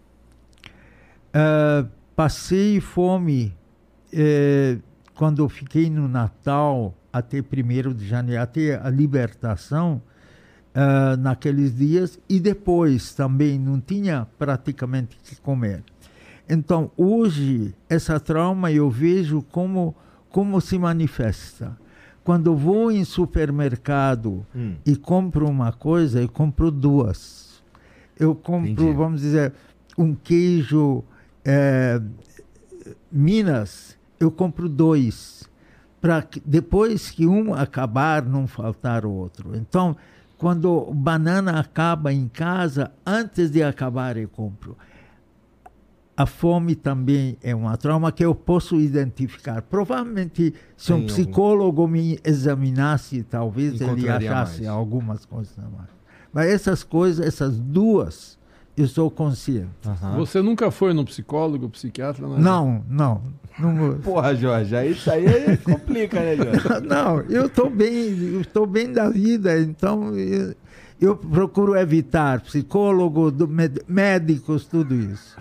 Passei fome quando eu fiquei no Natal, até 1º de janeiro, até a libertação, naqueles dias, e depois também não tinha praticamente o que comer. Então, hoje, essa trauma eu vejo como se manifesta. Quando eu vou em supermercado e compro uma coisa, eu compro 2. Eu compro, vamos dizer, um queijo Minas, eu compro 2. Para depois que um acabar, não faltar o outro. Então, quando banana acaba em casa, antes de acabar eu compro. A fome também é uma trauma que eu posso identificar. Provavelmente, se um psicólogo me examinasse, talvez ele achasse algumas coisas mais. Mas essas coisas, essas 2, eu sou consciente. Você nunca foi no psicólogo, psiquiatra? Não. Porra, Jorge, isso aí complica, né, Jorge? Não, eu estou bem da vida, então Eu procuro evitar psicólogos, médicos, tudo isso.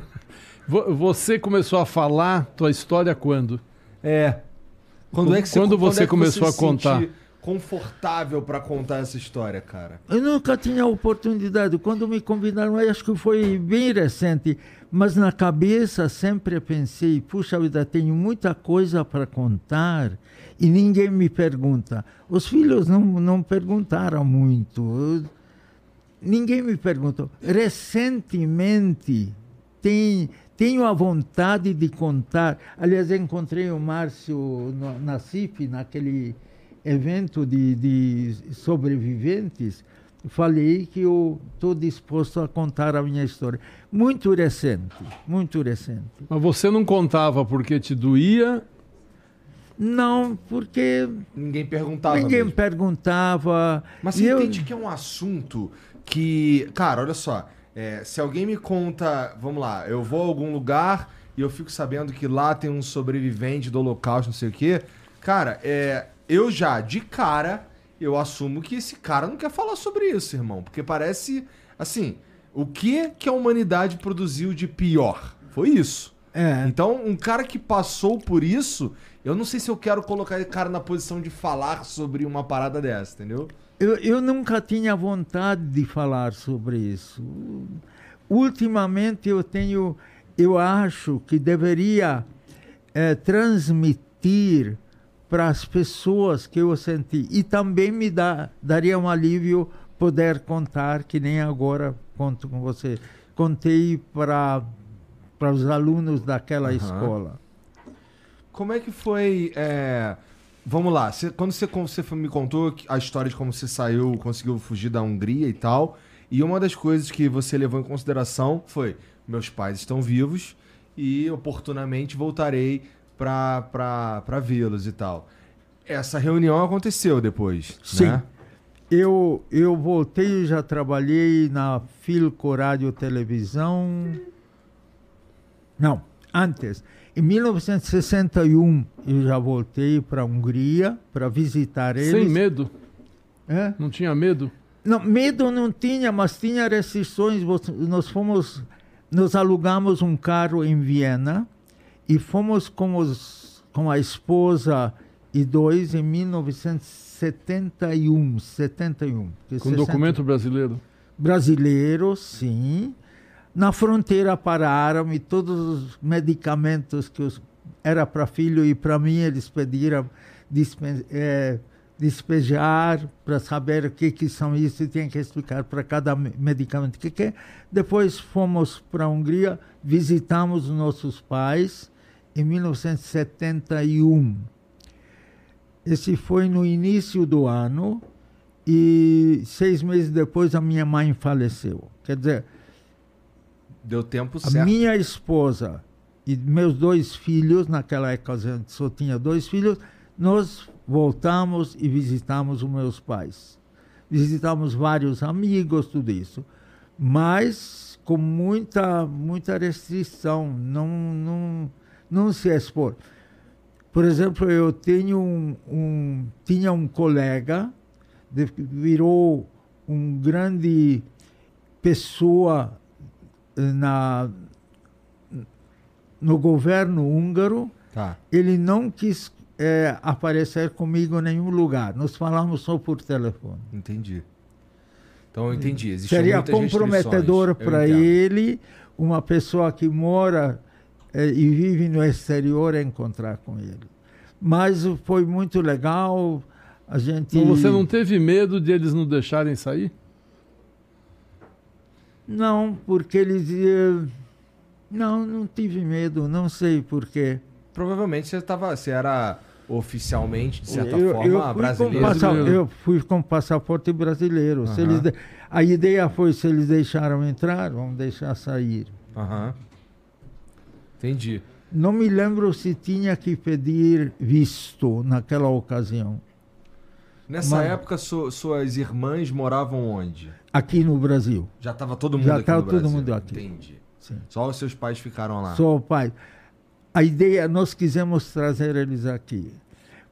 Você começou a falar tua história quando? Quando você começou a se contar? sentir confortável pra contar essa história, cara? Eu nunca tinha oportunidade. Quando me convidaram, eu acho que foi bem recente, mas na cabeça sempre pensei, puxa vida, tenho muita coisa para contar e ninguém me pergunta. Os filhos não perguntaram muito. Ninguém me perguntou. Recentemente, tenho a vontade de contar. Aliás, encontrei o Márcio na CIF, naquele evento de sobreviventes. Falei que eu estou disposto a contar a minha história. Muito recente, muito recente. Mas você não contava porque te doía? Não, porque Ninguém perguntava ninguém mesmo. perguntava. Mas E você eu- entende que é um assunto que... Cara, olha só. Se alguém me conta... Vamos lá, eu vou a algum lugar e eu fico sabendo que lá tem um sobrevivente do Holocausto, não sei o quê. Cara, eu já, de cara, eu assumo que esse cara não quer falar sobre isso, irmão. Porque parece... Assim, o que a humanidade produziu de pior? Foi isso. Então, um cara que passou por isso, eu não sei se eu quero colocar esse cara na posição de falar sobre uma parada dessa, entendeu? Eu nunca tinha vontade de falar sobre isso. Ultimamente eu acho que deveria transmitir para as pessoas que eu senti. E também daria um alívio poder contar, que nem agora conto com você. Contei para os alunos daquela escola. Como é que foi... Vamos lá, quando você me contou a história de como você conseguiu fugir da Hungria e tal, e uma das coisas que você levou em consideração foi: meus pais estão vivos e oportunamente voltarei pra vê-los e tal. Essa reunião aconteceu depois, Sim. né? Eu voltei, já trabalhei na Filco Rádio Televisão. Não, antes. Em 1961, eu já voltei para a Hungria para visitar eles. Sem medo? É? Não tinha medo? Não, medo não tinha, mas tinha restrições. Nós alugamos um carro em Viena e fomos com a esposa e dois em 1971. Com documento brasileiro? Brasileiro, sim. Na fronteira pararam e todos os medicamentos que era para filho e para mim eles pediram despejar para saber o que são isso e tinha que explicar para cada medicamento o que é. Depois fomos para a Hungria, visitamos nossos pais em 1971. Esse foi no início do ano e 6 meses depois a minha mãe faleceu. Quer dizer, Deu tempo a certo. minha esposa e meus 2 filhos, naquela ocasião só tinha 2 filhos, nós voltamos e visitamos os meus pais. Visitamos vários amigos, tudo isso. Mas com muita restrição, não se expor. Por exemplo, eu tinha um colega, virou um grande pessoa no governo húngaro. Tá. Ele não quis aparecer comigo em nenhum lugar. Nós falamos só por telefone. Entendi. Então eu entendi. Existiam Seria muitas comprometedor restrições. para Eu entendo. ele, uma pessoa que mora e vive no exterior, encontrar com ele. Mas foi muito legal. A gente... Então você não teve medo de eles não deixarem sair? Não, porque eles... Não tive medo, não sei porquê. Provavelmente você era oficialmente, de certa forma, brasileiro. Eu fui com passaporte brasileiro. Se eles a ideia foi, se eles deixaram entrar, vamos deixar sair. Aham. Entendi. Não me lembro se tinha que pedir visto naquela ocasião. Nessa época, suas irmãs moravam onde? Aqui no Brasil. Já estava todo mundo Já aqui estava no Brasil? todo mundo aqui. Entendi. Sim. Só os seus pais ficaram lá? Só o pai. A ideia, nós quisemos trazer eles aqui.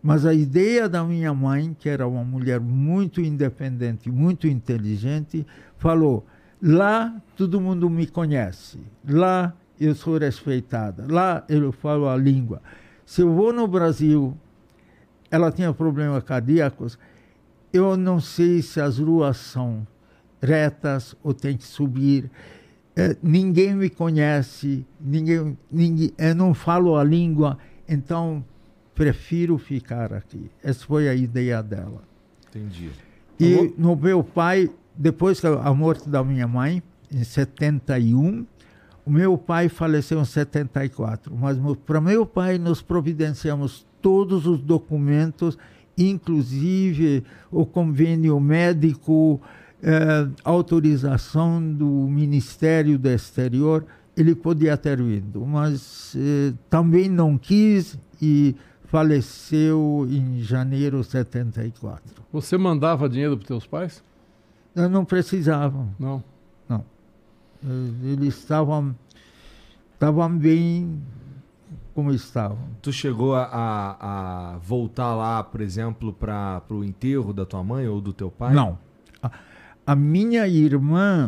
Mas a ideia da minha mãe, que era uma mulher muito independente, muito inteligente, falou: lá todo mundo me conhece, lá eu sou respeitada, lá eu falo a língua. Se eu vou no Brasil, ela tinha problemas cardíacos, eu não sei se as ruas são retas ou tem que subir. Ninguém me conhece, eu não falo a língua, então prefiro ficar aqui. Essa foi a ideia dela. Entendi. E no meu pai, depois da morte da minha mãe, em 71, o meu pai faleceu em 74. Mas para meu pai nós providenciamos todos os documentos, inclusive o convênio médico, autorização do Ministério do Exterior. Ele podia ter vindo, mas também não quis e faleceu em janeiro de 74. Você mandava dinheiro para teus pais? Eu não precisavam. Não. Não. Eles estavam bem como estavam. Tu chegou a voltar lá, por exemplo, para o enterro da tua mãe ou do teu pai? Não. A minha irmã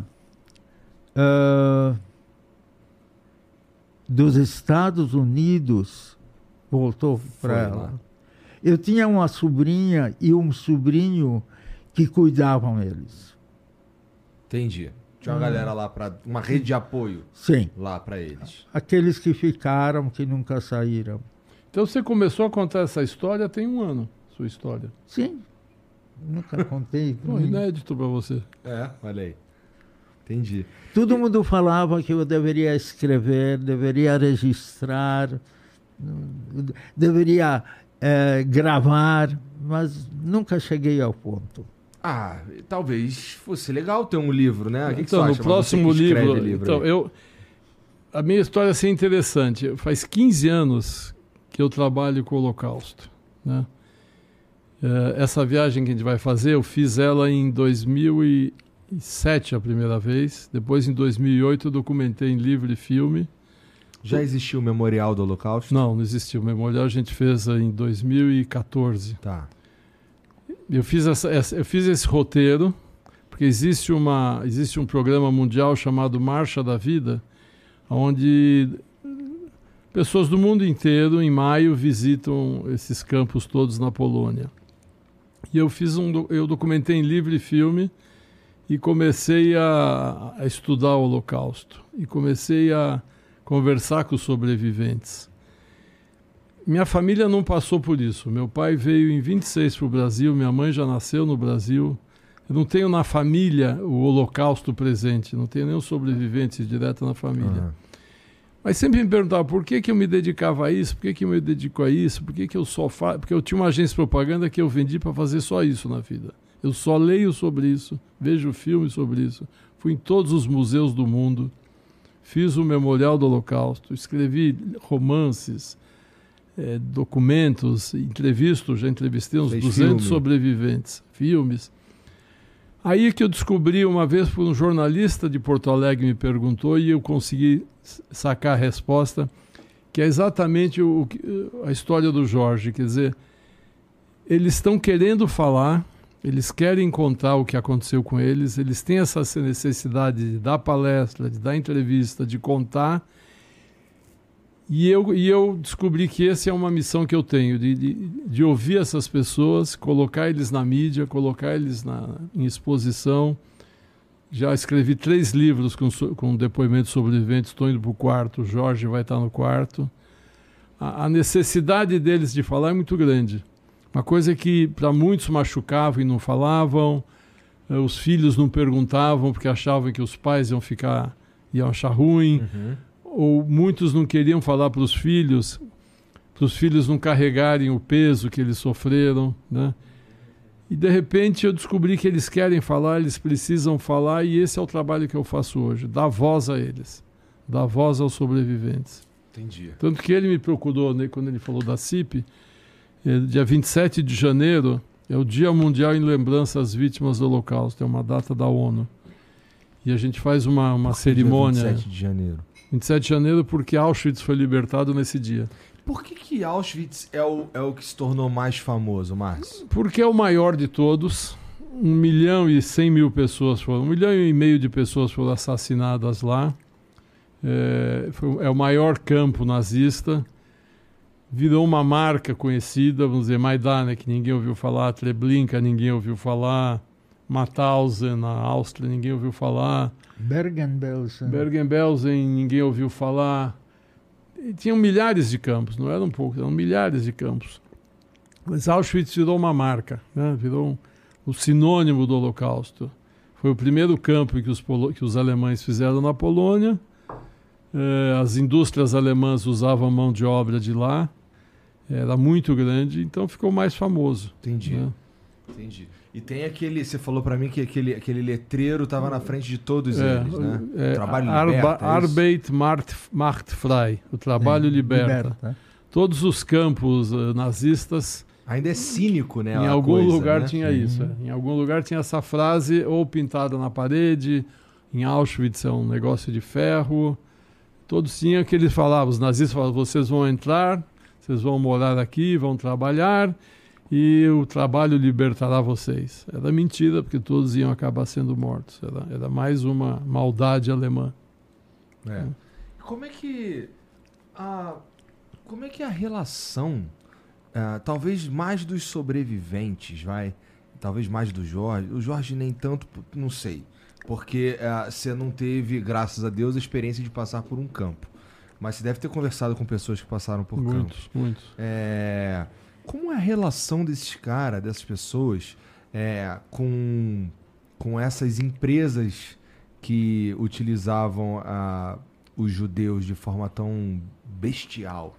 dos Estados Unidos voltou para ela. Lá. Eu tinha uma sobrinha e um sobrinho que cuidavam eles. Entendi. Tinha uma galera lá, uma rede de apoio. Sim. Lá para eles. Aqueles que ficaram, que nunca saíram. Então você começou a contar essa história tem um ano, sua história. Sim. Nunca contei. Inédito para você. Olha aí. Entendi. Todo mundo falava que eu deveria escrever, deveria registrar, deveria gravar, mas nunca cheguei ao ponto. Talvez fosse legal ter um livro, né? O que Então, você no acha? próximo Você que escreve livro. aí. A minha história é interessante. Faz 15 anos que eu trabalho com o Holocausto, né? Essa viagem que a gente vai fazer, eu fiz ela em 2007 a primeira vez. Depois, em 2008, eu documentei em livro e filme. Já existiu o Memorial do Holocausto? Não existiu. O memorial a gente fez em 2014. Tá. Eu fiz esse roteiro porque existe um programa mundial chamado Marcha da Vida, onde pessoas do mundo inteiro, em maio, visitam esses campos todos na Polônia. E eu documentei em livro e filme e comecei a estudar o Holocausto. E comecei a conversar com os sobreviventes. Minha família não passou por isso. Meu pai veio em 26 para o Brasil, minha mãe já nasceu no Brasil. Eu não tenho na família o Holocausto presente, não tenho nenhum sobrevivente direto na família. Uhum. Mas sempre me perguntava por que eu me dedicava a isso, por que eu me dedico a isso, por que eu só faço... Porque eu tinha uma agência de propaganda que eu vendi para fazer só isso na vida. Eu só leio sobre isso, vejo filmes sobre isso, fui em todos os museus do mundo, fiz o Memorial do Holocausto, escrevi romances, documentos, já entrevistei uns 200 sobreviventes, filmes. Aí que eu descobri uma vez, por um jornalista de Porto Alegre me perguntou e eu consegui sacar a resposta, que é exatamente a história do Jorge. Quer dizer, eles estão querendo falar, eles querem contar o que aconteceu com eles, eles têm essa necessidade de dar palestra, de dar entrevista, de contar. E eu descobri que essa é uma missão que eu tenho, de ouvir essas pessoas, colocar eles na mídia, colocar eles em exposição. Já escrevi 3 livros com depoimentos sobreviventes, estou indo para o 4º, o Jorge vai estar no 4º. A necessidade deles de falar é muito grande. Uma coisa que para muitos machucava e não falavam, os filhos não perguntavam porque achavam que os pais iam achar ruim. Uhum. Ou muitos não queriam falar para os filhos não carregarem o peso que eles sofreram, né? E de repente eu descobri que eles querem falar, eles precisam falar, e esse é o trabalho que eu faço hoje, dar voz a eles, dar voz aos sobreviventes. Entendi. Tanto que ele me procurou, né, quando ele falou da CIP, dia 27 de janeiro é o Dia Mundial em Lembrança às Vítimas do Holocausto, é uma data da ONU. E a gente faz uma cerimônia... 27 de janeiro. 27 de janeiro porque Auschwitz foi libertado nesse dia. Por que Auschwitz é o que se tornou mais famoso, Márcio? Porque é o maior de todos. 1.100.000 pessoas foram, 1,5 milhão de pessoas foram assassinadas lá. É o maior campo nazista. Virou uma marca conhecida, vamos dizer, Majdanek, que ninguém ouviu falar, Treblinka, ninguém ouviu falar, Mauthausen, na Áustria, ninguém ouviu falar. Bergen-Belsen, ninguém ouviu falar. E tinham milhares de campos, não eram poucos, eram milhares de campos. Mas Auschwitz virou uma marca, né? Virou o sinônimo do Holocausto. Foi o primeiro campo que os alemães fizeram na Polônia. As indústrias alemãs usavam mão de obra de lá. Era muito grande, então ficou mais famoso. Entendi. Né? Entendi. E tem você falou para mim que aquele letreiro estava na frente de todos eles, né? Trabalho liberta. Arbeit macht frei. O trabalho liberta. Todos os campos nazistas. Ainda é cínico, né? Em algum lugar tinha isso. Em algum lugar tinha essa frase ou pintada na parede. Em Auschwitz é um negócio de ferro. Todos tinham que eles falavam. Os nazistas falavam: vocês vão entrar, vocês vão morar aqui, vão trabalhar. E o trabalho libertará vocês. Era mentira, porque todos iam acabar sendo mortos. Era mais uma maldade alemã. Como é que a relação, talvez mais dos sobreviventes, talvez mais do Jorge, o Jorge nem tanto, não sei, porque você não teve, graças a Deus, a experiência de passar por um campo. Mas você deve ter conversado com pessoas que passaram por campos. Muitos. Como é a relação dessas pessoas com essas empresas que utilizavam os judeus de forma tão bestial?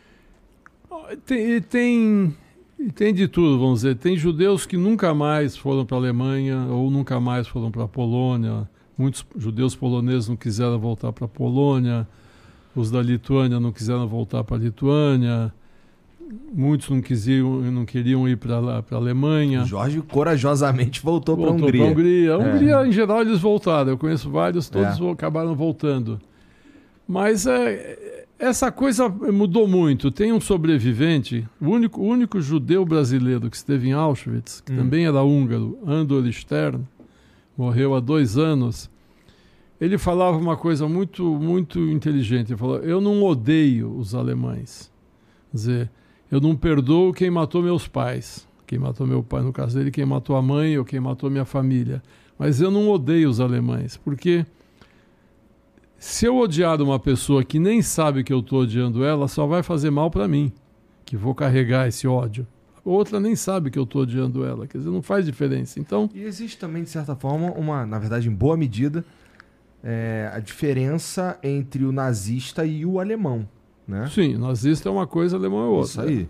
Tem de tudo, vamos dizer. Tem judeus que nunca mais foram para a Alemanha ou nunca mais foram para a Polônia. Muitos judeus poloneses não quiseram voltar para a Polônia. Os da Lituânia não quiseram voltar para a Lituânia. Muitos não queriam ir para a Alemanha. O Jorge corajosamente voltou para a Hungria. A Hungria, em geral, eles voltaram. Eu conheço vários, todos acabaram voltando. Mas essa coisa mudou muito. Tem um sobrevivente, o único judeu brasileiro que esteve em Auschwitz, que também era húngaro, Andor Stern, morreu há 2 anos. Ele falava uma coisa muito, muito inteligente. Ele falou: eu não odeio os alemães. Quer dizer, eu não perdoo quem matou meus pais. Quem matou meu pai, no caso dele, quem matou a mãe ou quem matou minha família. Mas eu não odeio os alemães, porque se eu odiar uma pessoa que nem sabe que eu estou odiando ela, só vai fazer mal para mim, que vou carregar esse ódio. Outra nem sabe que eu estou odiando ela, quer dizer, não faz diferença. Então, e existe também, de certa forma, na verdade, em boa medida, a diferença entre o nazista e o alemão. Né? Sim, nazista é uma coisa, alemão é outra. Isso aí.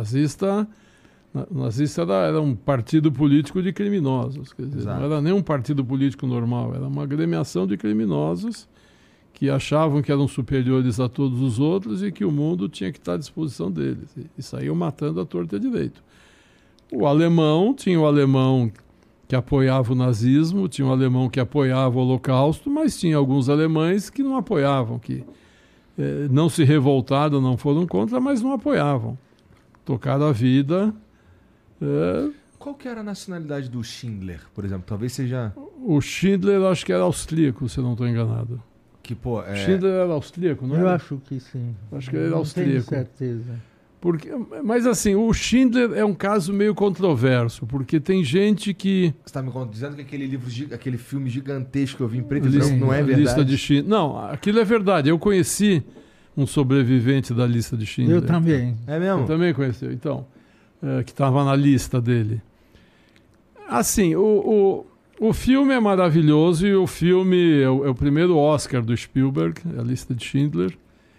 Nazista era um partido político de criminosos. Quer dizer, não era nem um partido político normal, era uma agremiação de criminosos que achavam que eram superiores a todos os outros e que o mundo tinha que estar à disposição deles. E saíam matando à torta e à direito. Tinha o alemão que apoiava o nazismo, tinha o alemão que apoiava o Holocausto, mas tinha alguns alemães que não apoiavam, que não se revoltaram, não foram contra, mas não apoiavam. Tocaram a vida. Qual que era a nacionalidade do Schindler, por exemplo? Talvez seja... O Schindler, acho que era austríaco, se eu não estou enganado. Schindler era austríaco, não é? Eu acho que sim. Acho que ele era austríaco. Tenho certeza. Mas assim, o Schindler é um caso meio controverso, porque tem gente que... Você está me dizendo que aquele filme gigantesco que eu vi em preto e branco não é verdade? Lista de Schindler. Não, aquilo é verdade. Eu conheci um sobrevivente da lista de Schindler. Eu também. É mesmo? Eu também conheci, então, que estava na lista dele. Assim, o filme é maravilhoso e o filme é o primeiro Oscar do Spielberg, a lista de Schindler.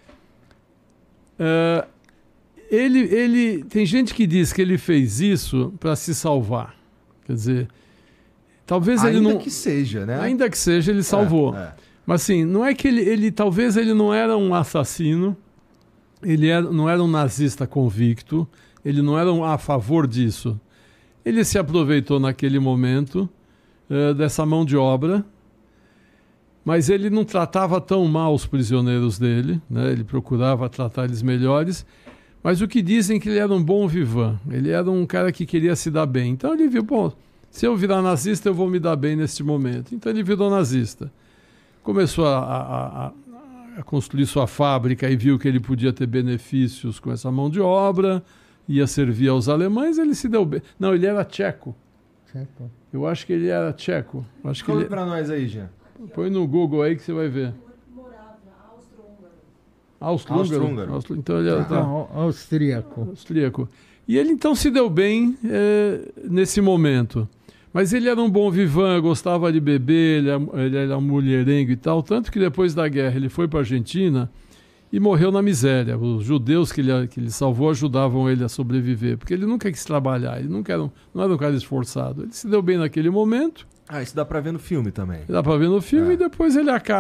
Tem gente que diz que ele fez isso para se salvar. Quer dizer, talvez ele não... Ainda que seja, né? Ainda que seja, ele salvou. Mas assim, não é que talvez ele não era um assassino, não era um nazista convicto, ele não era a favor disso. Ele se aproveitou naquele momento dessa mão de obra, mas ele não tratava tão mal os prisioneiros dele, né? Ele procurava tratar eles melhores. Mas o que dizem que ele era um bom vivant. Ele era um cara que queria se dar bem. Então ele viu, bom, se eu virar nazista, eu vou me dar bem neste momento. Então ele virou nazista. Começou a construir sua fábrica e viu que ele podia ter benefícios com essa mão de obra, ia servir aos alemães, ele se deu bem. Não, ele era tcheco. Eu acho que ele era tcheco. Acho que Fala ele... pra nós aí, Jean. Põe no Google aí que você vai ver. Austro-húngaro. Então ele era austríaco. E ele então se deu bem nesse momento. Mas ele era um bom vivant, gostava de beber, ele era mulherengo e tal. Tanto que depois da guerra ele foi para a Argentina e morreu na miséria. Os judeus que ele salvou ajudavam ele a sobreviver. Porque ele nunca quis trabalhar, ele não era um cara esforçado. Ele se deu bem naquele momento. Ah, isso dá pra ver no filme também. Dá pra ver no filme e depois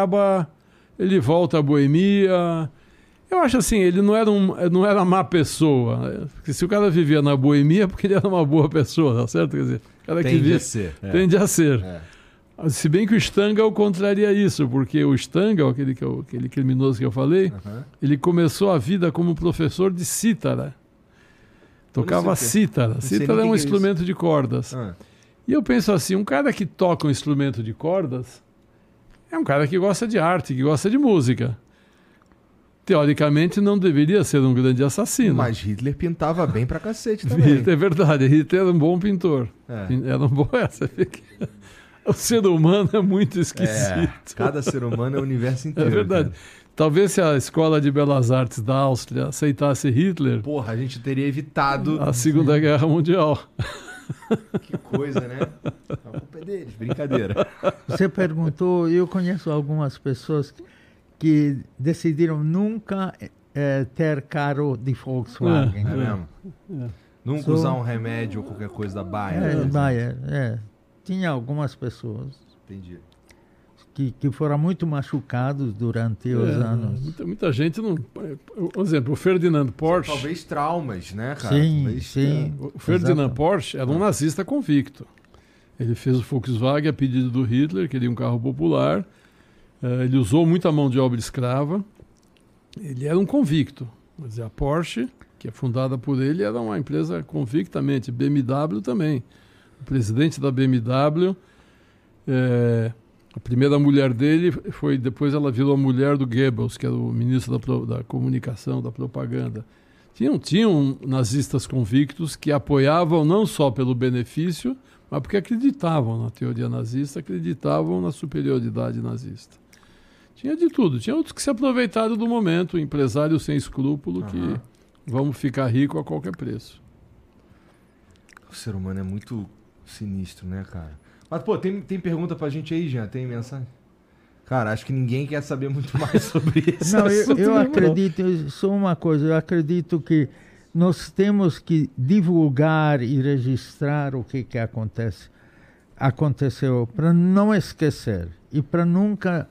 ele volta à boemia. Eu acho assim, ele não era má pessoa. Porque se o cara vivia na boemia, é porque ele era uma boa pessoa, tá certo? Quer dizer, o cara Tende a ser. Tende a ser. Se bem que o Stangl contraria isso, porque o Stangl, aquele criminoso que eu falei, ele começou a vida como professor de cítara. Tocava cítara. Cítara é um instrumento de cordas. E eu penso assim, um cara que toca um instrumento de cordas é um cara que gosta de arte, que gosta de música. Teoricamente não deveria ser um grande assassino. Mas Hitler pintava bem pra cacete também. É verdade, Hitler era um bom pintor. Era um bom... O ser humano é muito esquisito. Cada ser humano é o universo inteiro. É verdade. Cara. Talvez se a Escola de Belas Artes da Áustria aceitasse Hitler... Porra, a gente teria evitado... a Segunda Guerra Mundial. Que coisa, né? A culpa é deles, brincadeira. Você perguntou, eu conheço algumas pessoas que decidiram nunca ter carro de Volkswagen. É mesmo? Nunca usar um remédio ou qualquer coisa da Bayer. Bayer, Tinha algumas pessoas. Entendi. Que foram muito machucados durante os anos. Muita gente não... Por exemplo, o Ferdinand Porsche... Talvez traumas, né, cara? Sim. O Ferdinand Porsche era um nazista convicto. Ele fez o Volkswagen a pedido do Hitler, queria um carro popular. Ele usou muita mão de obra escrava. Ele era um convicto. Quer dizer, a Porsche, que é fundada por ele, era uma empresa convictamente. BMW também. O presidente da BMW... a primeira mulher dele foi... Depois ela virou a mulher do Goebbels, que era o ministro da comunicação, da propaganda. Tinham nazistas convictos que apoiavam não só pelo benefício, mas porque acreditavam na teoria nazista, acreditavam na superioridade nazista. Tinha de tudo. Tinha outros que se aproveitaram do momento, empresários sem escrúpulo, que vamos ficar rico a qualquer preço. O ser humano é muito sinistro, né, cara? Mas, pô, tem pergunta pra gente aí, Jean? Tem mensagem? Cara, acho que ninguém quer saber muito mais sobre isso. Não, eu acredito, só uma coisa, eu acredito que nós temos que divulgar e registrar o que aconteceu, para não esquecer e para nunca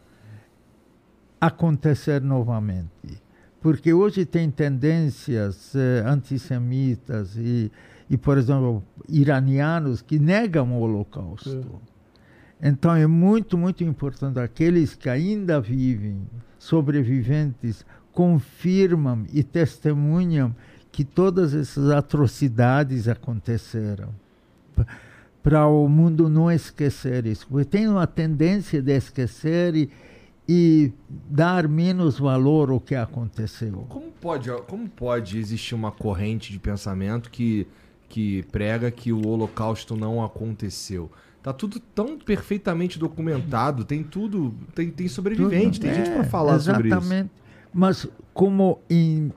acontecer novamente. Porque hoje tem tendências antissemitas e, por exemplo, iranianos que negam o Holocausto. Então é muito, muito importante aqueles que ainda vivem, sobreviventes, confirmam e testemunham que todas essas atrocidades aconteceram. Para o mundo não esquecer isso. Porque tem uma tendência de esquecer e dar menos valor ao que aconteceu. Como pode existir uma corrente de pensamento que prega que o Holocausto não aconteceu? Tá tudo tão perfeitamente documentado, tem tudo, tem sobrevivente, tem gente para falar sobre isso. Exatamente. Mas como em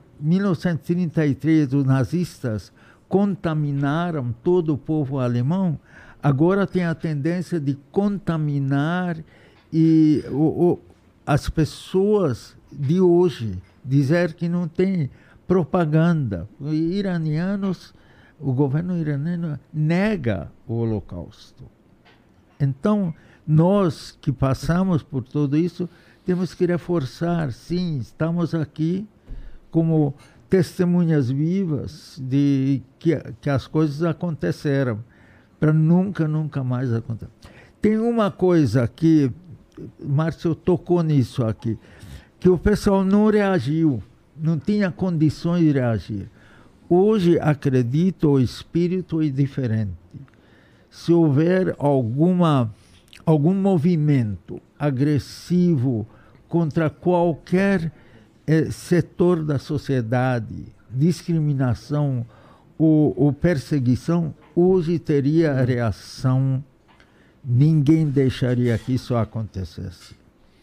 1933 os nazistas contaminaram todo o povo alemão, agora tem a tendência de contaminar e as pessoas de hoje, dizer que não tem propaganda. Os iranianos, o governo iraniano nega o Holocausto. Então, nós que passamos por tudo isso, temos que reforçar, sim, estamos aqui como testemunhas vivas de que as coisas aconteceram, para nunca mais acontecer. Tem uma coisa que, Márcio tocou nisso aqui, que o pessoal não reagiu, não tinha condições de reagir. Hoje, acredito, o espírito é diferente. Se houver algum movimento agressivo contra qualquer setor da sociedade, discriminação ou perseguição, hoje teria a reação. Ninguém deixaria que isso acontecesse.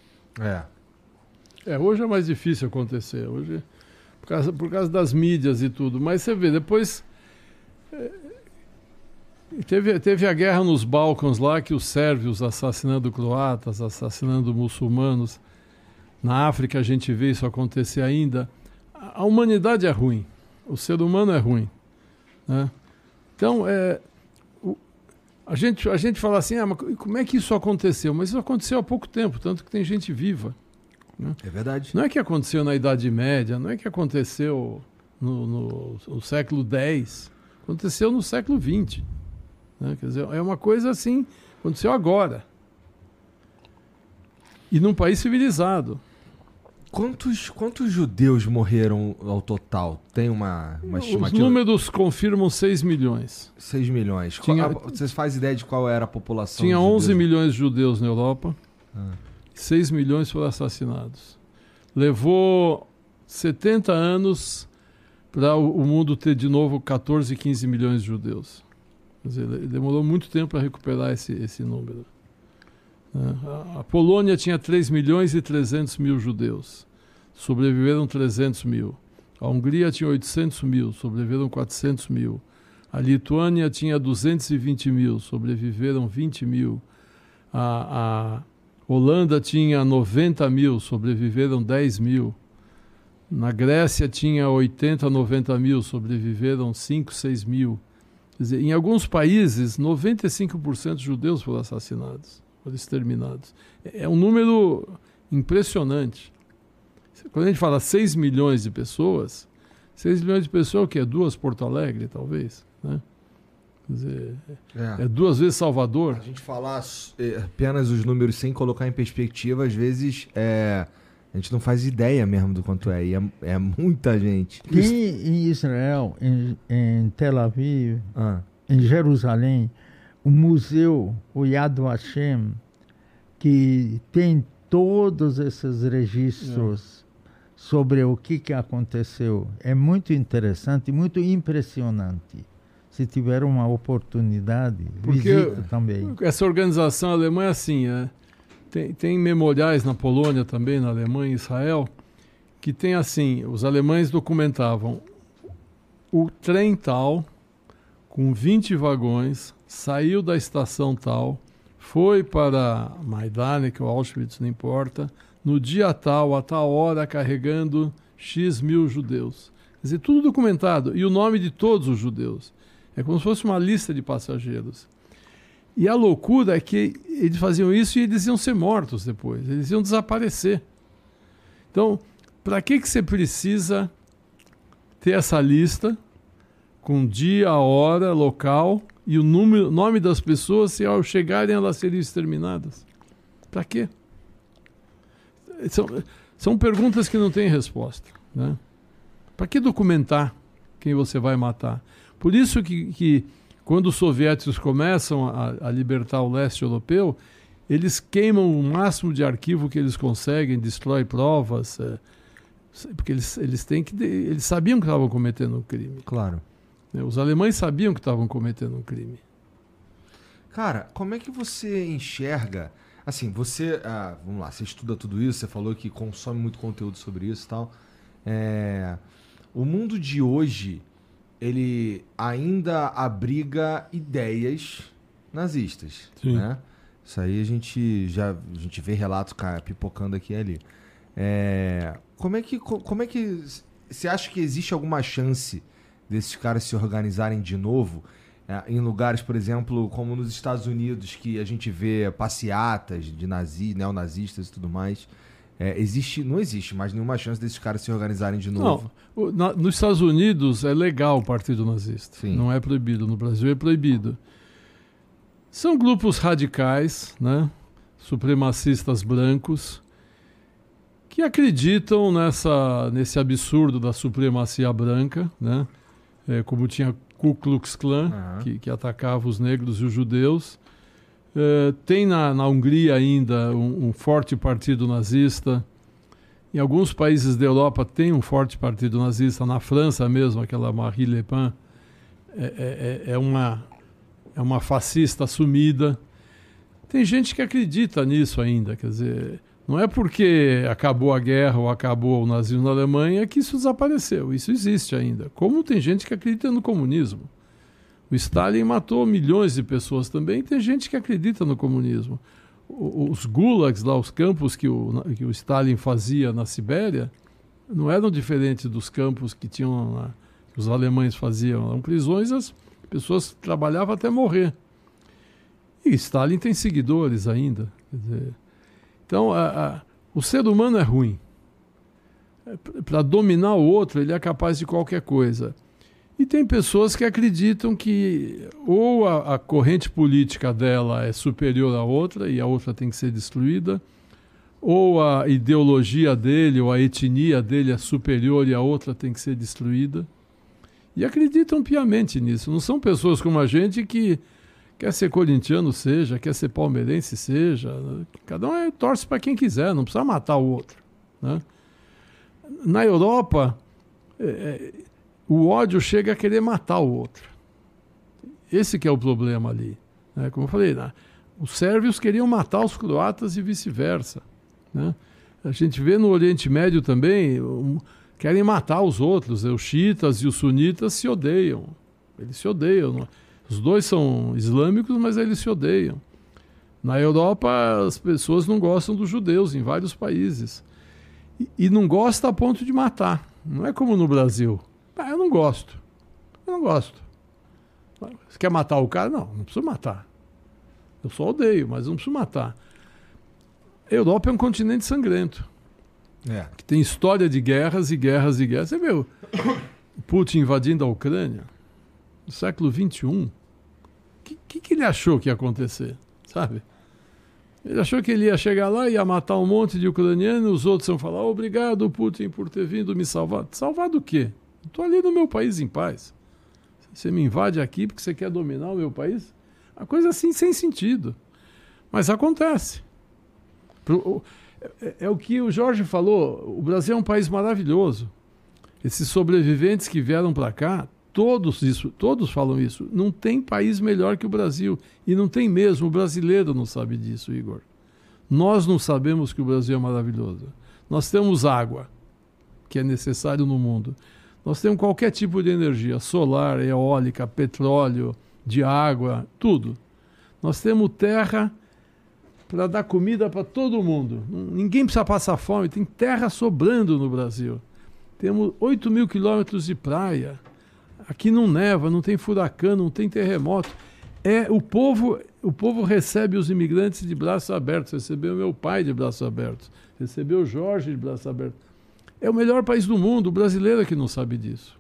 Hoje é mais difícil acontecer. Hoje, por causa das mídias e tudo. Mas você vê, depois... Teve a guerra nos Balcãs lá, que os sérvios assassinando croatas, assassinando muçulmanos. Na África a gente vê isso acontecer ainda. A humanidade é ruim. O ser humano é ruim. Né? Então, a gente fala assim, mas como é que isso aconteceu? Mas isso aconteceu há pouco tempo, tanto que tem gente viva. Né? É verdade. Não é que aconteceu na Idade Média, não é que aconteceu no século X. Aconteceu no século XX. Né? Quer dizer, é uma coisa assim, aconteceu agora. E num país civilizado. Quantos judeus morreram ao total? Tem uma estimativa? Os números confirmam 6 milhões. 6 milhões. Vocês fazem ideia de qual era a população? Tinha de 11 milhões de judeus na Europa. 6 milhões foram assassinados. Levou 70 anos para o mundo ter de novo 14, 15 milhões de judeus. Quer dizer, demorou muito tempo para recuperar esse número. A Polônia tinha 3 milhões e 300 mil judeus. Sobreviveram 300 mil. A Hungria tinha 800 mil. Sobreviveram 400 mil. A Lituânia tinha 220 mil. Sobreviveram 20 mil. A Holanda tinha 90 mil. Sobreviveram 10 mil. Na Grécia tinha 80, 90 mil. Sobreviveram 5, 6 mil. Quer dizer, em alguns países, 95% de judeus foram assassinados. Foram exterminados. É um número impressionante. Quando a gente fala 6 milhões de pessoas, 6 milhões de pessoas é o quê? 2 Porto Alegre, talvez? Né? Quer dizer, é 2 vezes Salvador. A gente falar apenas os números sem colocar em perspectiva, às vezes a gente não faz ideia mesmo do quanto é. E é muita gente. Tem em Israel, em Tel Aviv, em Jerusalém, o museu, o Yad Vashem, que tem todos esses registros sobre o que aconteceu. É muito interessante, muito impressionante. Se tiver uma oportunidade, visita também. Essa organização alemã é assim, tem memoriais na Polônia também, na Alemanha e Israel, que tem assim, os alemães documentavam o trem tal, com 20 vagões, saiu da estação tal, foi para Majdanek ou Auschwitz, não importa, no dia tal, a tal hora, carregando X mil judeus. Quer dizer, tudo documentado. E o nome de todos os judeus. É como se fosse uma lista de passageiros. E a loucura é que eles faziam isso e eles iam ser mortos depois. Eles iam desaparecer. Então, para que você precisa ter essa lista com dia, hora, local e o nome das pessoas, se ao chegarem elas seriam exterminadas? Para quê? São perguntas que não têm resposta. Né? Para que documentar quem você vai matar? Por isso que quando os soviéticos começam a libertar o leste europeu, eles queimam o máximo de arquivo que eles conseguem, destroem provas, porque eles sabiam que estavam cometendo um crime. Claro. Os alemães sabiam que estavam cometendo um crime. Cara, como é que você enxerga... Assim, você... vamos lá, você estuda tudo isso, você falou que consome muito conteúdo sobre isso e tal. O mundo de hoje, ele ainda abriga ideias nazistas, Sim. né? Isso aí a gente vê relatos pipocando aqui e ali. Como é que você acha que existe alguma chance desses caras se organizarem de novo em lugares, por exemplo, como nos Estados Unidos, que a gente vê passeatas de neonazistas e tudo mais? Não existe mais nenhuma chance desses caras se organizarem de novo. Não, nos Estados Unidos é legal o Partido Nazista. Sim. Não é proibido. No Brasil é proibido. São grupos radicais, né? Supremacistas brancos, que acreditam nesse absurdo da supremacia branca, né? como tinha Ku Klux Klan, que atacava os negros e os judeus. Tem na Hungria ainda um forte partido nazista. Em alguns países da Europa tem um forte partido nazista. Na França mesmo, aquela Marie Le Pen é uma fascista assumida. Tem gente que acredita nisso ainda. Quer dizer, não é porque acabou a guerra ou acabou o nazismo na Alemanha que isso desapareceu. Isso existe ainda. Como tem gente que acredita no comunismo. O Stalin matou milhões de pessoas também. Tem gente que acredita no comunismo. Os gulags lá, os campos que o Stalin fazia na Sibéria, não eram diferentes dos campos que tinham lá, que os alemães faziam. Eram prisões, as pessoas trabalhavam até morrer. E Stalin tem seguidores ainda. Quer dizer, então, o ser humano é ruim. Para dominar o outro, ele é capaz de qualquer coisa. E tem pessoas que acreditam que ou a corrente política dela é superior à outra e a outra tem que ser destruída, ou a ideologia dele ou a etnia dele é superior e a outra tem que ser destruída. E acreditam piamente nisso. Não são pessoas como a gente que quer ser corintiano seja, quer ser palmeirense seja. Cada um torce para quem quiser, não precisa matar o outro, né? Na Europa, o ódio chega a querer matar o outro. Esse que é o problema ali, né? Como eu falei, né? Os sérvios queriam matar os croatas e vice-versa, né? A gente vê no Oriente Médio também, querem matar os outros. Os xiitas e os sunitas se odeiam. Eles se odeiam. Os dois são islâmicos, mas eles se odeiam. Na Europa, as pessoas não gostam dos judeus em vários países. E não gosta a ponto de matar. Não é como no Brasil. Eu não gosto. Eu não gosto. Você quer matar o cara? Não preciso matar. Eu só odeio, mas não preciso matar. A Europa é um continente sangrento. Que tem história de guerras e guerras e guerras. Você viu Putin invadindo a Ucrânia no século XXI? O que ele achou que ia acontecer? Sabe? Ele achou que ele ia chegar lá e ia matar um monte de ucranianos, os outros iam falar: obrigado, Putin, por ter vindo me salvar. Salvar do quê? Estou ali no meu país em paz. Você me invade aqui porque você quer dominar o meu país? A coisa assim sem sentido. Mas acontece. É o que o Jorge falou, o Brasil é um país maravilhoso. Esses sobreviventes que vieram para cá, todos falam isso. Não tem país melhor que o Brasil. E não tem mesmo. O brasileiro não sabe disso, Igor. Nós não sabemos que o Brasil é maravilhoso. Nós temos água, que é necessário no mundo. Nós temos qualquer tipo de energia, solar, eólica, petróleo, de água, tudo. Nós temos terra para dar comida para todo mundo. Ninguém precisa passar fome, tem terra sobrando no Brasil. Temos 8.000 quilômetros de praia. Aqui não neva, não tem furacão, não tem terremoto. O povo recebe os imigrantes de braços abertos. Recebeu meu pai de braços abertos. Recebeu o Jorge de braços abertos. É o melhor país do mundo. O brasileiro é que não sabe disso.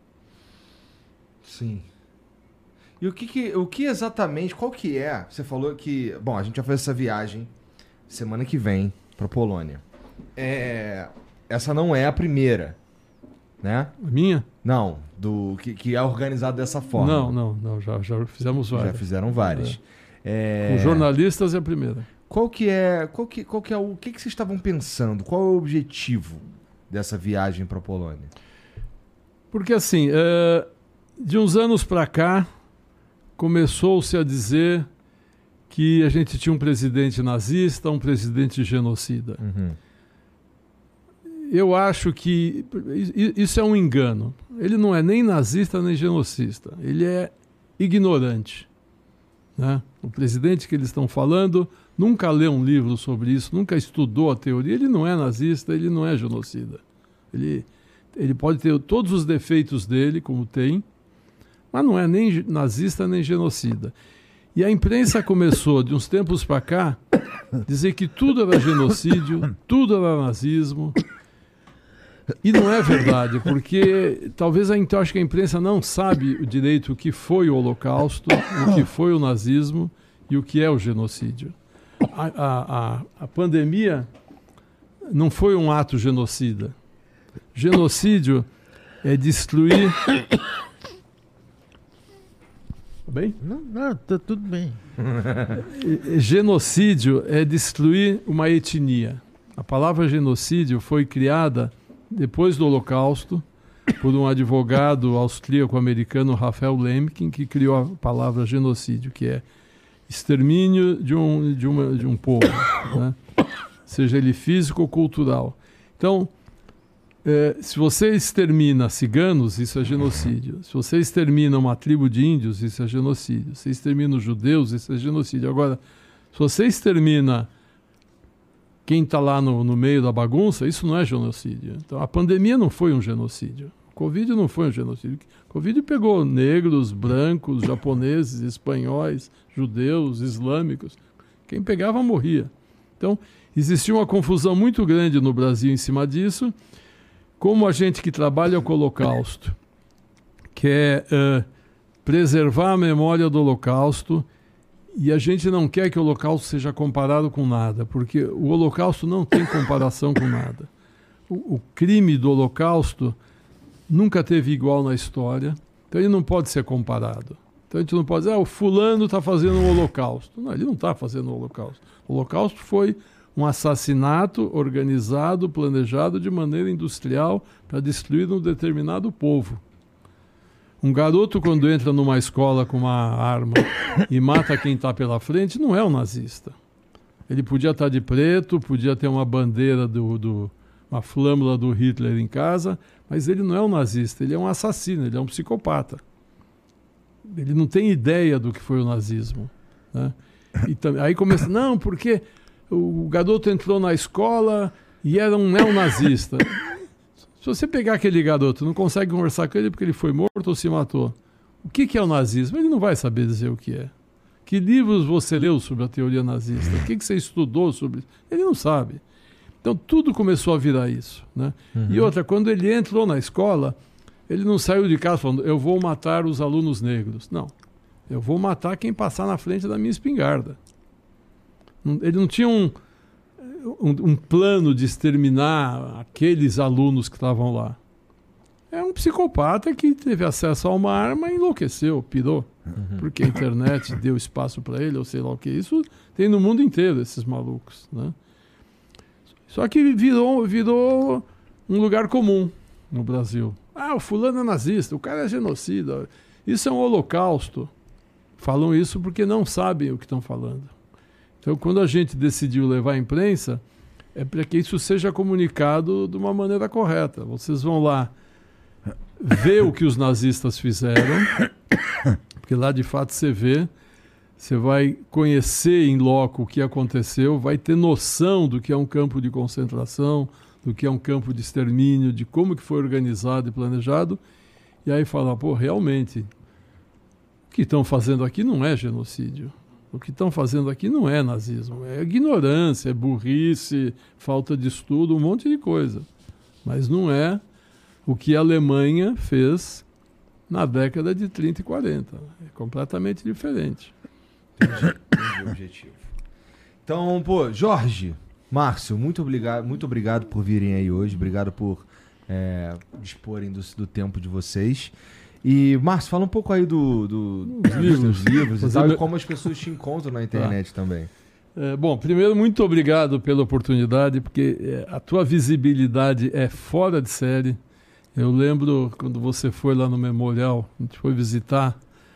Sim. E o que exatamente, qual que é? Você falou que, bom, a gente vai fazer essa viagem semana que vem para Polônia. Essa não é a primeira, né? A minha? Não, que é organizado dessa forma. Não, já fizemos várias. Já fizeram várias. Com jornalistas é a primeira. O que vocês estavam pensando? Qual é o objetivo dessa viagem para a Polônia? Porque assim, de uns anos para cá, começou-se a dizer que a gente tinha um presidente nazista, um presidente genocida. Uhum. Eu acho que isso é um engano. Ele não é nem nazista nem genocida. Ele é ignorante, né? O presidente que eles estão falando nunca leu um livro sobre isso, nunca estudou a teoria. Ele não é nazista, ele não é genocida. Ele pode ter todos os defeitos dele, como tem, mas não é nem nazista nem genocida. E a imprensa começou, de uns tempos para cá, dizer que tudo era genocídio, tudo era nazismo. E não é verdade, porque talvez acho que a imprensa não sabe direito o que foi o Holocausto, o que foi o nazismo e o que é o genocídio. A pandemia não foi um ato genocida. Genocídio é destruir Bem? Não, tá tudo bem. Genocídio é destruir uma etnia. A palavra genocídio foi criada depois do Holocausto por um advogado austríaco-americano, Raphael Lemkin, que criou a palavra genocídio, que é extermínio de um povo, né? Seja ele físico ou cultural. Então, se você extermina ciganos, isso é genocídio. Se você extermina uma tribo de índios, isso é genocídio. Se você extermina os judeus, isso é genocídio. Agora, se você extermina quem está lá no meio da bagunça, isso não é genocídio. Então, a pandemia não foi um genocídio. O Covid não foi um genocídio. O Covid pegou negros, brancos, japoneses, espanhóis, judeus, islâmicos. Quem pegava morria. Então, existia uma confusão muito grande no Brasil em cima disso. Como a gente que trabalha com o Holocausto quer preservar a memória do Holocausto, e a gente não quer que o Holocausto seja comparado com nada, porque o Holocausto não tem comparação com nada. O crime do Holocausto nunca teve igual na história, então ele não pode ser comparado. Então a gente não pode dizer, o fulano está fazendo um Holocausto. Não, ele não está fazendo um Holocausto. O Holocausto foi um assassinato organizado, planejado de maneira industrial para destruir um determinado povo. Um garoto, quando entra numa escola com uma arma e mata quem está pela frente, não é um nazista. Ele podia estar de preto, podia ter uma bandeira, uma flâmula do Hitler em casa, mas ele não é um nazista, ele é um assassino, ele é um psicopata. Ele não tem ideia do que foi o nazismo, né? E aí começa, não, porque o garoto entrou na escola e era um neonazista. Se você pegar aquele garoto, não consegue conversar com ele porque ele foi morto ou se matou. O que é o nazismo? Ele não vai saber dizer o que é. Que livros você leu sobre a teoria nazista? O que você estudou sobre isso? Ele não sabe. Então tudo começou a virar isso, né? Uhum. E outra, quando ele entrou na escola, ele não saiu de casa falando, eu vou matar os alunos negros. Não. Eu vou matar quem passar na frente da minha espingarda. Ele não tinha um plano de exterminar aqueles alunos que estavam lá. É um psicopata que teve acesso a uma arma e enlouqueceu, pirou. Uhum. Porque a internet deu espaço para ele, ou sei lá o que. Isso tem no mundo inteiro, esses malucos, né? Só que virou um lugar comum no Brasil. O fulano é nazista, o cara é genocida. Isso é um holocausto. Falam isso porque não sabem o que estão falando. Então, quando a gente decidiu levar à imprensa, é para que isso seja comunicado de uma maneira correta. Vocês vão lá ver o que os nazistas fizeram, porque lá de fato você vê, você vai conhecer em loco o que aconteceu, vai ter noção do que é um campo de concentração, do que é um campo de extermínio, de como que foi organizado e planejado, e aí falar, realmente, o que estão fazendo aqui não é genocídio. O que estão fazendo aqui não é nazismo, é ignorância, é burrice, falta de estudo, um monte de coisa. Mas não é o que a Alemanha fez na década de 30 e 40. É completamente diferente. Entendi o objetivo. Então, Jorge, Márcio, muito obrigado por virem aí hoje, obrigado por disporem do tempo de vocês. E, Márcio, fala um pouco aí dos livros e tal, e como as pessoas te encontram na internet também. Bom, primeiro, muito obrigado pela oportunidade, porque a tua visibilidade é fora de série. Eu lembro quando você foi lá no Memorial, a gente foi visitar,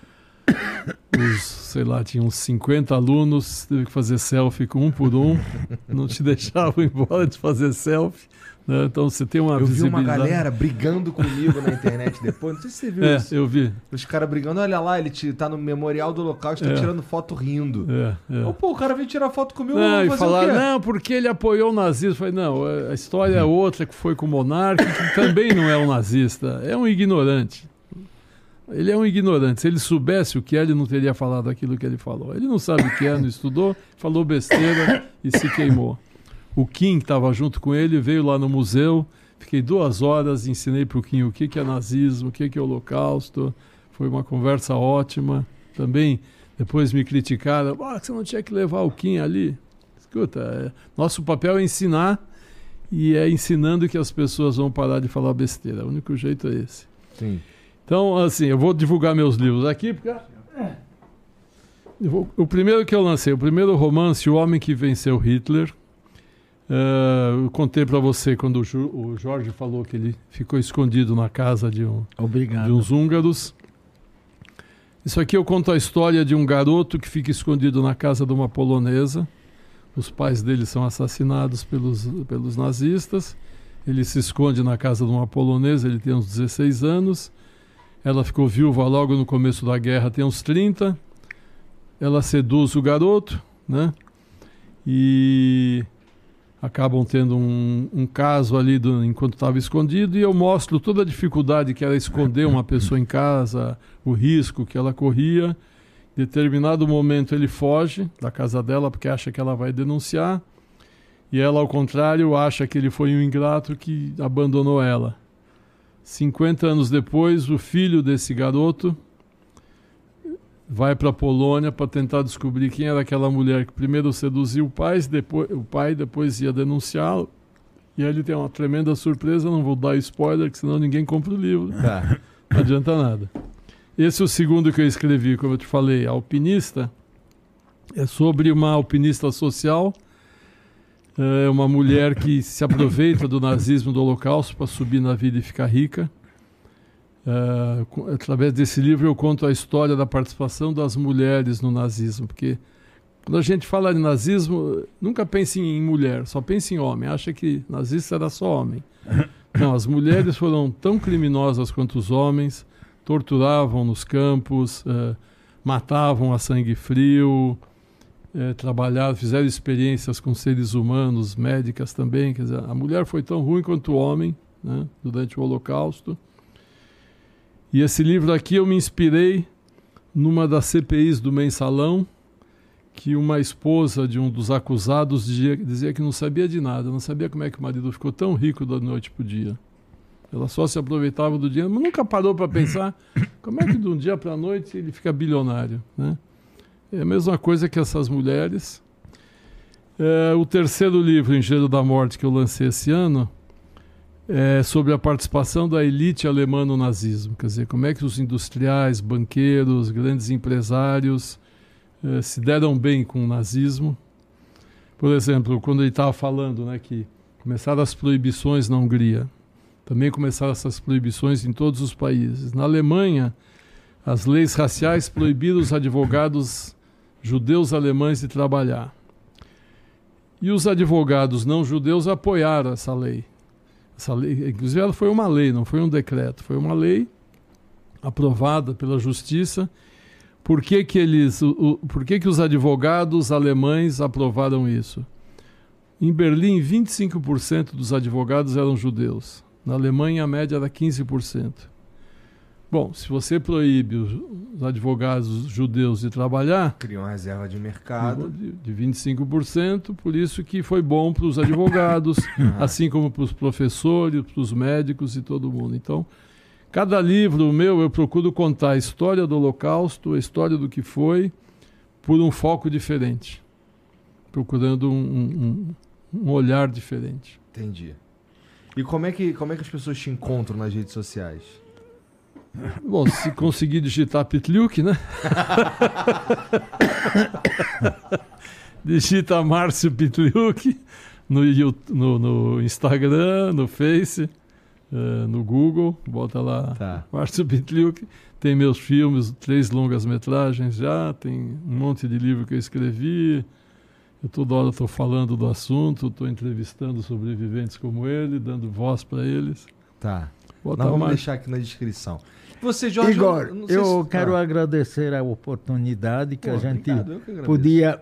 tinha uns 50 alunos, teve que fazer selfie com um por um, não te deixavam embora de fazer selfie. Então você tem uma visibilidade. Eu vi uma galera brigando comigo na internet depois, não sei se você viu isso. Eu vi. Os caras brigando, olha lá, ele tá no Memorial do Holocausto, tá tirando foto rindo. O cara veio tirar foto comigo, e falar, não, porque ele apoiou o nazismo. Eu falei, não, a história é outra, que foi com o monarca, que também não é um nazista, é um ignorante. Ele é um ignorante. Se ele soubesse o que é, ele não teria falado aquilo que ele falou. Ele não sabe o que é, não estudou, falou besteira e se queimou. O Kim, que estava junto com ele, veio lá no museu, fiquei 2 horas, ensinei para o Kim o que é nazismo, o que é holocausto, foi uma conversa ótima. Também, depois me criticaram, você não tinha que levar o Kim ali. Escuta, nosso papel é ensinar, e é ensinando que as pessoas vão parar de falar besteira. O único jeito é esse. Sim. Então, assim, eu vou divulgar meus livros aqui, porque O primeiro que eu lancei, o primeiro romance, O Homem que Venceu Hitler. Eu contei para você quando o Jorge falou que ele ficou escondido na casa de uns húngaros. Isso aqui eu conto a história de um garoto que fica escondido na casa de uma polonesa. Os pais dele são assassinados pelos nazistas. Ele se esconde na casa de uma polonesa, ele tem uns 16 anos. Ela ficou viúva logo no começo da guerra, tem uns 30. Ela seduz o garoto, né? E acabam tendo um caso ali enquanto estava escondido, e eu mostro toda a dificuldade que era esconder uma pessoa em casa, o risco que ela corria. Em determinado momento ele foge da casa dela porque acha que ela vai denunciar, e ela, ao contrário, acha que ele foi um ingrato que abandonou ela. 50 anos depois, o filho desse garoto vai para a Polônia para tentar descobrir quem era aquela mulher que primeiro seduziu o pai, depois ia denunciá-lo. E aí ele tem uma tremenda surpresa, não vou dar spoiler, que senão ninguém compra o livro. Não adianta nada. Esse é o segundo que eu escrevi, como eu te falei, Alpinista. É sobre uma alpinista social, uma mulher que se aproveita do nazismo, do Holocausto, para subir na vida e ficar rica. Através desse livro eu conto a história da participação das mulheres no nazismo, porque quando a gente fala de nazismo, nunca pense em mulher, só pense em homem, acha que nazista era só homem. Não, as mulheres foram tão criminosas quanto os homens, torturavam nos campos, matavam a sangue frio, trabalharam, fizeram experiências com seres humanos, médicas também. Quer dizer, a mulher foi tão ruim quanto o homem, né, durante o Holocausto. E esse livro aqui eu me inspirei numa das CPIs do Mensalão, que uma esposa de um dos acusados dizia que não sabia de nada, não sabia como é que o marido ficou tão rico da noite para o dia. Ela só se aproveitava do dinheiro, mas nunca parou para pensar como é que de um dia para a noite ele fica bilionário, né? É a mesma coisa que essas mulheres. O terceiro livro, Engenheiro da Morte, que eu lancei esse ano, é sobre a participação da elite alemã no nazismo. Quer dizer, como é que os industriais, banqueiros, grandes empresários se deram bem com o nazismo. Por exemplo, quando ele estava falando, né, que começaram as proibições na Hungria, também começaram essas proibições em todos os países. Na Alemanha, as leis raciais proibiram os advogados judeus alemães de trabalhar. E os advogados não judeus apoiaram essa lei. Essa lei, inclusive, ela foi uma lei, não foi um decreto, foi uma lei aprovada pela justiça. Por que que os advogados alemães aprovaram isso? Em Berlim, 25% dos advogados eram judeus. Na Alemanha, a média era 15%. Bom, se você proíbe os advogados judeus de trabalhar... Cria uma reserva de mercado. De 25%, por isso que foi bom para os advogados, assim como para os professores, para os médicos e todo mundo. Então, cada livro meu, eu procuro contar a história do Holocausto, a história do que foi, por um foco diferente. Procurando um olhar diferente. Entendi. E como é que as pessoas te encontram nas redes sociais? Bom, se conseguir digitar Pitliuk, né? Digita Márcio Pitliuk no Instagram, no Face, no Google, bota lá, tá. Márcio Pitliuk. Tem meus filmes, 3 longas-metragens já, tem um monte de livro que eu escrevi. Eu toda hora estou falando do assunto, estou entrevistando sobreviventes como ele, dando voz para eles. Tá. Nós vamos deixar aqui na descrição. Você, Jorge, Igor, eu quero agradecer a oportunidade que a gente podia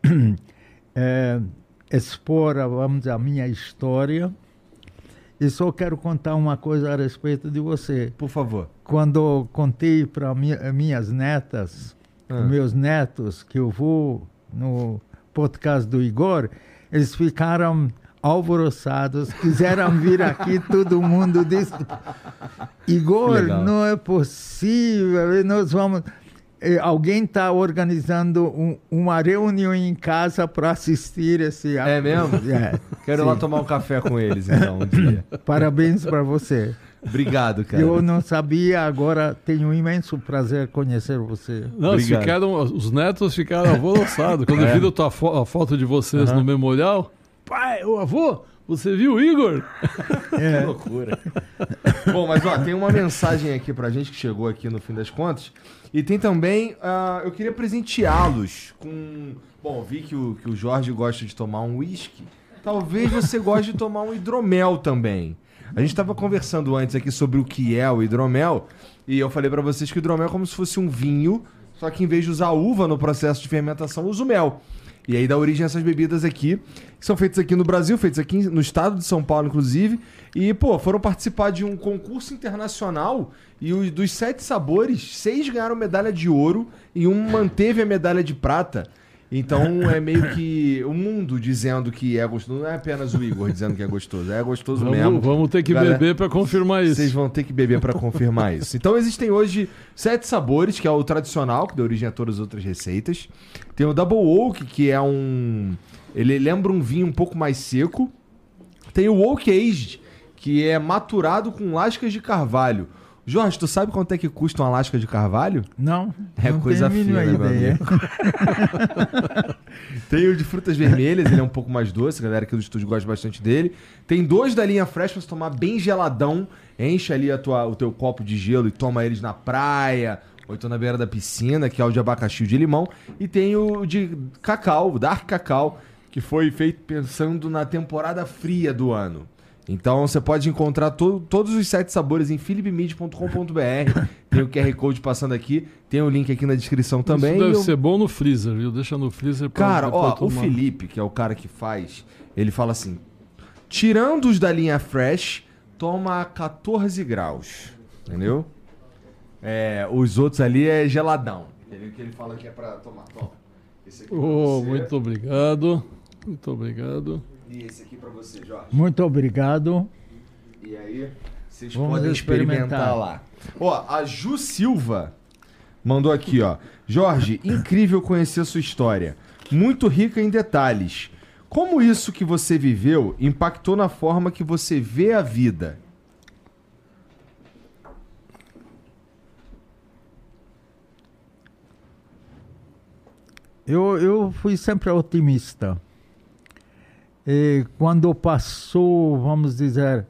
expor, vamos dizer, a minha história. E só quero contar uma coisa a respeito de você. Por favor. Quando contei para minhas netas, meus netos, que eu vou no podcast do Igor, eles ficaram alvoroçados, quiseram vir aqui, todo mundo disse, Igor, legal. Não é possível, nós vamos... Alguém está organizando uma reunião em casa para assistir esse... É mesmo? É. Quero ir lá tomar um café com eles, então, um dia. Parabéns para você. Obrigado, cara. Eu não sabia, agora tenho um imenso prazer conhecer você. Não, os netos ficaram alvoroçados. Quando viram a foto de vocês no memorial, pai, o avô, você viu o Igor? Que loucura. Bom, mas ó, tem uma mensagem aqui pra gente que chegou aqui no fim das contas. E tem também, eu queria presenteá-los com... Bom, vi que o Jorge gosta de tomar um whisky. Talvez você goste de tomar um hidromel também. A gente estava conversando antes aqui sobre o que é o hidromel. E eu falei pra vocês que o hidromel é como se fosse um vinho, só que em vez de usar uva no processo de fermentação, usa o mel. E aí dá origem a essas bebidas aqui, que são feitas aqui no Brasil, feitas aqui no estado de São Paulo, inclusive. E, pô, foram participar de um concurso internacional e dos 7 sabores, 6 ganharam medalha de ouro e um manteve a medalha de prata. Então é meio que o mundo dizendo que é gostoso. Não é apenas o Igor dizendo que é gostoso. É gostoso mesmo. Vamos ter que beber para confirmar isso. Vocês vão ter que beber para confirmar isso. Então existem hoje 7 sabores, que é o tradicional, que dá origem a todas as outras receitas. Tem o Double Oak, que é um... Ele lembra um vinho um pouco mais seco. Tem o Oak Aged, que é maturado com lascas de carvalho. Jorge, tu sabe quanto é que custa uma lasca de carvalho? Não, é não coisa fina, né, meu amigo? Tem o de frutas vermelhas, ele é um pouco mais doce, a galera aqui do estúdio gosta bastante dele. Tem 2 da linha Fresh pra você tomar bem geladão. Enche ali o teu copo de gelo e toma eles na praia, ou então na beira da piscina, que é o de abacaxi e de limão. E tem o de cacau, o Dark Cacau, que foi feito pensando na temporada fria do ano. Então você pode encontrar todos os 7 sabores em philipmid.com.br. Tem o QR Code passando aqui, tem o link aqui na descrição também. Isso deve ser bom no freezer, viu? Deixa no freezer pra Cara, ó, o Felipe, que é o cara que faz, ele fala assim: tirando os da linha Fresh, toma a 14 graus. Entendeu? Os outros ali é geladão. Entendeu? O que ele fala que é pra tomar. Toma. Esse aqui muito obrigado. Muito obrigado. E esse aqui pra você, Jorge. Muito obrigado. E aí, vocês podem experimentar lá. Ó, a Ju Silva mandou aqui, ó. Jorge, incrível conhecer a sua história. Muito rica em detalhes. Como isso que você viveu impactou na forma que você vê a vida? Eu fui sempre otimista. E quando passou, vamos dizer,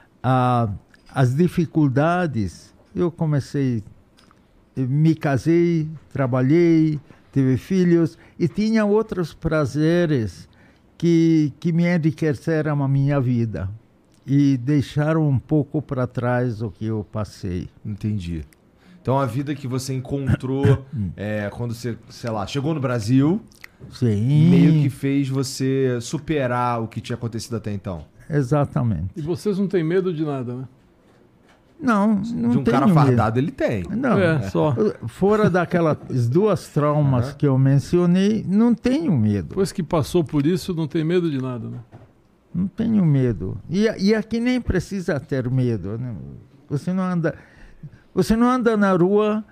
as dificuldades, eu comecei, me casei, trabalhei, tive filhos e tinha outros prazeres que me enriqueceram a minha vida e deixaram um pouco para trás o que eu passei. Entendi. Então a vida que você encontrou quando você, sei lá, chegou no Brasil... Sim. Meio que fez você superar o que tinha acontecido até então. Exatamente. E vocês não têm medo de nada, né? Não de um cara fardado ele tem. Não. Só. Fora daquelas 2 traumas que eu mencionei, não tenho medo. Depois que passou por isso, não tem medo de nada, né? Não tenho medo. E aqui nem precisa ter medo, né? Você não anda na rua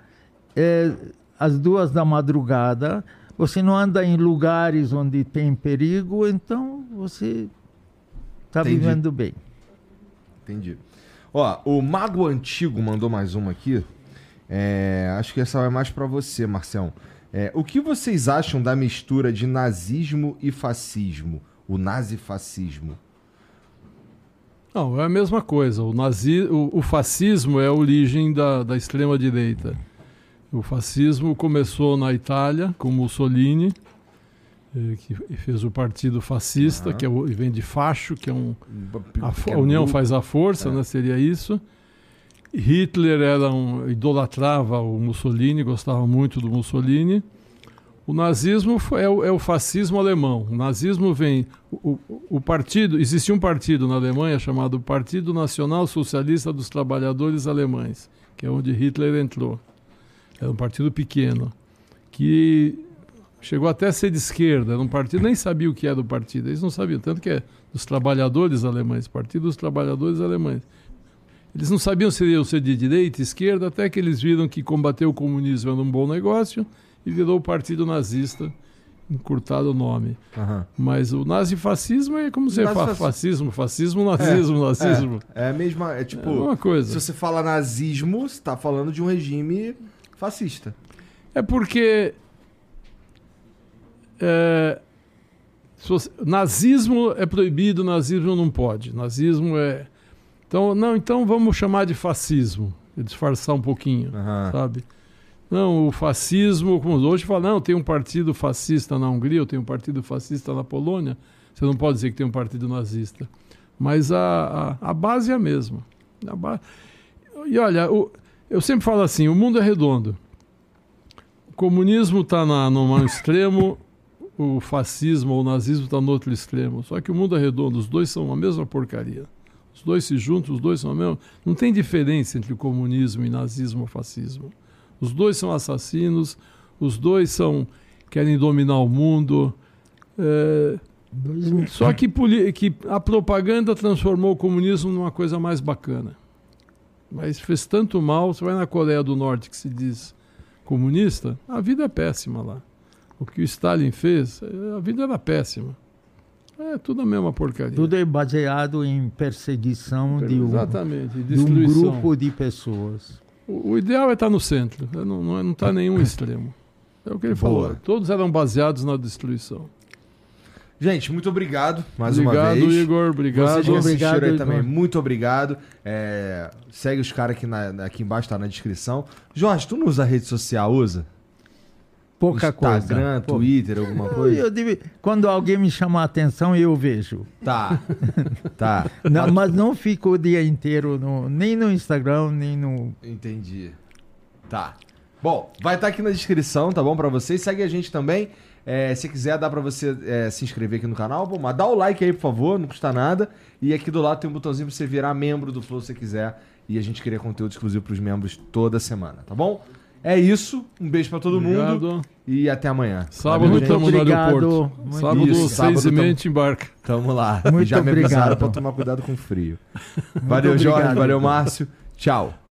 às 2 da madrugada. Você não anda em lugares onde tem perigo, então você está vivendo bem. Entendi. Ó, o Mago Antigo mandou mais uma aqui. Acho que essa é mais para você, Marcião. O que vocês acham da mistura de nazismo e fascismo? O nazifascismo? Não, é a mesma coisa. O fascismo é a origem da extrema-direita. O fascismo começou na Itália, com Mussolini, que fez o partido fascista, que vem de fascio, que é a união faz a força, né, seria isso. Hitler idolatrava o Mussolini, gostava muito do Mussolini. O nazismo é o fascismo alemão. O nazismo vem... Existia um partido na Alemanha chamado Partido Nacional Socialista dos Trabalhadores Alemães, que é onde Hitler entrou. Era um partido pequeno, que chegou até a ser de esquerda. Era um partido, nem sabia o que era o partido. Eles não sabiam, tanto que é dos trabalhadores alemães, Partido dos Trabalhadores Alemães. Eles não sabiam se iam ser de direita, esquerda, até que eles viram que combater o comunismo era um bom negócio e virou o partido nazista encurtado o nome. Aham. Mas o nazifascismo é como você fala, Nazifascismo. fascismo, nazismo. É a mesma. É tipo. É uma coisa. Se você fala nazismo, você tá falando de um regime fascista. É porque nazismo é proibido, nazismo não pode. Nazismo é. Então vamos chamar de fascismo, disfarçar um pouquinho, Aham. sabe? Não, o fascismo, como hoje fala, não, tem um partido fascista na Hungria, ou tem um partido fascista na Polônia. Você não pode dizer que tem um partido nazista. Mas a base é a mesma. E olha, eu sempre falo assim, o mundo é redondo. O comunismo está num extremo, o fascismo ou o nazismo está no outro extremo. Só que o mundo é redondo, os dois são a mesma porcaria. Os dois se juntam, os dois são a mesma. Não tem diferença entre comunismo e nazismo ou fascismo. Os dois são assassinos, os dois querem dominar o mundo. Só que a propaganda transformou o comunismo numa coisa mais bacana. Mas fez tanto mal. Você vai na Coreia do Norte, que se diz comunista, a vida é péssima lá. O que o Stalin fez, a vida era péssima. É tudo a mesma porcaria. Tudo é baseado em perseguição Exatamente, de um destruição. grupo de pessoas. O ideal é estar no centro, não está em nenhum extremo. É o que ele Boa. falou. Todos eram baseados na destruição. Gente, muito obrigado mais uma Obrigado, vez. Igor. Obrigado. Vocês que assistiram Obrigado, aí Igor. também, muito obrigado. Segue os caras aqui embaixo, tá na descrição. Jorge, tu não usa rede social, usa? Pouca coisa. Instagram, Twitter, alguma coisa? Quando alguém me chama a atenção, eu vejo. Tá. Não, mas não fico o dia inteiro, nem no Instagram, nem no... Entendi. Tá. Bom, vai estar aqui na descrição, tá bom? Pra vocês. Segue a gente também. Se quiser, dá pra você se inscrever aqui no canal. Bom, mas dá o like aí, por favor, não custa nada. E aqui do lado tem um botãozinho pra você virar membro do Flow se você quiser. E a gente cria conteúdo exclusivo pros membros toda semana, tá bom? É isso. Um beijo pra todo mundo. E até amanhã. Sábado Valeu, estamos no obrigado. aeroporto. Muito Sábado, Isso, 6h30 tamo- a gente embarca. Tamo lá. Muito Já me avisaram obrigado. pra tomar cuidado com o frio. Valeu, Jorge. obrigado. Valeu, Márcio. Tchau.